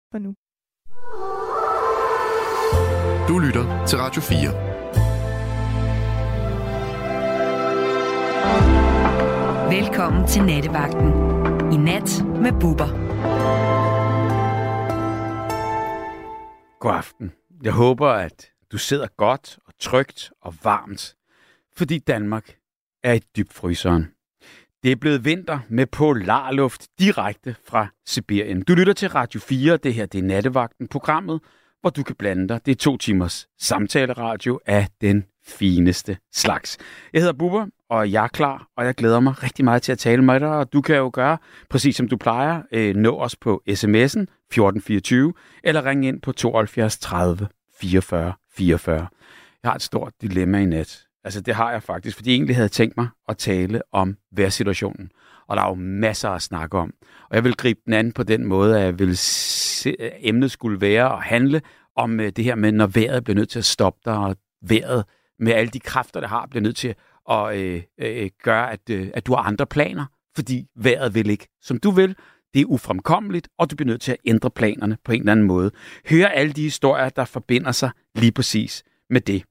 for nu. Du lytter til Radio 4. Velkommen til Nattevagten. I nat med Bubber. God aften. Jeg håber, at du sidder godt og trygt og varmt, fordi Danmark er i dybfryseren. Det er blevet vinter med polarluft direkte fra Sibirien. Du lytter til Radio 4, det her det er Nattevagten, programmet, hvor du kan blande dig. Det er 2 timers samtaleradio af den fineste slags. Jeg hedder Bubber, og jeg er klar, og jeg glæder mig rigtig meget til at tale med dig, og du kan jo gøre præcis som du plejer. Nå os på sms'en 1424, eller ringe ind på 72 30 44 44. Jeg har et stort dilemma i nat. Altså det har jeg faktisk, fordi jeg egentlig havde tænkt mig at tale om vejrsituationen. Og der er jo masser at snakke om. Og jeg vil gribe den anden på den måde, at jeg vil emnet skulle være at handle om det her med, når vejret bliver nødt til at stoppe dig, og vejret med alle de kræfter, det har, bliver nødt til at gøre, at du har andre planer, fordi vejret vil ikke, som du vil. Det er ufremkommeligt, og du bliver nødt til at ændre planerne på en eller anden måde. Hør alle de historier, der forbinder sig lige præcis med det.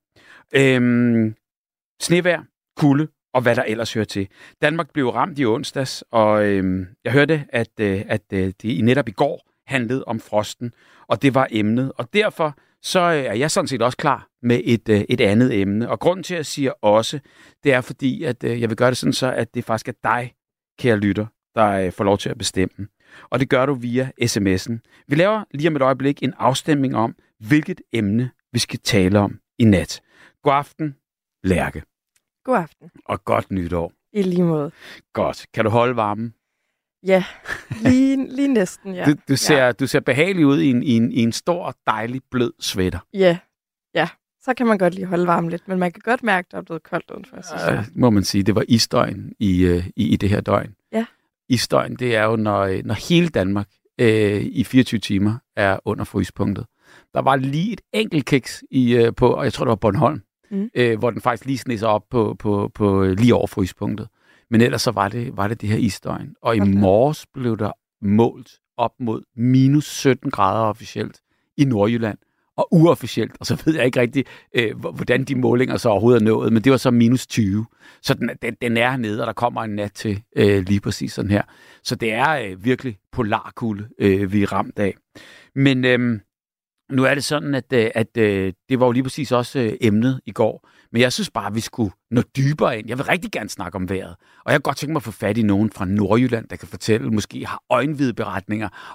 Snevejr, kulde og hvad der ellers hører til. Danmark blev ramt i onsdags, og jeg hørte, at det netop i går handlede om frosten, og det var emnet. Og derfor så er jeg sådan set også klar med et andet emne. Og grunden til, at jeg siger også, det er fordi, at jeg vil gøre det sådan så, at det faktisk er dig, kære lytter, der får lov til at bestemme. Og det gør du via sms'en. Vi laver lige om et øjeblik en afstemning om, hvilket emne vi skal tale om i nat. God aften, Lærke. God aften. Og godt nytår. I lige måde. Godt. Kan du holde varmen? Ja, lige næsten, ja. Du ser behagelig ud i en stor, dejlig, blød sweater. Ja, så kan man godt lige holde varmen lidt, men man kan godt mærke, at der er blevet koldt udenfor, synes jeg. Må man sige. Det var isdøgn i det her døgn. Ja. Isdøgn, det er jo, når hele Danmark i 24 timer er under fryspunktet. Der var lige et enkelt kiks på, og jeg tror, det var Bornholm, hvor den faktisk lige sned sig op på lige over fryspunktet. Men ellers så var det her isdøgn. Og i morges blev der målt op mod minus 17 grader officielt i Nordjylland. Og uofficielt, og så ved jeg ikke rigtig, hvordan de målinger så overhovedet er nået, men det var så minus 20. Så den er hernede, og der kommer en nat til lige præcis sådan her. Så det er virkelig polarkulde, vi er ramt af. Men nu er det sådan, at det var jo lige præcis også emnet i går. Men jeg synes bare, at vi skulle nå dybere ind. Jeg vil rigtig gerne snakke om vejret. Og jeg kan godt tænke mig at få fat i nogen fra Nordjylland, der kan fortælle, måske har øjenvide beretninger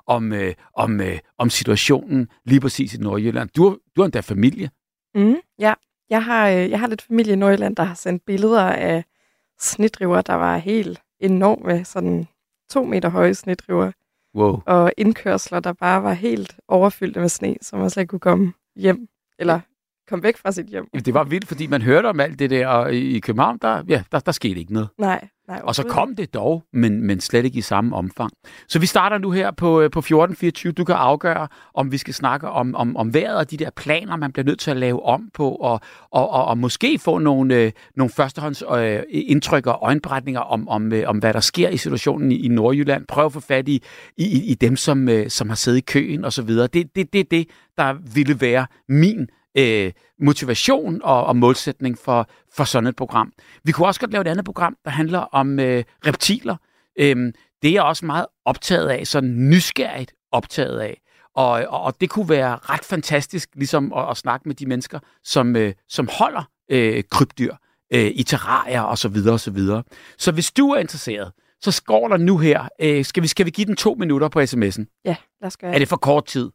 om situationen lige præcis i Nordjylland. Du har endda familie. Ja, jeg har lidt familie i Nordjylland, der har sendt billeder af snedriver, der var helt enorme, sådan 2 meter høje snedriver. Wow. Og indkørsler, der bare var helt overfyldte med sne, så man slet ikke kunne komme hjem, eller komme væk fra sit hjem. Det var vildt, fordi man hørte om alt det der, og i København, der skete ikke noget. Nej. Og så kom det dog, men slet ikke i samme omfang. Så vi starter nu her på 1424. Du kan afgøre, om vi skal snakke om vejret og de der planer, man bliver nødt til at lave om på, og måske få nogle førstehånds indtryk og øjenberetninger om hvad der sker i situationen i Nordjylland. Prøv at få fat i dem, som har siddet i køen osv. Det er det, der ville være min motivation og målsætning for sådan et program. Vi kunne også godt lave et andet program, der handler om reptiler. Det er jeg også meget optaget af, sådan nysgerrigt optaget af. Og det kunne være ret fantastisk ligesom at snakke med de mennesker, som holder krybdyr i terrarier og så videre og så videre. Så hvis du er interesseret, så skår der nu her. Skal vi give den 2 minutter på sms'en? Ja, lad os gøre det. Er det for kort tid?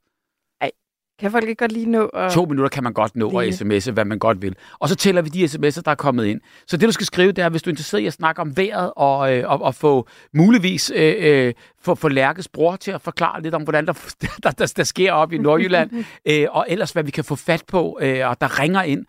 Kan folk ikke godt lige nå at... 2 minutter kan man godt nå at sms'e, hvad man godt vil. Og så tæller vi de sms'er, der er kommet ind. Så det, du skal skrive, det er, hvis du er interesseret i at snakke om vejret, og få muligvis få Lærkes bror til at forklare lidt om, hvordan der sker op i Nordjylland, og ellers hvad vi kan få fat på, og der ringer ind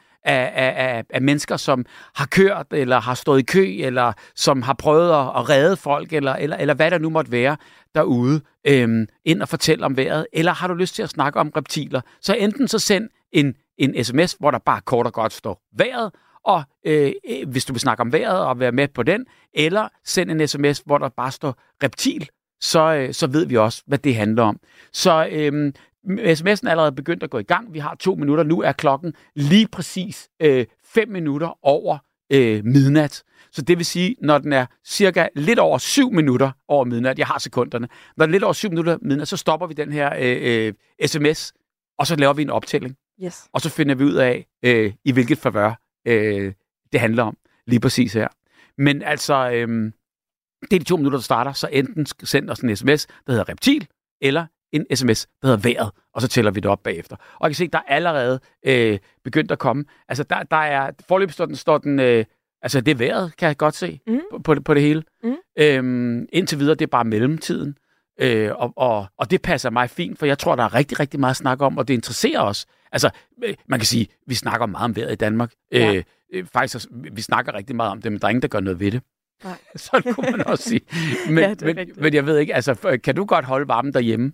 af mennesker, som har kørt, eller har stået i kø, eller som har prøvet at redde folk, eller hvad der nu måtte være derude, ind og fortælle om vejret. Eller har du lyst til at snakke om reptiler, så enten så send en sms, hvor der bare kort og godt står vejret, og hvis du vil snakke om vejret og være med på den, eller send en sms, hvor der bare står reptil, så ved vi også, hvad det handler om. Så sms'en er allerede begyndt at gå i gang. Vi har 2 minutter. Nu er klokken lige præcis 5 minutter over midnat. Så det vil sige, når den er cirka lidt over 7 minutter over midnat, jeg har sekunderne, når den er lidt over 7 minutter midnat, så stopper vi den her sms, og så laver vi en optælling. Yes. Og så finder vi ud af, i hvilket favør det handler om lige præcis her. Men altså, det er de 2 minutter, der starter, så enten send os en sms, der hedder reptil, eller en sms, der hedder vejret, og så tæller vi det op bagefter. Og jeg kan se, der er allerede begyndt at komme. Altså, der er, forløbig står den altså, det er vejret, kan jeg godt se, på det hele. Indtil videre, det er bare mellemtiden. Og det passer mig fint, for jeg tror, der er rigtig, rigtig meget at snakke om, og det interesserer os. Altså, man kan sige, vi snakker meget om vejret i Danmark. Ja. Faktisk, vi snakker rigtig meget om det, men der er ingen, der gør noget ved det. Nej. Sådan kunne man også sige. Men jeg ved ikke, altså, kan du godt holde varmen derhjemme?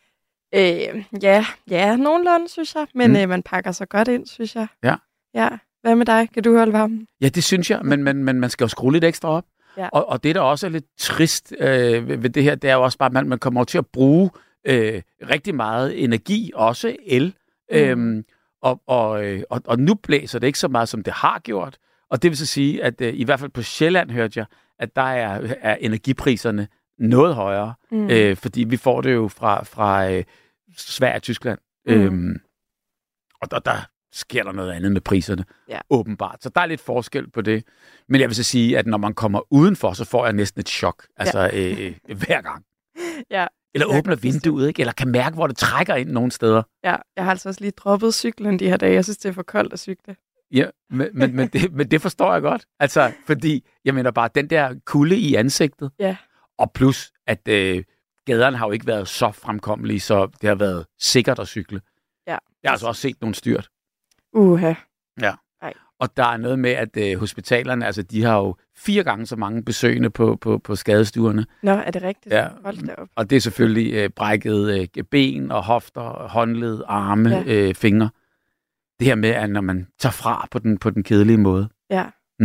Ja, nogenlunde, synes jeg. Men man pakker sig godt ind, synes jeg. Ja. Hvad med dig? Kan du holde varmen? Ja, det synes jeg, men man skal jo skrue lidt ekstra op. Ja. Og det, der også er lidt trist ved det her, det er jo også bare, at man kommer til at bruge rigtig meget energi, også el. Og nu blæser det ikke så meget, som det har gjort. Og det vil så sige, at i hvert fald på Sjælland, hørte jeg, at der er energipriserne noget højere. Fordi vi får det jo fra Sverige og Tyskland. Og der sker der noget andet med priserne, åbenbart. Så der er lidt forskel på det. Men jeg vil så sige, at når man kommer udenfor, så får jeg næsten et chok. Altså hver gang. Ja. Eller åbner vinduet, ikke? Eller kan mærke, hvor det trækker ind nogle steder. Ja, jeg har altså også lige droppet cyklen de her dage. Jeg synes, det er for koldt at cykle. Ja, men det forstår jeg godt. Altså, fordi, jeg mener bare, den der kulde i ansigtet. Ja. Og plus, at gaderne har jo ikke været så fremkommelige, så det har været sikkert at cykle. Ja. Jeg har altså også set nogle styrt. Ja. Ej. Og der er noget med, at hospitalerne, altså de har jo 4 gange så mange besøgende på skadestuerne. Nå, er det rigtigt? Ja. Hold da op. Og det er selvfølgelig brækket ben og hofter, håndled, arme, fingre. Det her med, at når man tager fra på den kedelige måde. Ja.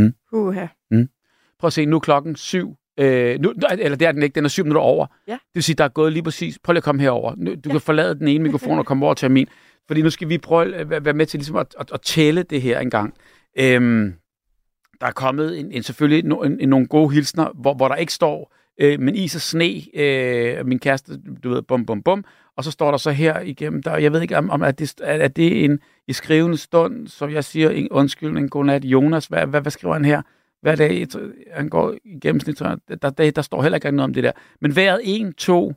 Prøv at se, nu er klokken 7. Eller det er den ikke, den er 7 minutter over. Ja. Det vil sige, der er gået lige præcis. Prøv lige at komme herover. Du kan forlade den ene mikrofon og komme over til min. Fordi nu skal vi prøve at være med til ligesom at tælle det her en gang. Der er kommet selvfølgelig nogle gode hilsner, hvor der ikke står, men is og sne, min kæreste, du ved, bum, bum, bum. Og så står der så her igennem, jeg ved ikke, om er det en i skrivende stund, som jeg siger, en undskyldning, godnat, Jonas, hvad skriver han her? Hver dag, han går i gennemsnit, der står heller ikke noget om det der. Men vejret 1, 2,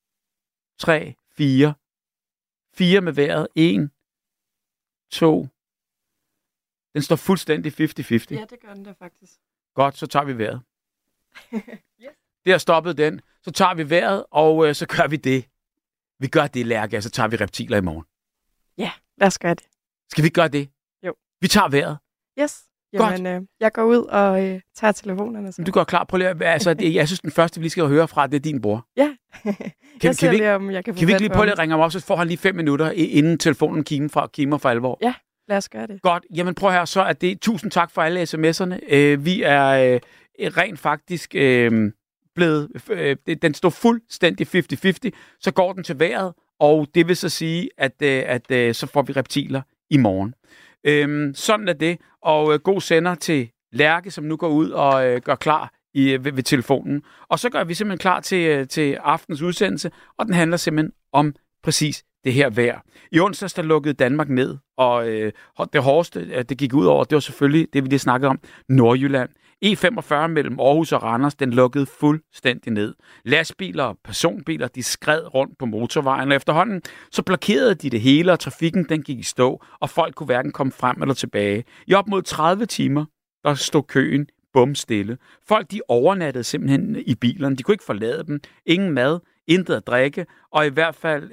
3, 4. 4 med vejret. 1, 2. Den står fuldstændig 50-50. Ja, det gør den da faktisk. Godt, så tager vi vejret. Yes. Det har stoppet den. Så tager vi vejret, og så gør vi det. Vi gør det, Lærke, så tager vi reptiler i morgen. Ja, lad os gøre det. Skal vi gøre det? Jo. Vi tager vejret. Yes. Jamen, jeg går ud og tager telefonerne. Så. Du går klar. Prøv lige, altså, jeg synes, den første, vi lige skal høre fra, det er din bror. Ja. Kan vi ikke lige prøve at ringe ham op, så får han lige 5 minutter, inden telefonen kimer for alvor? Ja, lad os gøre det. Godt. Jamen prøv her, så er det. Tusind tak for alle sms'erne. Vi er rent faktisk blevet... den står fuldstændig 50-50. Så går den til vejret, og det vil så sige, at så får vi reptiler i morgen. Sådan er det, og god sender til Lærke, som nu går ud og gør klar ved telefonen. Og så gør vi simpelthen klar til aftens udsendelse, og den handler simpelthen om præcis det her vejr. I onsdags, der lukkede Danmark ned, og det hårdeste, det gik ud over, det var selvfølgelig det, vi lige snakkede om, Nordjylland. E45 mellem Aarhus og Randers, den lukkede fuldstændig ned. Lastbiler og personbiler, de skred rundt på motorvejen, og efterhånden så blokerede de det hele, og trafikken den gik i stå, og folk kunne hverken komme frem eller tilbage. I op mod 30 timer, der stod køen bumstille. Folk, de overnattede simpelthen i bilerne. De kunne ikke forlade dem. Ingen mad, intet at drikke, og i hvert fald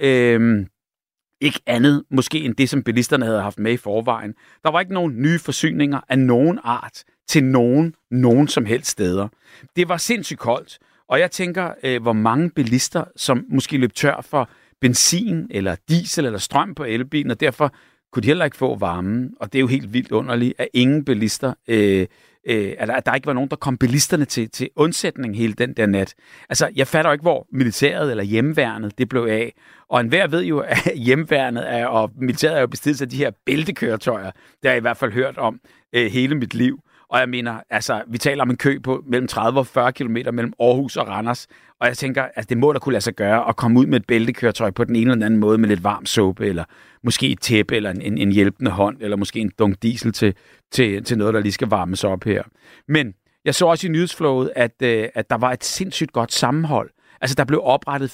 ikke andet, måske end det, som bilisterne havde haft med i forvejen. Der var ikke nogen nye forsyninger af nogen art til nogen som helst steder. Det var sindssygt koldt, og jeg tænker, hvor mange bilister, som måske løb tør for benzin, eller diesel, eller strøm på elbilen, og derfor kunne de heller ikke få varmen. Og det er jo helt vildt underligt, at ingen bilister at der ikke var nogen, der kom bilisterne til undsætning hele den der nat. Altså, jeg fatter jo ikke, hvor militæret eller hjemmeværnet det blev af. Og enhver ved jo, at hjemmeværnet og militæret er jo bestilt af de her bæltekøretøjer. Det har jeg i hvert fald hørt om hele mit liv. Og jeg mener, altså, vi taler om en kø på mellem 30 og 40 kilometer mellem Aarhus og Randers. Og jeg tænker, at det må da kunne lade sig gøre at komme ud med et bæltekøretøj på den ene eller anden måde med lidt varm såbe, eller måske et tæppe, eller en hjælpende hånd, eller måske en dunk diesel til noget, der lige skal varmes op her. Men jeg så også i nyhedsflowet, at der var et sindssygt godt sammenhold. Altså, der blev oprettet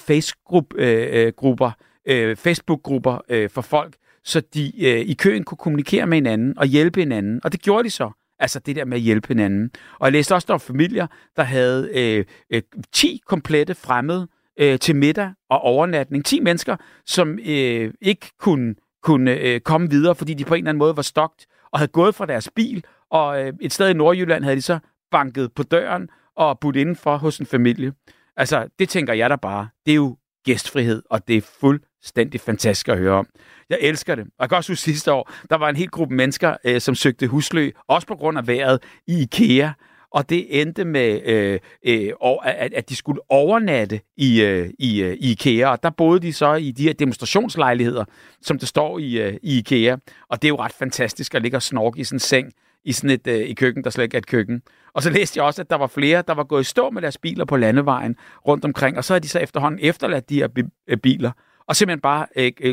Facebook-grupper for folk, så de i køen kunne kommunikere med hinanden og hjælpe hinanden. Og det gjorde de så. Altså det der med at hjælpe hinanden. Og jeg læste også, der var familier, der havde 10 komplette fremmede til middag og overnatning. 10 mennesker, som ikke kunne komme videre, fordi de på en eller anden måde var stokt og havde gået fra deres bil. Og et sted i Nordjylland havde de så banket på døren og budt indenfor hos en familie. Altså, det tænker jeg da bare. Det er jo gæstfrihed, og det er fuldstændig fantastisk at høre om. Jeg elsker det. Og jeg kan også huske sidste år, der var en hel gruppe mennesker, som søgte husly, også på grund af vejret, i IKEA. Og det endte med, at de skulle overnatte i IKEA. Og der boede de så i de her demonstrationslejligheder, som det står i IKEA. Og det er jo ret fantastisk at ligge og snorke i sådan en seng, i sådan et køkken, der slet ikke er et køkken. Og så læste jeg også, at der var flere, der var gået i stå med deres biler på landevejen rundt omkring, og så havde de så efterhånden efterladt de her biler, og simpelthen bare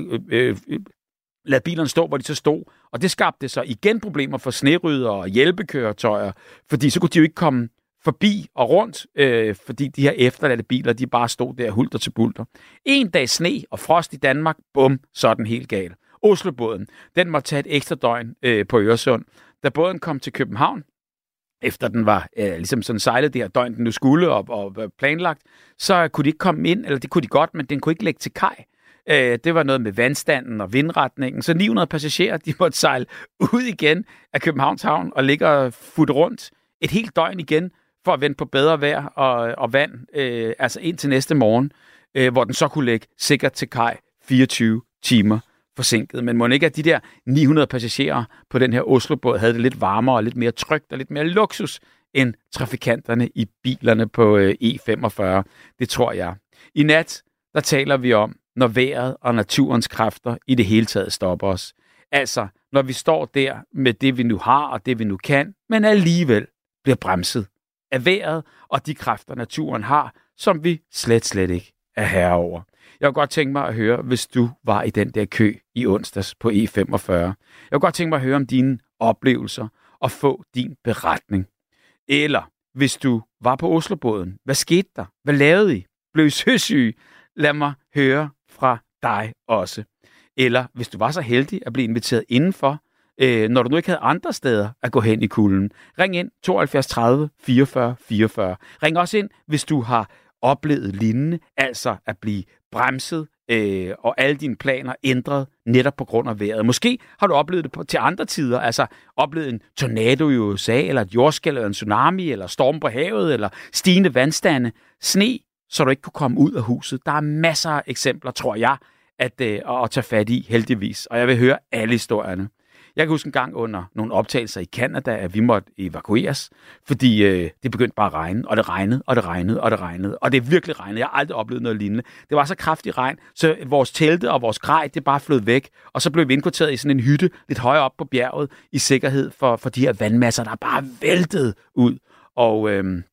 ladet bilerne stå, hvor de så stod. Og det skabte så igen problemer for snerydder og hjælpekøretøjer, fordi så kunne de jo ikke komme forbi og rundt, fordi de her efterladte biler, de bare stod der hulter til bulter. En dag sne og frost i Danmark, bum, så er den helt gal. Oslobåden, den måtte tage et ekstra døgn på Øresund. Da båden kom til København, efter den var ligesom sådan sejlet det her døgn, den nu skulle og planlagt, så kunne de ikke komme ind, eller det kunne de godt, men den kunne ikke lægge til kaj. Det var noget med vandstanden og vindretningen, så 900 passagerer, de måtte sejle ud igen af Københavns Havn og ligge og futte rundt et helt døgn igen, for at vente på bedre vejr og vand, altså ind til næste morgen, hvor den så kunne lægge sikkert til kaj 24 timer forsinket. Men må ikke, at de der 900 passagerer på den her Oslobåd havde det lidt varmere og lidt mere trygt og lidt mere luksus end trafikanterne i bilerne på E45. Det tror jeg. I nat, der taler vi om, når vejret og naturens kræfter i det hele taget stopper os. Altså, når vi står der med det, vi nu har og det, vi nu kan, men alligevel bliver bremset af vejret og de kræfter, naturen har, som vi slet ikke er herre over. Jeg kunne godt tænke mig at høre, hvis du var i den der kø i onsdags på E45. Jeg kunne godt tænke mig at høre om dine oplevelser og få din beretning. Eller hvis du var på Oslobåden, hvad skete der? Hvad lavede I? Blev I søsyge? Lad mig høre fra dig også. Eller hvis du var så heldig at blive inviteret indenfor, når du nu ikke havde andre steder at gå hen i kulden. Ring ind 72 30 44 44. Ring også ind, hvis du har oplevet lignende, altså at blive bremset og alle dine planer ændret netop på grund af vejret. Måske har du oplevet det til andre tider, altså oplevet en tornado i USA, eller et jordskælv, eller en tsunami, eller storm på havet, eller stigende vandstande, sne, så du ikke kunne komme ud af huset. Der er masser af eksempler, tror jeg, at tage fat i, heldigvis. Og jeg vil høre alle historierne. Jeg kan huske en gang under nogle optagelser i Canada, at vi måtte evakueres, fordi det begyndte bare at regne, og det regnede, og det regnede, og det regnede. Og det virkelig regnede. Jeg har aldrig oplevet noget lignende. Det var så kraftig regn, så vores telte og vores grej, det bare flød væk. Og så blev vi indkvarteret i sådan en hytte lidt højere op på bjerget, i sikkerhed for de her vandmasser, der bare væltede ud. Og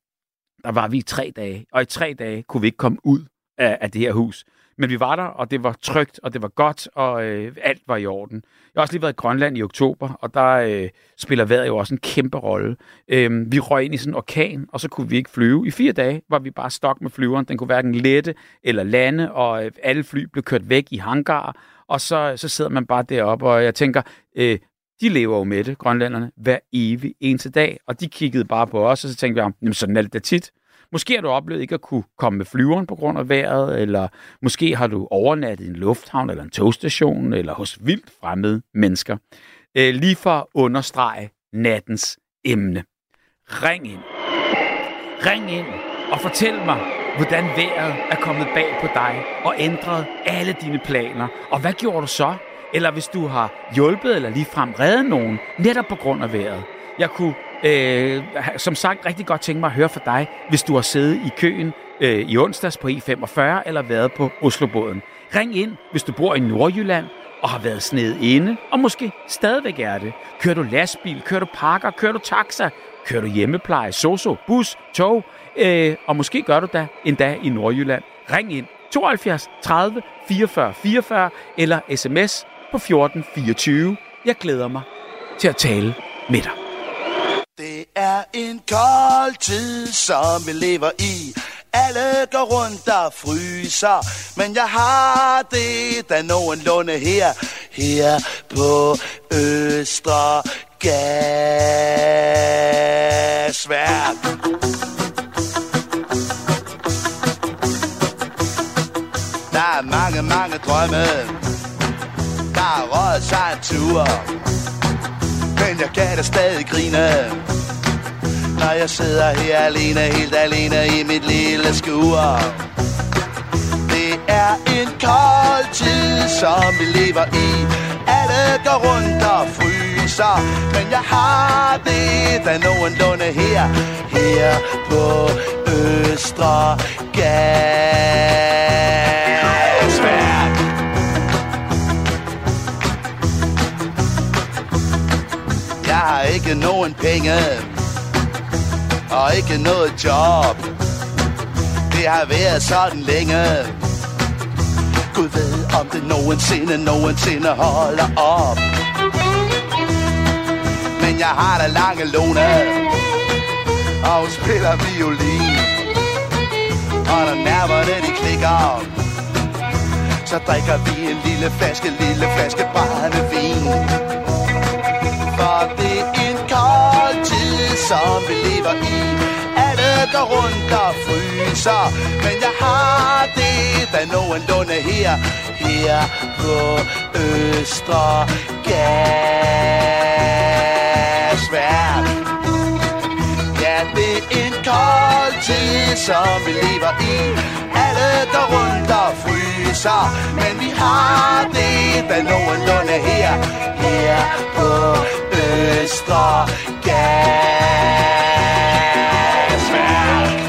der var vi i 3 dage, og i 3 dage kunne vi ikke komme ud af det her hus. Men vi var der, og det var trygt, og det var godt, og alt var i orden. Jeg har også lige været i Grønland i oktober, og der spiller vejret jo også en kæmpe rolle. Vi røg ind i sådan en orkan, og så kunne vi ikke flyve. I 4 dage var vi bare stok med flyveren. Den kunne hverken lette eller lande, og alle fly blev kørt væk i hangarer, og så sidder man bare deroppe, og jeg tænker, de lever jo med det, grønlænderne, hver evig eneste dag, og de kiggede bare på os, og så tænkte vi, jamen sådan er det da tit. Måske har du oplevet ikke at kunne komme med flyveren på grund af vejret, eller måske har du overnattet i en lufthavn eller en togstation, eller hos vildt fremmede mennesker. Lige for at understrege nattens emne. Ring ind. Ring ind og fortæl mig, hvordan vejret er kommet bag på dig og ændret alle dine planer. Og hvad gjorde du så? Eller hvis du har hjulpet eller ligefrem reddet nogen netop på grund af vejret. Jeg kunne Som sagt, rigtig godt tænke mig at høre fra dig, hvis du har siddet i køen i onsdags på E45 eller været på Oslobåden. Ring ind, hvis du bor i Nordjylland og har været snedet inde, og måske stadigvæk er det. Kører du lastbil, kører du pakker, kører du taxa, kører du hjemmepleje, sosu, bus, tog, og måske gør du da endda i Nordjylland. Ring ind 72 30 44 44 eller sms på 1424. Jeg glæder mig til at tale med dig. Det er en kold tid, som vi lever i. Alle går rundt og fryser, men jeg har det da nogenlunde her på Østre Gasværk. Der er mange drømme, der har røget sig en tur, men jeg kan da stadig grine, når jeg sidder her alene, helt alene i mit lille skur. Det er en kold tid, som vi lever i. Alle går rundt og fryser, men jeg har det da nogenlunde her på Østre Gasværk. Jeg har ikke nogen penge og ikke noget job. Det har været sådan længe. Gud ved, om det nogensinde holder op. Men jeg har da lange Lone, og hun spiller violin. Og når nerverne de klikker, så drikker vi en lille flaske brændevin. For det er en kold tid, som vi lever i. Alle går rundt og fryser, men jeg har det da nogenlunde her på Østre Gasværk. Ja, det er en kold tid, som vi lever i. Alle går rundt og fryser, men vi har det da nogenlunde her på Østre Gasværk.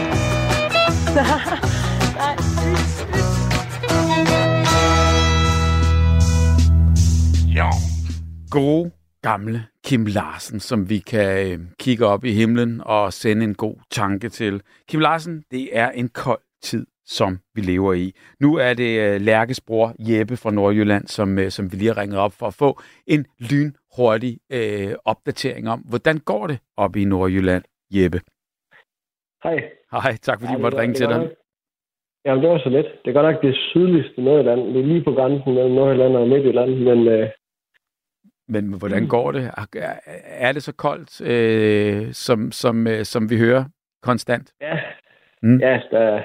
Gode gamle Kim Larsen, som vi kan kigge op i himlen og sende en god tanke til. Kim Larsen, det er en kold tid, som vi lever i. Nu er det Lærkes bror Jeppe fra Nordjylland, som vi lige har ringet op for at få en lynhurtig opdatering om, hvordan går det op i Nordjylland, Jeppe? Hej. Hej, tak fordi du måtte ringe til dig. Jamen, det var så let. Det er godt nok det sydligste Nordjylland. Det er lige på grænsen mellem Nordjylland og Midtjylland, men hvordan går det? Er det så koldt, som vi hører konstant? Ja. Ja, der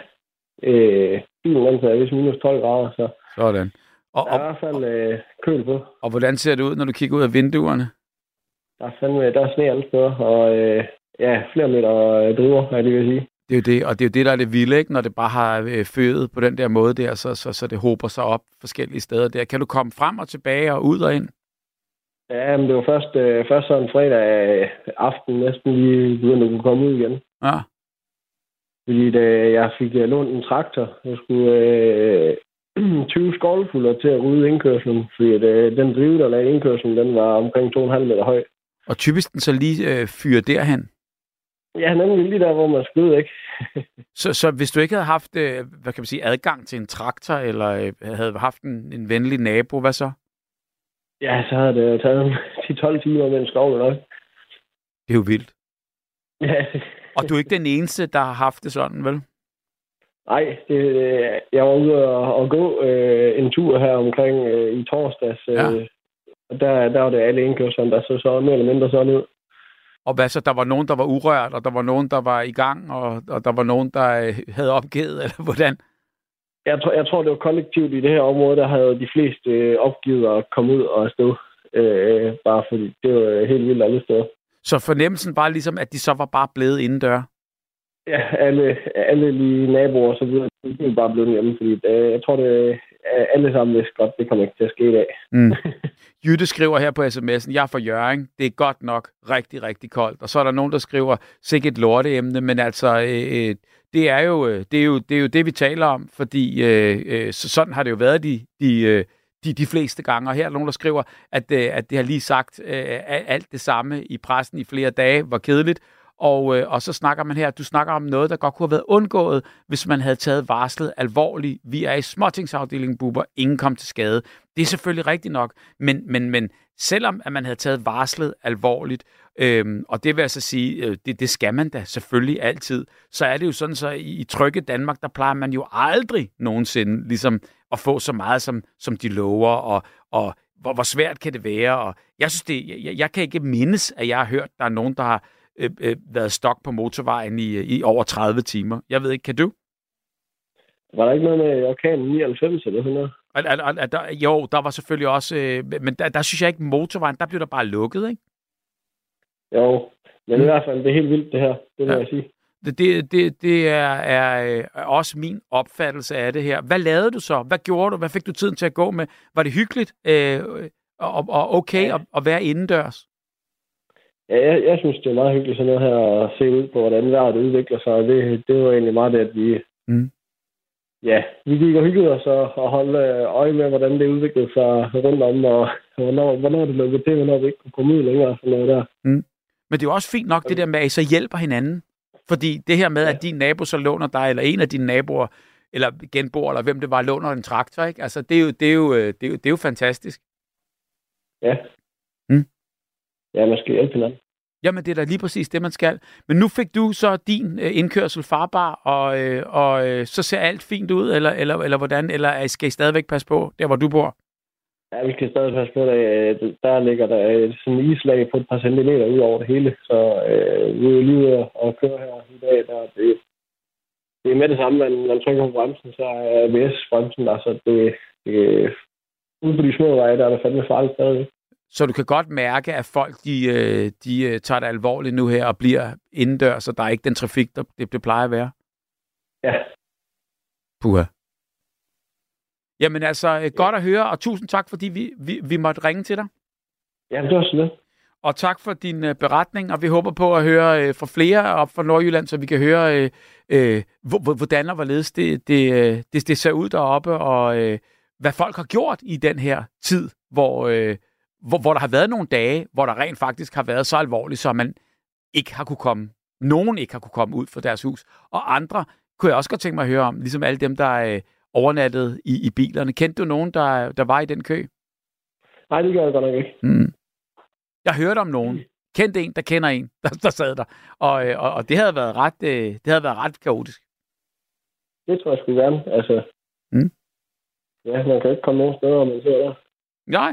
bilen er vist minus 12 grader. Så. Sådan. Der er i hvert fald køl på. Og hvordan ser det ud, når du kigger ud af vinduerne? Der er sne alle steder, og flere meter driver, er det vil sige. Det er jo det, og det er jo det, der er det vilde, ikke? Når det bare har fødet på den der måde der, så det hober sig op forskellige steder der. Kan du komme frem og tilbage og ud og ind? Ja, men det var først sådan en fredag aften næsten lige begyndte at kunne komme ud igen. Ja. Fordi jeg fik lånt en traktor. Jeg skulle 20 skovlfulder til at rydde indkørslen, fordi den drive, der lagde indkørslen, den var omkring 2,5 meter høj. Og typisk den så lige fyre derhen? Ja, nemlig lige der, hvor man skal ud, ikke? så hvis du ikke havde haft, hvad kan man sige, adgang til en traktor, eller havde haft en venlig nabo, hvad så? Ja, så havde det taget 10-12 timer med en skov, nok. Det er jo vildt. Ja. Og du er ikke den eneste, der har haft det sådan, vel? Nej, jeg var ude og gå en tur her omkring i torsdags. Og der var det alle indkørslerne, der så mere eller mindre sådan ud. Og hvad så? Der var nogen, der var urørt, og der var nogen, der var i gang, og der var nogen, der havde opgivet, eller hvordan? Jeg tror, det var kollektivt i det her område, der havde de fleste opgivet at komme ud og afsted. Bare fordi det var helt vildt alle steder. Så fornemmelsen var ligesom, at de så var bare blevet indendør? Ja, alle lige naboer og så videre, de er bare blevet hjemme, fordi jeg tror, alle sammen vidste godt, det kommer ikke til at ske i dag. Jytte skriver her på sms'en, jeg er fra Hjørring, det er godt nok rigtig, rigtig koldt. Og så er der nogen, der skriver, sikkert et lorteemne, men altså, det er jo det, vi taler om, fordi sådan har det jo været de fleste gange. Og her er nogen, der skriver, at det har lige sagt alt det samme i pressen i flere dage, var kedeligt. Og så snakker man her, du snakker om noget, der godt kunne have været undgået, hvis man havde taget varslet alvorligt. Vi er i småtingsafdelingen, Bubber. Ingen kom til skade. Det er selvfølgelig rigtigt nok, men selvom at man havde taget varslet alvorligt, og det vil altså sige, det skal man da selvfølgelig altid, så er det jo sådan, så i trygge Danmark, der plejer man jo aldrig nogensinde ligesom at få så meget, som de lover, og hvor svært kan det være. Og jeg synes, jeg kan ikke mindes, at jeg har hørt, der er nogen, der har været stok på motorvejen i over 30 timer. Jeg ved ikke, kan du? Var der ikke noget med orkanen 99 eller sådan noget? Jo, der var selvfølgelig også, men der synes jeg ikke, motorvejen, der blev der bare lukket, ikke? Jo, men i hvert fald, det er helt vildt det her, det vil jeg sige. Det er også min opfattelse af det her. Hvad lavede du så? Hvad gjorde du? Hvad fik du tiden til at gå med? Var det hyggeligt og okay at være indendørs? Ja, jeg synes, det er meget hyggeligt sådan noget her at se ud på, hvordan vejret udvikler sig. Det var egentlig meget det, at vi... Ja, vi gik og hyggede os og holde øje med, hvordan det udviklede sig rundt om, og hvornår det lukkede til, hvornår vi ikke kunne komme ud længere og sådan noget der. Men det er jo også fint nok, det der med, at I så hjælper hinanden. Fordi det her med, at din nabo så låner dig, eller en af dine naboer, eller genboer, eller hvem det var, låner en traktor, ikke? Altså, det er jo fantastisk. Ja. Ja, man skal hjælpe hinanden. Jamen, det er da lige præcis det, man skal. Men nu fik du så din indkørsel farbar, og så ser alt fint ud, eller hvordan? Eller skal I stadigvæk passe på, der hvor du bor? Ja, vi skal stadig passe på, der ligger der sådan en islag på et par centimeter ud over det hele. Så vi er jo lige ude og køre her i dag. Det er med det samme, man trykker på bremsen, så er ABS-bremsen. Altså, ude på de små veje, der er der fandme farligt stadig. Så du kan godt mærke, at folk de tager det alvorligt nu her og bliver indendørs, så der er ikke den trafik, det plejer at være? Ja. Puha. Jamen altså, godt at høre, og tusind tak, fordi vi måtte ringe til dig. Ja, det var sådan det. Og tak for din beretning, og vi håber på at høre fra flere op fra Nordjylland, så vi kan høre, hvordan og hvorledes det ser ud deroppe, og hvad folk har gjort i den her tid, hvor der har været nogle dage, hvor der rent faktisk har været så alvorligt, så man ikke har kunne komme ud fra deres hus. Og andre kunne jeg også godt tænke mig at høre om, ligesom alle dem, der overnattede i bilerne. Kendte du nogen, der var i den kø? Nej, det gør jeg godt nok ikke. Jeg hørte om nogen. Kendte en, der kender en, der sad der. Og det havde været ret kaotisk. Det tror jeg skulle være. Altså, ja, man kan ikke komme nogen steder, man ser der. Nej.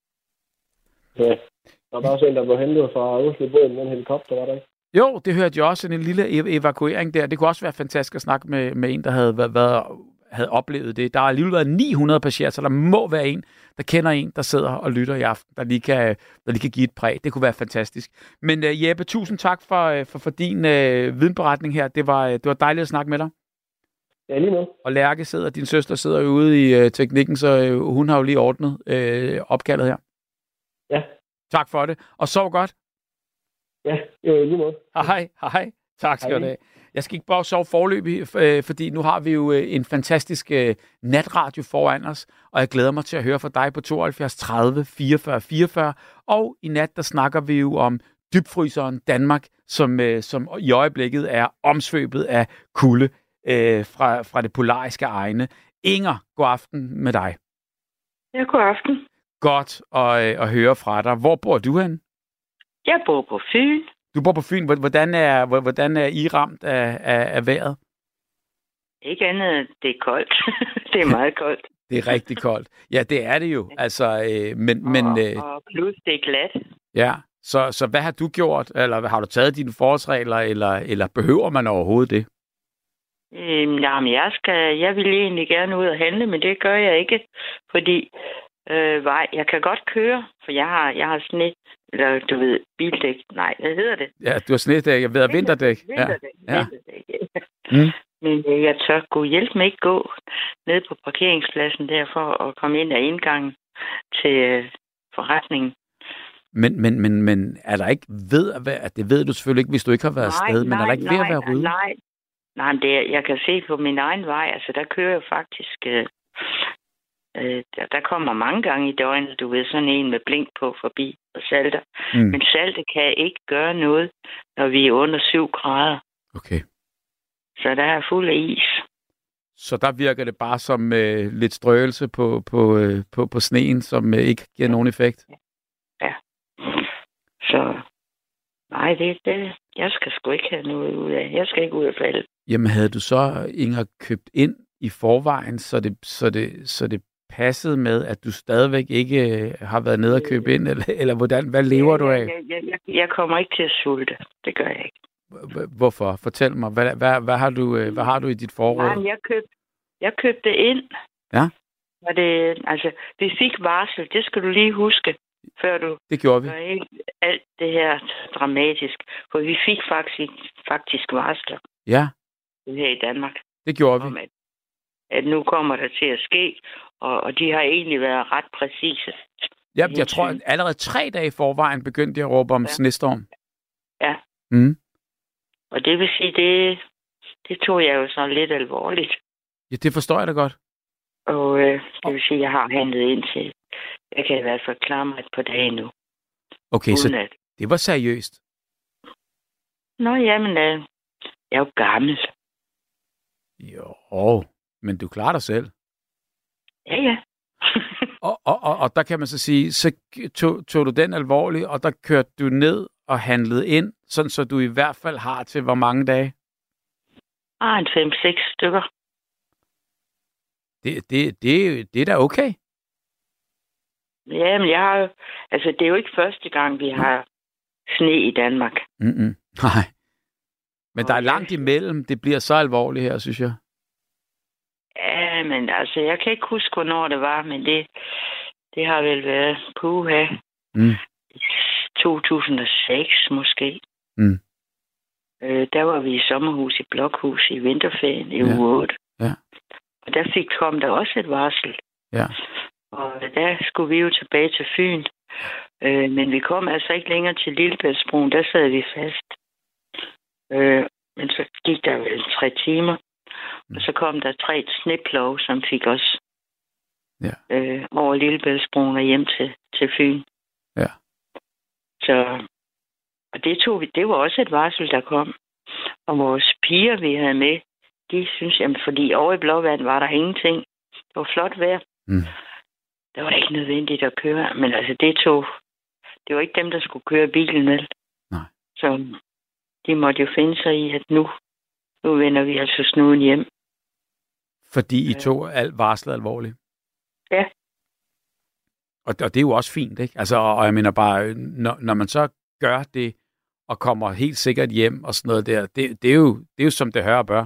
Ja. Der var også en, der blev hentet fra Oslo båden med en helikopter, var der ikke? Jo, det hørte jeg også, en lille evakuering der. Det kunne også være fantastisk at snakke med en, der havde oplevet det. Der har alligevel været 900 passagerer, så der må være en, der kender en, der sidder og lytter i aften, der lige kan give et præg. Det kunne være fantastisk. Men Jeppe, tusind tak for din videnberetning her. Det var dejligt at snakke med dig. Ja, lige med. Og Lærke din søster sidder jo ude i teknikken, så hun har jo lige ordnet opkaldet her. Ja. Tak for det. Og sov godt. Ja, lige måde. Hej. Tak skal du have. Jeg skal ikke bare sove forløbig, fordi nu har vi jo en fantastisk natradio foran os, og jeg glæder mig til at høre fra dig på 72 30 44 44. Og i nat, der snakker vi jo om dybfryseren Danmark, som i øjeblikket er omsvøbet af kulde fra det polariske egne. Inger, god aften med dig. Ja, god aften. Godt at høre fra dig. Hvor bor du hen? Jeg bor på Fyn. Du bor på Fyn. Hvordan er I ramt af vejret? Ikke andet, det er koldt. Det er meget koldt. Det er rigtig koldt. Ja, det er det jo. Altså, og plus det er glat. Ja, så hvad har du gjort? Eller har du taget dine forholdsregler, eller behøver man overhovedet det? Jamen, jeg vil egentlig gerne ud og handle, men det gør jeg ikke, fordi jeg kan godt køre, for jeg har sne, eller du ved, bildæk. Nej, hvad hedder det? Ja, du har snedæk, jeg ved, vinterdæk. Vinterdæk. Ja. Men jeg tør kunne hjælpe mig ikke gå ned på parkeringspladsen der for at komme ind ad indgangen til forretningen. Men er der ikke det ved du selvfølgelig ikke, hvis du ikke har været afsted, men er der ikke ved at være ryddet? Nej, men jeg kan se på min egen vej, altså der kører jeg faktisk, der kommer mange gange i døgnet, du ved, sådan en med blink på forbi og salter. Men saltet kan ikke gøre noget, når vi er under 7 grader. Okay. Så der er fuld af is. Så der virker det bare som lidt strøelse på sneen, som ikke giver nogen effekt? Ja. Så nej, det jeg skal sgu ikke have noget ud af. Jeg skal ikke ud af falde. Jamen havde du så, Inger, købt ind i forvejen, så det passede med, at du stadigvæk ikke har været nede og købe ind, eller hvad lever du af? Jeg kommer ikke til at sulte. Det gør jeg ikke. Hvorfor? Fortæl mig. Hvad har du i dit forråd? Nej, jeg købte ind. Ja? Og vi fik varsel. Det skal du lige huske, før du... Det gjorde vi. Alt det her dramatisk. For vi fik faktisk varsler. Ja. Her i Danmark. Det gjorde vi. Om, at nu kommer der til at ske, og de har egentlig været ret præcise. Ja, jeg tror, at allerede 3 dage i forvejen begyndte jeg at råbe om snestorm. Ja. Og det vil sige, det tog jeg jo så lidt alvorligt. Ja, det forstår jeg da godt. Og det vil sige, at jeg har handlet ind til. Jeg kan i hvert fald klare mig et par dage nu. Okay, så det var seriøst. Nå, jamen, jeg er jo gammel. Jo, men du klarer dig selv. Ja. og der kan man så sige, så tog du den alvorligt, og der kørte du ned og handlede ind, sådan så du i hvert fald har til hvor mange dage? En 5-6 stykker. Det er da okay. Ja, men jeg har det er jo ikke første gang, vi har sne i Danmark. Nej. Men der er langt imellem. Det bliver så alvorligt her, synes jeg. Ja, men jeg kan ikke huske, hvornår det var, men det har vel været puha. 2006 måske. Der var vi i sommerhus i Blokhus i vinterferien i uge 8. Ja. Og der kom der også et varsel. Ja. Og der skulle vi jo tilbage til Fyn. Men vi kom altså ikke længere til Lillebæltsbroen. Der sad vi fast. Men så gik der vel 3 timer. Og så kom der 3 sneplov, som fik os over Lillebæltsbroen og hjem til Fyn. Ja. Så, og det var også et varsel, der kom. Og vores piger, vi havde med, de synes, fordi over i Blåvand var der ingenting. Det var flot vejr. Der var ikke nødvendigt at køre. Men det var ikke dem, der skulle køre bilen med. Nej. Så de måtte jo finde sig i, at nu vender vi altså snuden hjem. Fordi I tog varslet alvorligt? Ja. Og det er jo også fint, ikke? Og jeg mener bare, når man så gør det, og kommer helt sikkert hjem og sådan noget der, det er jo som det hører og bør.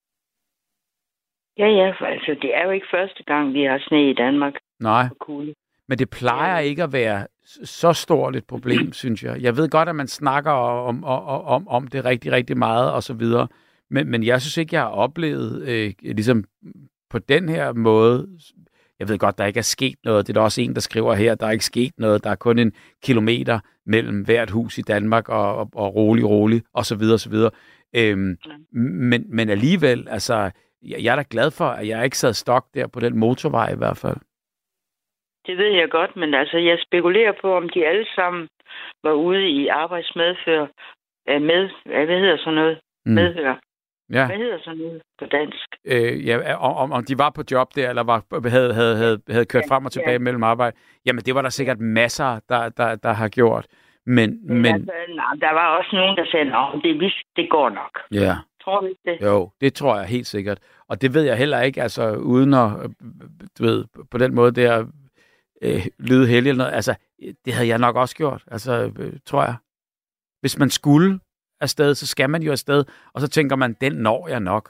Ja, det er jo ikke første gang, vi har sne i Danmark. Nej, men det plejer ikke at være så stort et problem, synes jeg. Jeg ved godt, at man snakker om det rigtig, rigtig meget og så videre, men jeg synes ikke, jeg har oplevet ligesom på den her måde. Jeg ved godt, der ikke er sket noget. Det er der også en, der skriver her, der er ikke sket noget. Der er kun 1 kilometer mellem hvert hus i Danmark og rolig, og så videre, og så videre. Men alligevel, jeg er da glad for, at jeg ikke sad stok der på den motorvej i hvert fald. Det ved jeg godt, men jeg spekulerer på, om de alle sammen var ude i arbejdsmedfør hvad hedder sådan noget? Medhør. Ja. Hvad hedder sådan noget på dansk? Om de var på job der, eller havde kørt frem og tilbage mellem arbejde. Jamen, det var der sikkert masser, der har gjort. Men... der var også nogen, der sagde, det går nok. Ja. Tror du ikke det? Jo, det tror jeg helt sikkert. Og det ved jeg heller ikke, uden at, du ved, på den måde der, lyde heldig eller noget. Det havde jeg nok også gjort, tror jeg. Hvis man skulle afsted, så skal man jo afsted, og så tænker man, den når jeg nok.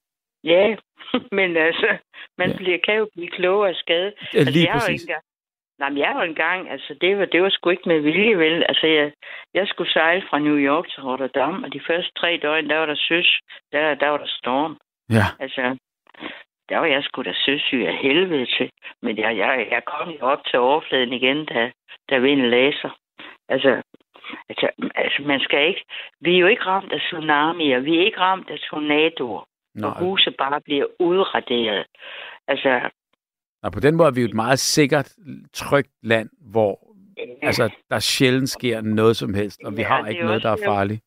Ja, men man kan jo blive klogere af skade. Lige præcis. Nej, men jeg var engang, altså det var sgu ikke med vilje, vel? Altså, jeg skulle sejle fra New York til Rotterdam, og de første 3 døgn, der var der der var der storm. Ja. Altså, der var jeg sgu da søsyg af helvede til. Men jeg kom jo op til overfladen igen, da vinden læser. Altså, man skal ikke... Vi er jo ikke ramt af tsunamier, vi er ikke ramt af tornadoer, og huset bare bliver udraderet. Altså... Og på den måde er vi jo et meget sikkert, trygt land, hvor altså, der sjældent sker noget som helst, og vi har ikke noget, der er farligt.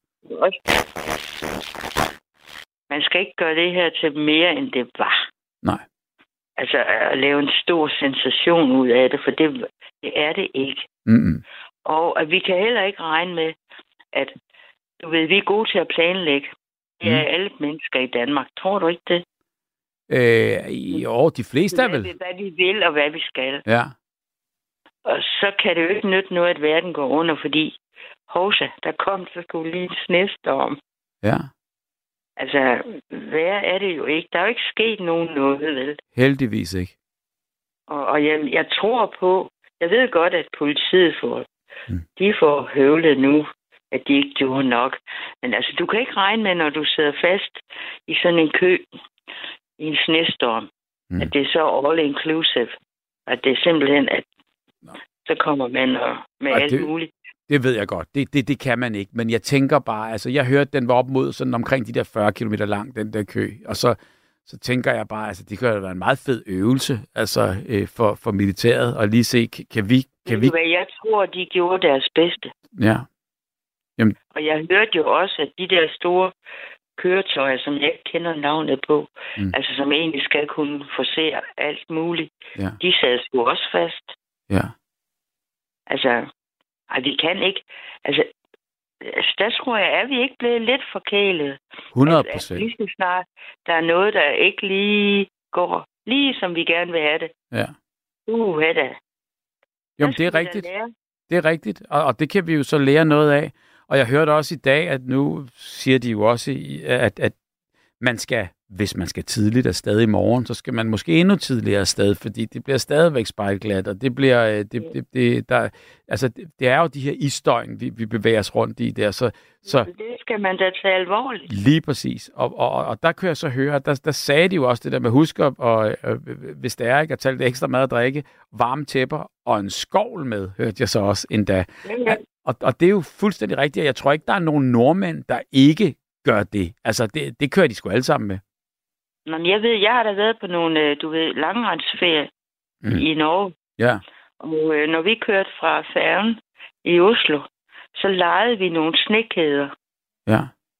Man skal ikke gøre det her til mere, end det var. Nej. Altså at lave en stor sensation ud af det, for det er det ikke. Mm-mm. Og at vi kan heller ikke regne med, at du ved, vi er gode til at planlægge. Det er alle mennesker i Danmark. Tror du ikke det? Jo, de fleste er vel. Hvad vi vil og hvad vi skal. Ja. Og så kan det jo ikke nytte noget, at verden går under, fordi hovsa, der kom så skulle lige en snestorm. Ja. Altså, hvad er det jo ikke? Der er jo ikke sket noget, vel? Heldigvis ikke. Og jeg tror på, jeg ved godt, at politiet de får høvlet nu, at de ikke gjorde nok. Men altså, du kan ikke regne med, når du sidder fast i sådan en kø, i en snestorm, at det er så all inclusive. At det er simpelthen, at så kommer man med alt muligt. Det ved jeg godt. Det kan man ikke. Men jeg tænker bare, altså jeg hørte, den var op mod sådan omkring de der 40 kilometer lang, den der kø. Og så tænker jeg bare, altså det kan jo være en meget fed øvelse, altså for militæret, og lige se, kan vi... Jeg tror, de gjorde deres bedste. Ja. Jamen. Og jeg hørte jo også, at de der store køretøjer, som jeg ikke kender navnet på, altså som egentlig skal kunne forcere alt muligt, de sad sgu også fast. Ja. Altså, vi kan ikke... Altså, der tror jeg, at vi ikke blevet lidt forkælet. 100%. Lige så snart, der er noget, der ikke lige går, lige som vi gerne vil have det. Ja. Da. Jamen, det er rigtigt. Det er rigtigt, og det kan vi jo så lære noget af. Og jeg hørte også i dag, at nu siger de jo også, at man skal, hvis man skal tidligt afsted i morgen, så skal man måske endnu tidligere afsted, fordi det bliver stadigvæk spejlglat, og det bliver, det er jo de her isdøgn, vi bevæger os rundt i der. Så det skal man da tage alvorligt. Lige præcis. Og der kan jeg så høre, der sagde de jo også det der med husk op, og hvis det er ikke at tage lidt ekstra mad at drikke, varme tæpper og en skovl med, hørte jeg så også endda. Ja. Og det er jo fuldstændig rigtigt, og jeg tror ikke, der er nogen nordmænd, der ikke gør det. Altså, det kører de sgu alle sammen med. Nå, men jeg har da været på nogle, langrensferie i Norge. Ja. Og når vi kørte fra færgen i Oslo, så lejede vi nogle snekæder. Ja.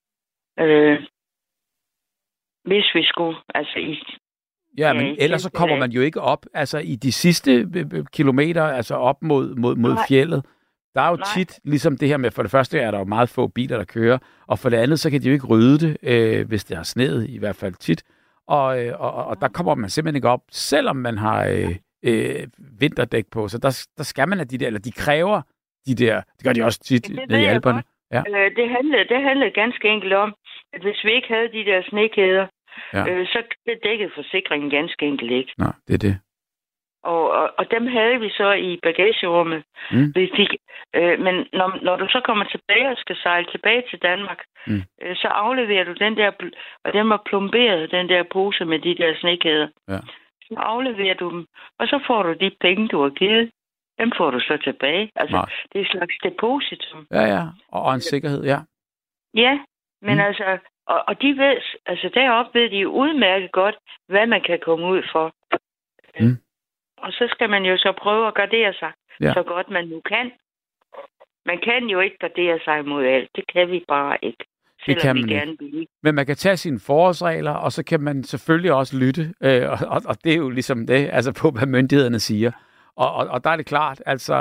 Hvis vi skulle, altså Ja, men ellers så kommer man jo ikke op, altså i de sidste kilometer, altså op mod fjeldet. Der er jo tit, ligesom det her med, for det første er der jo meget få biler, der kører, og for det andet, så kan de jo ikke rydde det, hvis det har sneet, i hvert fald tit. Og der kommer man simpelthen ikke op, selvom man har vinterdæk på. Så der skal man have de der, eller de kræver de der, det gør de også tit nede i Alperne. Ja. Det handlede ganske enkelt om, at hvis vi ikke havde de der snekæder, så dækkede forsikringen ganske enkelt ikke. Nå, det er det. Og dem havde vi så i bagagerummet. Vi fik, men når du så kommer tilbage og skal sejle tilbage til Danmark, så afleverer du den der, og den var plomberet, den der pose med de der snekæder. Ja. Så afleverer du dem, og så får du de penge, du har givet. Dem får du så tilbage. Altså, det er et slags depositum. Ja, og en sikkerhed, ja. Ja, men altså, og de ved, altså deroppe ved de udmærket godt, hvad man kan komme ud for. Og så skal man jo så prøve at gardere sig så godt man nu kan. Man kan jo ikke gardere sig mod alt. Det kan vi bare ikke. Det kan man gerne blive. Men man kan tage sine forholdsregler, og så kan man selvfølgelig også lytte. Og det er jo ligesom det, altså på, hvad myndighederne siger. Og der er det klart, altså,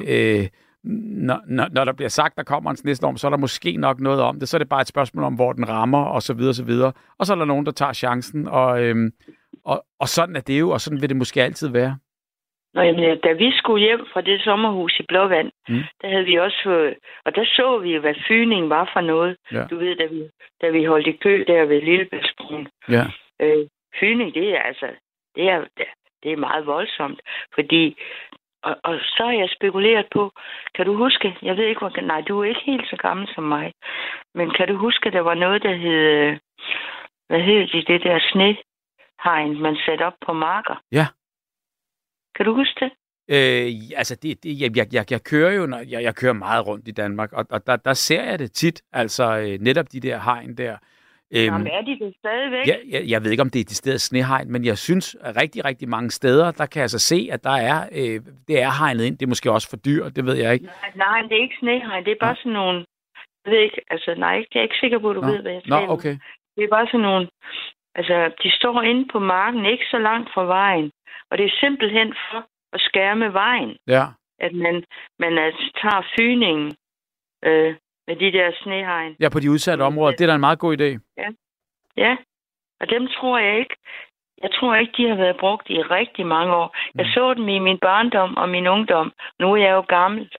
når der bliver sagt, der kommer en snestorm, så er der måske nok noget om det. Så er det bare et spørgsmål om, hvor den rammer, og så videre, og så videre. Og så er der nogen, der tager chancen, og sådan er det jo, og sådan vil det måske altid være. Nå, jamen, da vi skulle hjem fra det sommerhus i Blåvand, der havde vi også, og der så vi jo, hvad fyning var for noget. Ja. Du ved, da vi holdt i kø der ved Lillebæltsbroen. Ja. Fyning, det er altså, det er meget voldsomt, fordi Og så har jeg spekuleret på, kan du huske, jeg ved ikke, nej, du er ikke helt så gammel som mig, men kan du huske, der var noget, der hed, hvad hed det der snehegn, man satte op på marker? Ja. Kan du huske det? Altså, jeg kører jo, jeg kører meget rundt i Danmark, og der ser jeg det tit, altså netop de der hegn der. Jamen, er de det stadigvæk? Jeg ved ikke, om det er de steder snehegn, men jeg synes, at rigtig, rigtig mange steder, der kan jeg så se, at der er, det er hegnet ind. Det er måske også for dyr, det ved jeg ikke. Nej, det er ikke snehegn, det er bare sådan nogle, jeg ved ikke, altså nej, det er jeg ikke sikker på, du ved, hvad jeg siger. Okay. Det er bare sådan nogle, altså de står inde på marken, ikke så langt fra vejen, og det er simpelthen for at skærme vejen. Ja. At man altså tager fyningen med de der snehegn. Ja, på de udsatte områder. Det er da en meget god idé. Ja. Og dem tror jeg ikke. Jeg tror ikke, de har været brugt i rigtig mange år. Jeg så dem i min barndom og min ungdom. Nu er jeg jo gammel.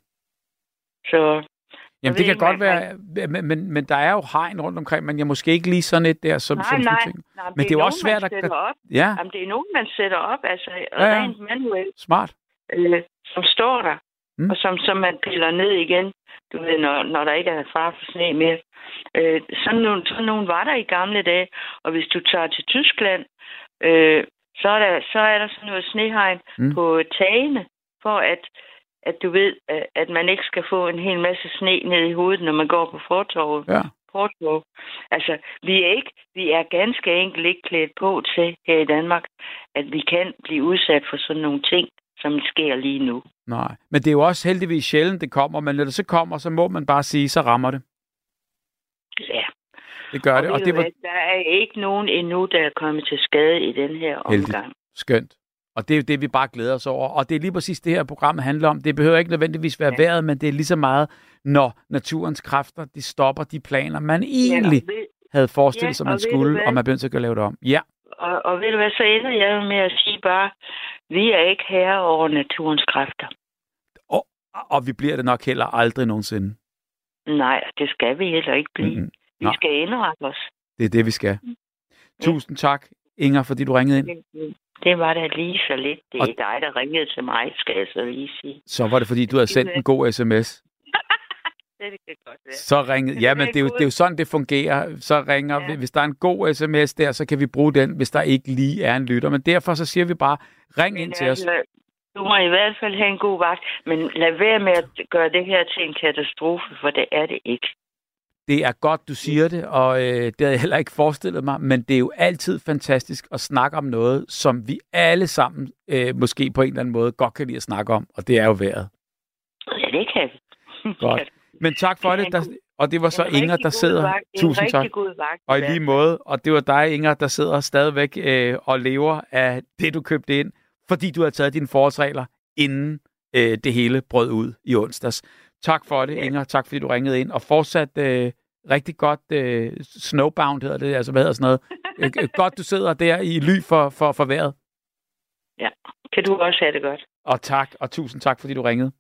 Så... Jamen, det kan godt være, men der er jo hegn rundt omkring, men jeg måske ikke lige sådan et der, som nej. Men det er jo også svært at... Ja. Jamen, det er nogen, man sætter op, altså rent manuelt. Smart. Som står der, og som man piller ned igen, du ved, når der ikke er far for sne mere. Sådan nogle var der i gamle dage, og hvis du tager til Tyskland, så er der sådan noget snehegn på tagene, for at du ved, at man ikke skal få en hel masse sne ned i hovedet, når man går på fortorvet. Ja. Fortorv. Altså, vi er ganske enkelt ikke klædt på til her i Danmark, at vi kan blive udsat for sådan nogle ting, som sker lige nu. Nej, men det er jo også heldigvis sjældent, det kommer, men når det så kommer, så må man bare sige, så rammer det. Ja. Det gør det. Og der er ikke nogen endnu, der er kommet til skade i den her omgang. Skønt. Og det er jo det, vi bare glæder os over. Og det er lige præcis det her program handler om. Det behøver ikke nødvendigvis være vejret, men det er lige så meget, når naturens kræfter, de stopper de planer, man egentlig havde forestillet sig, man skulle, og man begyndte at lave det om. Ja. Og ved du hvad, så ender jeg med at sige bare, vi er ikke herre over naturens kræfter. Og vi bliver det nok heller aldrig nogensinde. Nej, det skal vi heller ikke blive. Vi skal indrette os. Det er det, vi skal. Tusind tak, Inger, fordi du ringede ind. Det var da lige så lidt. Det er dig, der ringede til mig, skal jeg så lige sige. Så var det, fordi du havde sendt en god sms. Det kan godt være. Så ringede... Ja, men det er jo sådan, det fungerer. Så ringer... Hvis der er en god sms der, så kan vi bruge den, hvis der ikke lige er en lytter. Men derfor så siger vi bare, ring ind til os. Du må i hvert fald have en god vagt, men lad være med at gøre det her til en katastrofe, for det er det ikke. Det er godt, du siger det, og det havde jeg heller ikke forestillet mig, men det er jo altid fantastisk at snakke om noget, som vi alle sammen måske på en eller anden måde godt kan lide at snakke om, og det er jo vejret. Ja, det kan vi. Godt. Men tak for det, og det var så Inger, der sidder. Tusind tak. Og i lige måde, og det var dig, Inger, der sidder stadigvæk og lever af det, du købte ind, fordi du har taget dine forholdsregler, inden det hele brød ud i onsdags. Tak for det, Inger. Tak fordi du ringede ind. Og fortsat rigtig godt snowbound hedder det. Altså, hvad hedder sådan noget? Godt, du sidder der i ly for vejret. Ja, kan du også have det godt. Og tak, og tusind tak, fordi du ringede.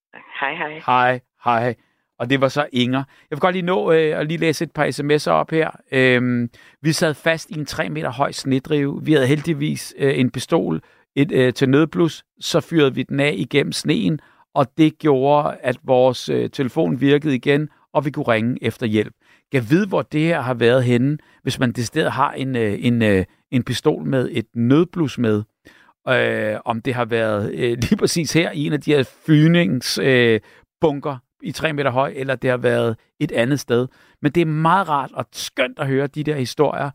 Hej. Hej. Og det var så Inger. Jeg vil godt lige nå at lige læse et par sms'er op her. Vi sad fast i en 3 meter høj snedrive. Vi havde heldigvis en pistol til nødblus. Så fyrede vi den af igennem sneen, og det gjorde, at vores telefon virkede igen, og vi kunne ringe efter hjælp. Jeg ved, hvor det her har været henne, hvis man decideret har en pistol med et nødblus med. Om det har været lige præcis her i en af de her fyringsbunker i 3 meter høj, eller det har været et andet sted. Men det er meget rart og skønt at høre de der historier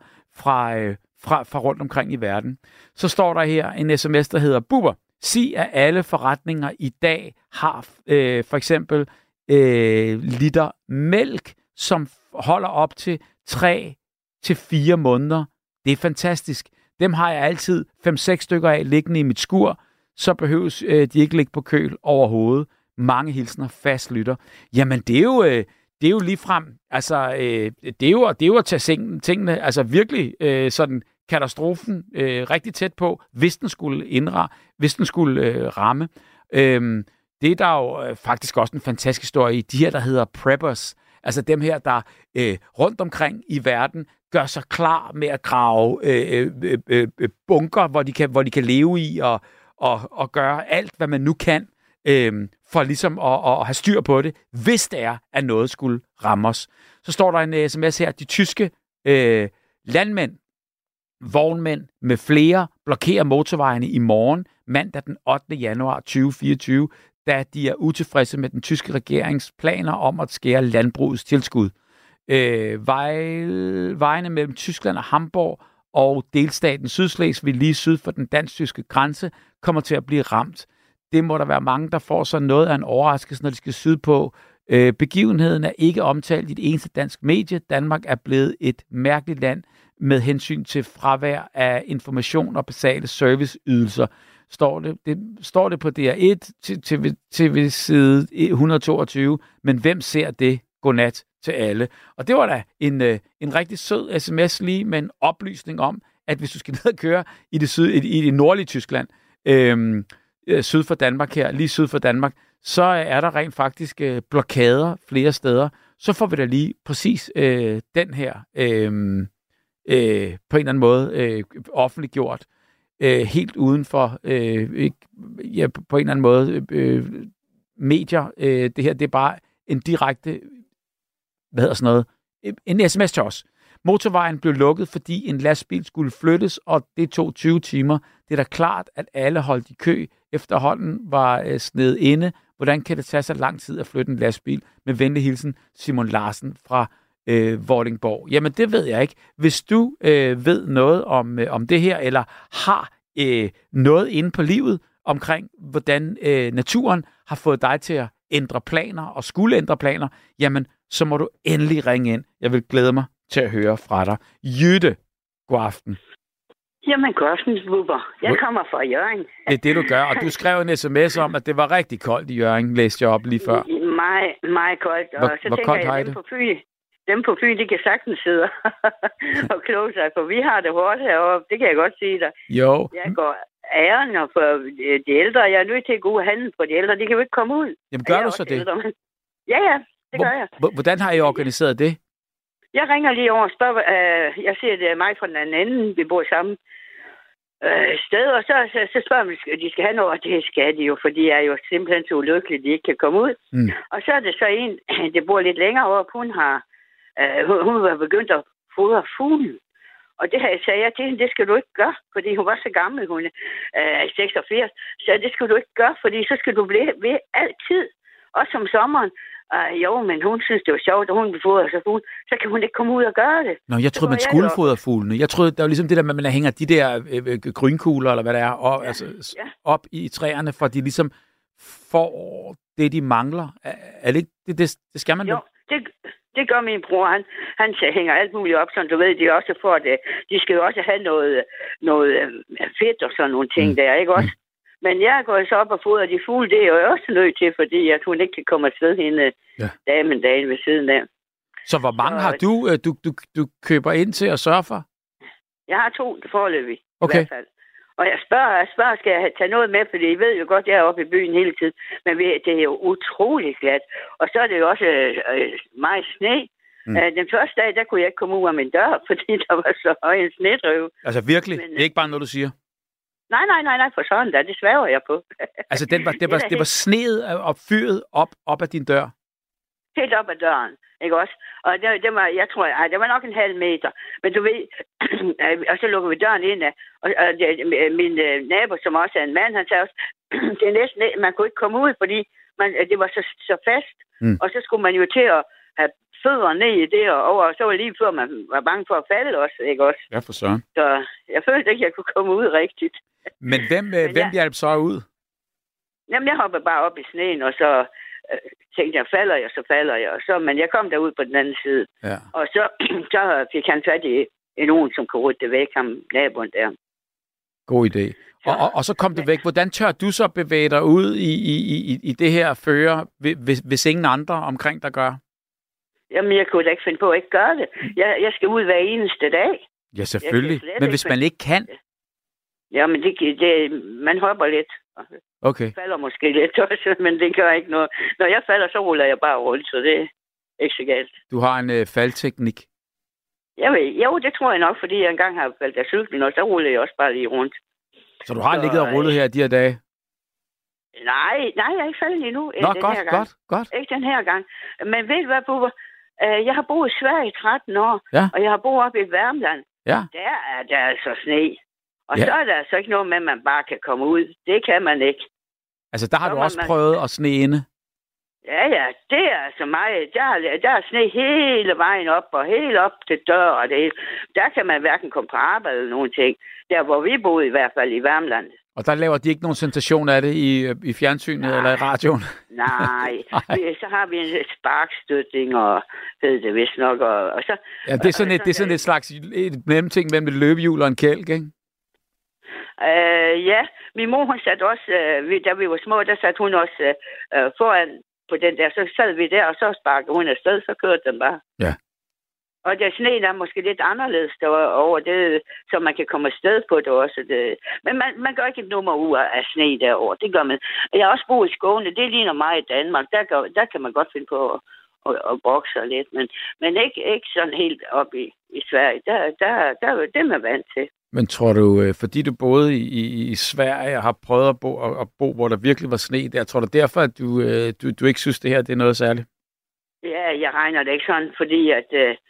fra rundt omkring i verden. Så står der her en sms, der hedder: Bubber, sig, at alle forretninger i dag har for eksempel liter mælk, som holder op til 3-4 måneder. Det er fantastisk. Dem har jeg altid 5-6 stykker af liggende i mit skur, så behøves de ikke ligge på køl overhovedet. Mange hilsner, fast lytter. Jamen, det er jo ligefrem, altså, det er jo at tage tingene, altså virkelig sådan katastrofen rigtig tæt på, hvis den skulle ramme. Det er der jo faktisk også en fantastisk historie i. De her, der hedder preppers, altså dem her, der rundt omkring i verden gør sig klar med at grave bunker, hvor de kan leve i, at gøre alt, hvad man nu kan, for ligesom at have styr på det, hvis det er, at noget skulle ramme os. Så står der en sms her, de tyske landmænd, vognmænd med flere blokerer motorvejene i morgen, mandag den 8. januar 2024, da de er utilfredse med den tyske regerings planer om at skære landbrugets tilskud. Vejene mellem Tyskland og Hamburg og delstaten Sydslesvig lige syd for den dansk-tyske grænse kommer til at blive ramt. Det må der være mange, der får så noget af en overraskelse, når de skal sydpå. Begivenheden er ikke omtalt i det eneste dansk medie. Danmark er blevet et mærkeligt land med hensyn til fravær af information og basale serviceydelser. Står det på DR1 til side 122, men hvem ser det? Godnat til alle. Og det var da en rigtig sød sms lige med en oplysning om, at hvis du skal ned og køre i det nordlige Tyskland, syd for Danmark her, lige syd for Danmark, så er der rent faktisk blokader flere steder. Så får vi da lige præcis den her på en eller anden måde offentliggjort helt uden for på en eller anden måde medier. Det her, det er bare en direkte en sms til os. Motorvejen blev lukket, fordi en lastbil skulle flyttes, og det tog 20 timer. Det er da klart, at alle holdt i kø. Efterhånden var snedet inde. Hvordan kan det tage så lang tid at flytte en lastbil? Med venlig hilsen, Simon Larsen fra Vordingborg. Jamen, det ved jeg ikke. Hvis du ved noget om det her, eller har noget inde på livet omkring, hvordan naturen har fået dig til at ændre planer og skulle ændre planer, jamen, så må du endelig ringe ind. Jeg vil glæde mig til at høre fra dig. Jytte, god aften. Jamen, god aften, Bubber. Jeg kommer fra Hjørring. Det er det, du gør, og du skrev en sms om, at det var rigtig koldt i Hjørring, læste jeg op lige før. Meget koldt, og så hvor tænker jeg, dem på Fyn, de kan sagtens sidde og kloge sig, for vi har det hårdt heroppe, det kan jeg godt sige dig. Jo. Jeg går æren og for de ældre, jeg er nødt til at gå og handle på de ældre, de kan jo ikke komme ud. Jamen, gør du så det? Ældre, men... Ja, det gør jeg. Hvordan har I organiseret det? Jeg ringer lige over og spørger, jeg siger, det er mig fra den anden, vi bor i samme sted, og så spørger man, de skal have noget, og det skal de jo, for de er jo simpelthen så ulykkelige, de ikke kan komme ud. Mm. Og så er det så en, der bor lidt længere op, hun var begyndt at fodre fuglen. Og det har jeg sagt til hende, det skal du ikke gøre, fordi hun var så gammel, hun er 86, så det skal du ikke gøre, fordi så skal du blive ved altid, også om sommeren. Jo, men hun synes, det var sjovt, og hun vil fodre sig fuglen, så kan hun ikke komme ud og gøre det. Nå, jeg troede, man skulle fodre fuglene. Jeg troede, der var ligesom det der med, at man hænger de der grønkugler, eller hvad det er, op i træerne, for de ligesom får det, de mangler. Er det ikke det skal man jo? Det gør min bror. Han hænger alt muligt op, som du ved, de også får det. De skal jo også have noget fedt og sådan nogle ting der, ikke også? Men jeg går så op og fodrer de fugle, det er jo også nødt til, fordi at hun ikke kan komme afsted hende dagen ved siden af. Så hvor mange har du køber ind til at sørge for? Jeg har 2 foreløbig, i hvert fald. Og jeg spørger, skal jeg tage noget med, fordi I ved jo godt, jeg er oppe i byen hele tiden. Men det er jo utrolig glat. Og så er det jo også meget sne. Den første dag, der kunne jeg ikke komme ud af min dør, fordi der var så høj en snedrive. Altså virkelig? Men, det er ikke bare noget, du siger? Nej, for sådan der. Det svæver jeg på. Altså det var sneet og fyret op ad din dør? Helt op ad døren, ikke også? Og det var, jeg tror, det var nok en halv meter. Men du ved, og så lukker vi døren ind af. Og min nabo, som også er en mand, han sagde også, det er næsten, man kunne ikke komme ud, fordi det var så fast. Og så skulle man jo til at have fødderne ned i det, og så var lige før, man var bange for at falde også, ikke også? Ja, for søren. Så jeg følte ikke, jeg kunne komme ud rigtigt. Men hvem hjalp så ud? Jamen, jeg hoppede bare op i sneen, og så tænkte jeg, falder jeg. Men jeg kom derud på den anden side. Ja. Og så fik han fat i nogen, som kunne rydde det væk, ham naboen der. God idé. Og så kom det væk. Hvordan tør du så bevæge dig ud i det her føre, hvis ingen andre omkring dig gør? Jamen, jeg kunne da ikke finde på at ikke gøre det. Jeg skal ud hver eneste dag. Ja, selvfølgelig. Men hvis man ikke kan? Jamen, man hopper lidt. Okay. Falder måske lidt også, men det gør ikke noget. Når jeg falder, så ruller jeg bare rundt, så det er ikke så galt. Du har en faldteknik? Jo, det tror jeg nok, fordi jeg engang har faldt af cyklen, og så ruller jeg også bare lige rundt. Så du har ligget og rullet her de her dage? Nej, jeg er ikke faldet endnu. Nå, godt. Ikke den her gang. Men ved du hvad, Bubber? Jeg har boet i Sverige i 13 år, og jeg har boet oppe i Värmland. Ja. Der er der altså sne. Og så er der altså ikke noget med, at man bare kan komme ud. Det kan man ikke. Altså, der har du også prøvet at sne inde? Ja, det er altså meget. Der er sne hele vejen op, og helt op til dør, og det hele. Der kan man hverken komme på arbejde eller nogen ting. Der, hvor vi boede i hvert fald i Värmland. Og der laver de ikke nogen sensation af det i fjernsynet eller i radioen? Nej. Så har vi en sparkstøtning, og ved det vist nok. Og så, ja, det er sådan et slags mellemting mellem et løbehjul og en kælk, ikke? Ja, min mor, hun satte også, da vi var små, der satte hun også foran på den der. Så sad vi der, og så sparkede hun afsted, så kørte den bare. Ja. Og der sneen er måske lidt anderledes derovre, det, så man kan komme afsted på det også. Men man gør ikke et nummer ud af sne derovre, det gør man. Jeg har også boet i Skåne, det ligner mig i Danmark, der kan man godt finde på at brokse lidt, men ikke sådan helt op i Sverige, der det er man vant til. Men tror du, fordi du boede i Sverige og har prøvet at bo, hvor der virkelig var sne der, tror du derfor, at du ikke synes, det her det er noget særligt? Ja, jeg regner det ikke sådan, fordi at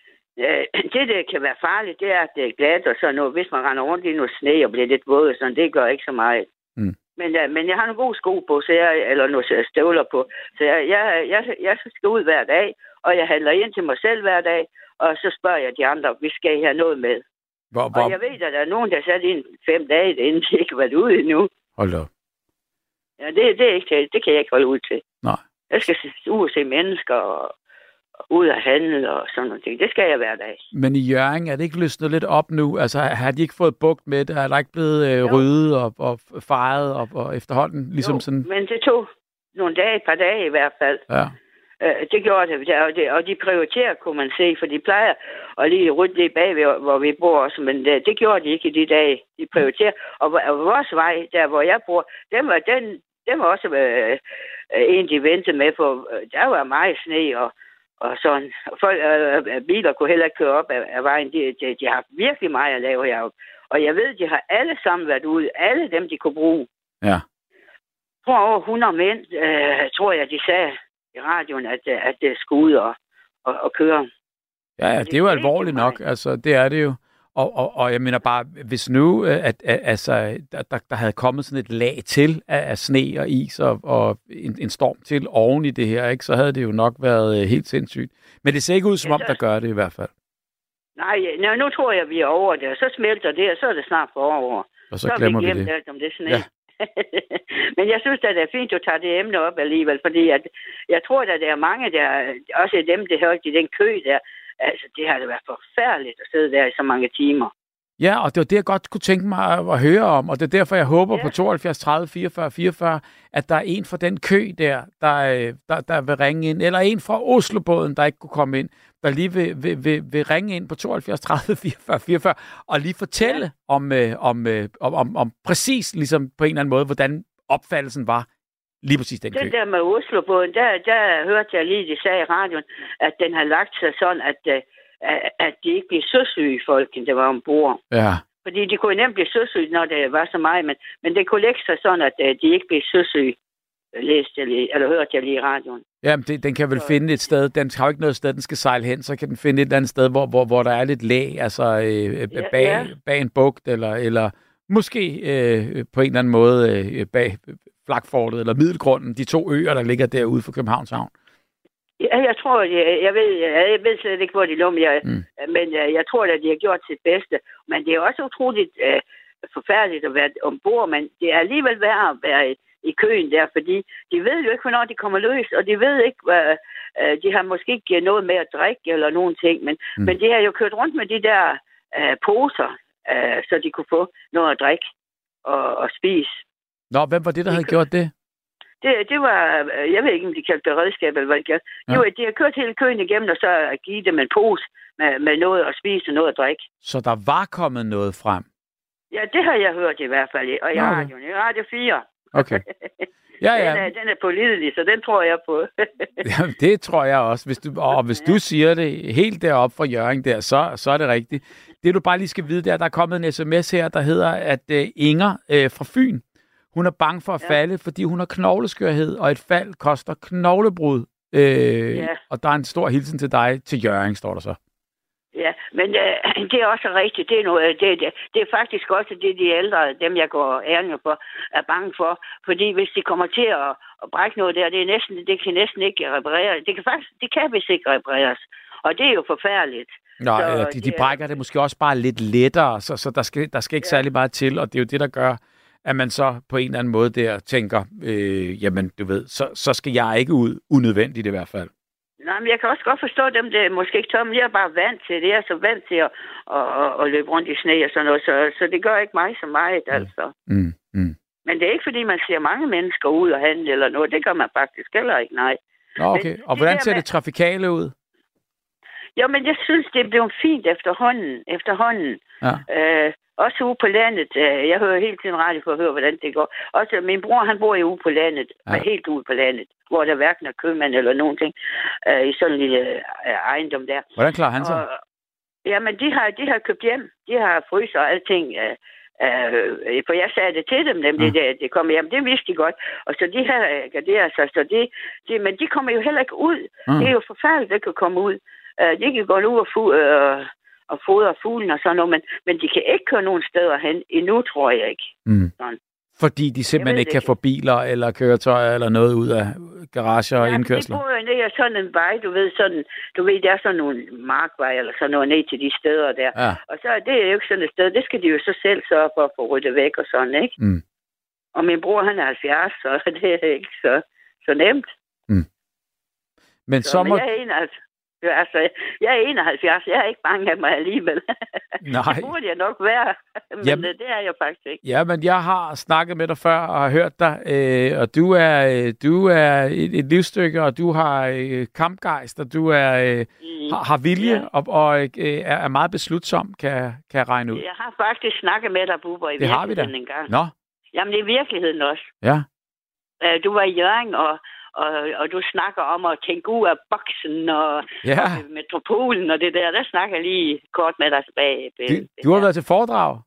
det kan være farligt, det er, at det er glat og sådan noget. Hvis man render rundt i noget sne og bliver lidt våd og sådan, det gør ikke så meget. Mm. Men jeg har nogle gode sko på, eller nogle støvler på, så jeg skal ud hver dag, og jeg handler ind til mig selv hver dag, og så spørger jeg de andre, vi skal have noget med. Og jeg ved, at der er nogen, der sat ind 5 dage, inden de ikke har været ude endnu. Hold da. Ja, det kan jeg ikke holde ud til. Nej. Jeg skal ud og se mennesker og ud at handle og sådan noget. Det skal jeg hver dag. Men i Hjørring, er det ikke løsnet lidt op nu? Altså, har de ikke fået bugt med det? Er der ikke blevet ryddet og fejret og efterhånden? Ligesom sådan? Men det tog nogle dage, et par dage i hvert fald. Ja. Det gjorde det, og de prioriterer, kunne man se, for de plejer at lige rydde lige bag, hvor vi bor også, men det gjorde de ikke i de dage. De prioriterer, og vores vej, der hvor jeg bor, den var også en, de ventede med, for der var meget sne, og sådan. Folk, biler kunne heller ikke køre op af vejen. De har virkelig meget at lave heroppe. Og jeg ved, de har alle sammen været ude. Alle dem, de kunne bruge. Ja. Jeg tror over 100 mænd, tror jeg, de sagde i radioen, at det skulle ud og køre. Ja, det er jo alvorligt nok. Altså, det er det jo. Og jeg mener bare, hvis nu der havde kommet sådan et lag til af sne og is og en storm til oven i det her, ikke, så havde det jo nok været helt sindssygt. Men det ser ikke ud som om, der gør det i hvert fald. Nej, nu tror jeg, vi er over det, og så smelter det, og så er det snart forover. Og så glemmer vi det. Alt om det sne. Ja. Men jeg synes, at det er fint, at du tager det emne op alligevel, fordi at jeg tror, at der er mange, der også dem, der hører i den kø der. Altså, det har det været forfærdeligt at sidde der i så mange timer. Ja, og det var det, jeg godt kunne tænke mig at høre om, og det er derfor, jeg håber på 72 30 44 44, at der er en fra den kø der vil ringe ind, eller en fra Oslobåden, der ikke kunne komme ind, der lige vil ringe ind på 72 30 44 44, og lige fortælle om præcis, ligesom på en eller anden måde, hvordan opfattelsen var. Lige præcis den kø. Det der med Oslobåden, der hørte jeg lige, de sagde i radioen, at den har lagt sig sådan, at de ikke bliver søsyge, folkene, der var ombord. Ja. Fordi de kunne nemt blive søsyge, når det var så meget, men det kunne lægge sig sådan, at de ikke bliver søsyge, hørte jeg lige i radioen. Jamen, den kan vel finde et sted, den har jo ikke noget sted, den skal sejle hen, så kan den finde et eller andet sted, hvor der er lidt læ, altså bag en bugt, eller måske på en eller anden måde bag Flakfortet eller Middelgrunden, de 2 øer, der ligger derude for Københavns Havn. Ja, jeg tror, jeg ved slet ikke, hvor de lå, men jeg tror, at de har gjort sit bedste. Men det er også utroligt forfærdeligt at være ombord, men det er alligevel værd at være i køen der, fordi de ved jo ikke, hvornår de kommer løs, og de ved ikke, de har måske ikke noget med at drikke eller nogen ting, men de har jo kørt rundt med de der poser, så de kunne få noget at drikke og spise. Nå, hvem var det, der havde gjort det? Det var, jeg ved ikke, om de kaldte beredskab, eller hvad det gjorde. Ja. De har kørt hele køen igennem, og så givet dem en pose med noget at spise og noget at drikke. Så der var kommet noget frem? Ja, det har jeg hørt i hvert fald, og i radioen. I Radio 4. Okay. Ja. Den er pålidelig, så den tror jeg på. Jamen, det tror jeg også. Hvis du siger det helt deroppe fra Hjørring der, så er det rigtigt. Det du bare lige skal vide, der er kommet en sms her, der hedder, at Inger fra Fyn, hun er bange for at falde, fordi hun har knogleskørhed, og et fald koster knoglebrud. Og der er en stor hilsen til dig, til Jørgen, står der så. Ja, men det er også rigtigt. Det er faktisk også det, de ældre, dem jeg går ærende for, er bange for. Fordi hvis de kommer til at brække noget der, det kan næsten ikke repareres. Det kan vist ikke repareres. Og det er jo forfærdeligt. Nå, de brækker det måske også bare lidt lettere, så der skal ikke særlig meget til, og det er jo det, der gør, at man så på en eller anden måde der tænker, jamen du ved, så skal jeg ikke ud unødvendigt i hvert fald. Nej, men jeg kan også godt forstå dem, der måske ikke tør, men jeg er bare vant til det. Jeg er så vant til at løbe rundt i sne og sådan noget, så det gør ikke mig så meget, altså. Men det er ikke, fordi man ser mange mennesker ud og handle eller noget. Det gør man faktisk heller ikke, nej. Nå, okay. Men og hvordan ser det trafikale ud? Jo, men jeg synes, det er blevet fint efterhånden. Ja. Også ude på landet. Jeg hører hele tiden radio for at høre, hvordan det går. Også min bror, han bor jo ude på landet. Helt ude på landet. Hvor der hverken er købmand eller nogen ting. I sådan en lille ejendom der. Hvordan klarer han sig? Jamen, de har købt hjem. De har fryser og alting. For jeg sagde det til dem, nemlig det kom hjem. Det vidste de godt. Og så de har garderet sig. Så men de kommer jo heller ikke ud. Det er jo forfærdeligt, at de kan komme ud. De kan gå ud og fodre fuglen og sådan noget, men de kan ikke køre nogen steder hen endnu, tror jeg ikke. Fordi de simpelthen ikke kan få biler eller køretøjer eller noget ud af garager og indkørsler? Ja, de bor jo ned ad sådan en vej, du ved, der er sådan nogle markvej eller sådan noget ned til de steder der. Ja. Og så det er jo ikke sådan et sted, det skal de jo så selv sørge for at få ryddet væk og sådan, ikke? Og min bror, han er 70, så det er ikke så nemt. Men så må... Jeg er 71, jeg er ikke bange af mig alligevel. Nej. Det burde jeg nok være, men det er jeg faktisk ikke. Ja, men jeg har snakket med dig før og har hørt dig, og du er et livsstykke, og du har kampgejst, og du har vilje, og er meget beslutsom, kan jeg regne ud. Jeg har faktisk snakket med dig, Bubber, i virkeligheden en gang. Nå. Jamen, det er virkeligheden også. Ja. Du var i Hjørring, og du snakker om at tænke ud af boksen og metropolen og det der snakker jeg lige kort med dig tilbage. Du har været til foredrag?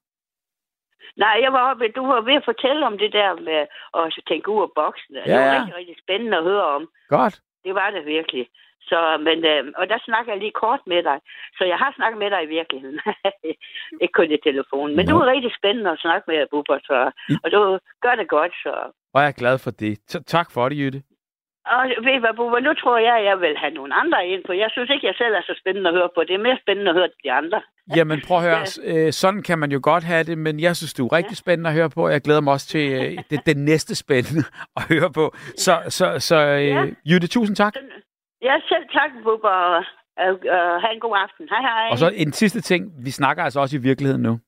Nej, du var ved at fortælle om det der med at tænke ud af boksen. Det var rigtig, rigtig spændende at høre om. Godt. Det var det virkelig. Så, og der snakker jeg lige kort med dig. Så jeg har snakket med dig i virkeligheden. Ikke kun i telefonen. Men du er rigtig spændende at snakke med, Bubber, og du gør det godt. Så. Og jeg er glad for det. Tak for det, Jytte. Og ved I hvad, Bubber, nu tror jeg vil have nogle andre ind på. Jeg synes ikke, jeg selv er så spændende at høre på. Det er mere spændende at høre de andre. Jamen prøv at høre, sådan kan man jo godt have det, men jeg synes, du er rigtig spændende at høre på. Jeg glæder mig også til det næste spændende at høre på. Så Jytte, tusind tak. Ja, selv tak, Bubber, og have en god aften. Hej, hej. Og så en sidste ting. Vi snakker altså også i virkeligheden nu.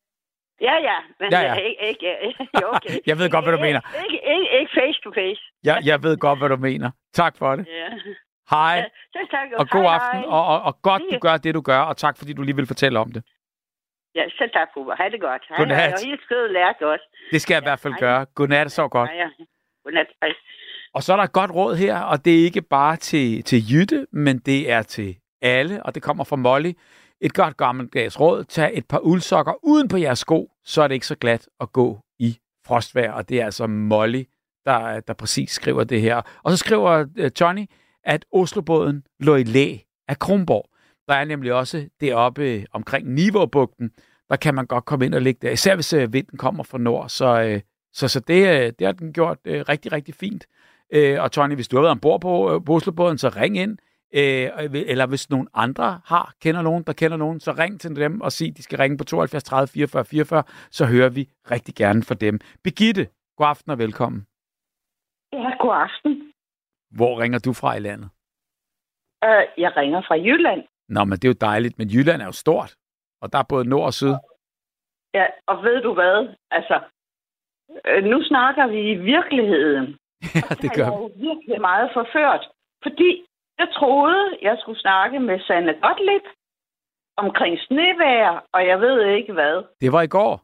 Ja, men ikke okay. Jeg ved godt, hvad du mener. Ikke face to face. Jeg ved godt, hvad du mener. Tak for det. Ja. Hej. Ja, tak, og god aften. Og godt, du gør det, du gør, og tak, fordi du lige vil fortælle om det. Ja, selv tak, Bubber. Ha' det godt. Godnat. Og helt skød lært også. Det skal jeg i hvert fald gøre. Godnat, så godt. Ja. Godnat. Hej. Og så er der et godt råd her, og det er ikke bare til Jytte, men det er til alle, og det kommer fra Molly. Et godt gammeldags råd. Tag et par uldsokker uden på jeres sko, så er det ikke så glat at gå i frostvejr. Og det er altså Molly, der præcis skriver det her. Og så skriver Johnny, at Oslobåden lå i læ af Kronborg. Der er nemlig også deroppe omkring Nivåbugten, der kan man godt komme ind og ligge der. Især hvis vinden kommer fra nord, så det har den gjort rigtig, rigtig fint. Og Tony, hvis du har været ombord på Oslobåden, så ring ind. Eller hvis nogen andre kender nogen, så ring til dem og sig, de skal ringe på 72 30 44 44, så hører vi rigtig gerne fra dem. Birgitte, god aften og velkommen. Ja, god aften. Hvor ringer du fra i landet? Jeg ringer fra Jylland. Nå, men det er jo dejligt, men Jylland er jo stort, og der er både nord og syd. Ja, og ved du hvad? Altså, nu snakker vi i virkeligheden. Ja, det gør vi. Jeg er jo virkelig meget forført, fordi jeg troede, jeg skulle snakke med Sanne Gottlieb omkring snevejr, og jeg ved ikke hvad. Det var i går.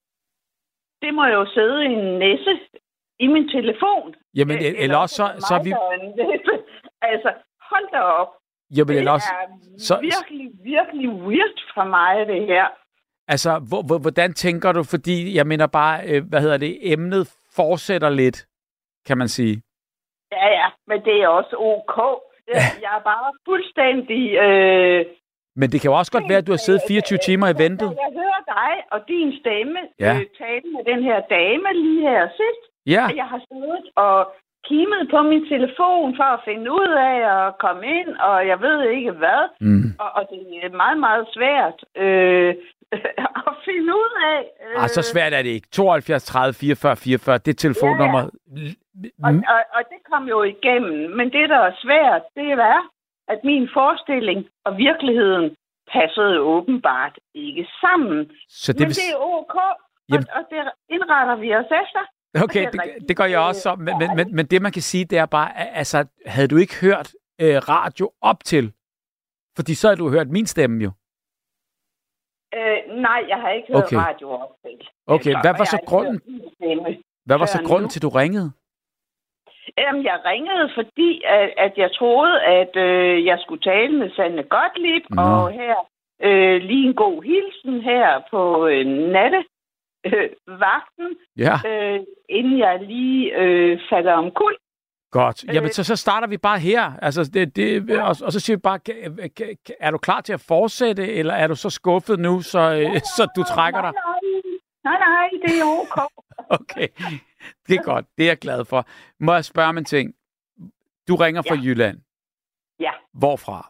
Det må jo sidde i en næse i min telefon. Jamen, eller også så er vi... Altså, hold da op. Jo, men Det også, er virkelig, virkelig weird for mig, det her. Altså, hvordan tænker du? Fordi jeg mener bare, emnet fortsætter lidt, kan man sige. Ja, men det er også ok. Jeg er bare fuldstændig... Men det kan jo også godt være, at du har siddet 24 timer i ventet. Jeg hører dig og din stemme tale med den her dame lige her sidst. Ja. Jeg har siddet og kimet på min telefon for at finde ud af at komme ind, og jeg ved ikke hvad. Og det er meget, meget svært at finde ud af. Så svært er det ikke. 72 30 44 44, det er telefonnummer. Og det kom jo igennem. Men det, der er svært, det er, at min forestilling og virkeligheden passede åbenbart ikke sammen. Så det men det er ok, og det indretter vi os efter. Okay, det gør jeg også så. Men det, man kan sige, det er bare, altså, havde du ikke hørt radio op til? Fordi så havde du hørt min stemme jo. Nej, jeg har ikke hørt radio op til. Okay, hvad var så grunden? Hvad var så grunden til, du ringede? Jamen, jeg ringede, fordi at jeg troede, at jeg skulle tale med Sanne Gottlieb, og her lige en god hilsen her på nattevagten, inden jeg lige falder omkuld. Godt. Jamen, så starter vi bare her. Altså, og så siger vi bare, er du klar til at fortsætte, eller er du så skuffet nu, så du trækker dig? Nej, det er ok. Okay, det er godt. Det er jeg glad for. Må jeg spørge om en ting? Du ringer fra Jylland. Ja. Hvorfra?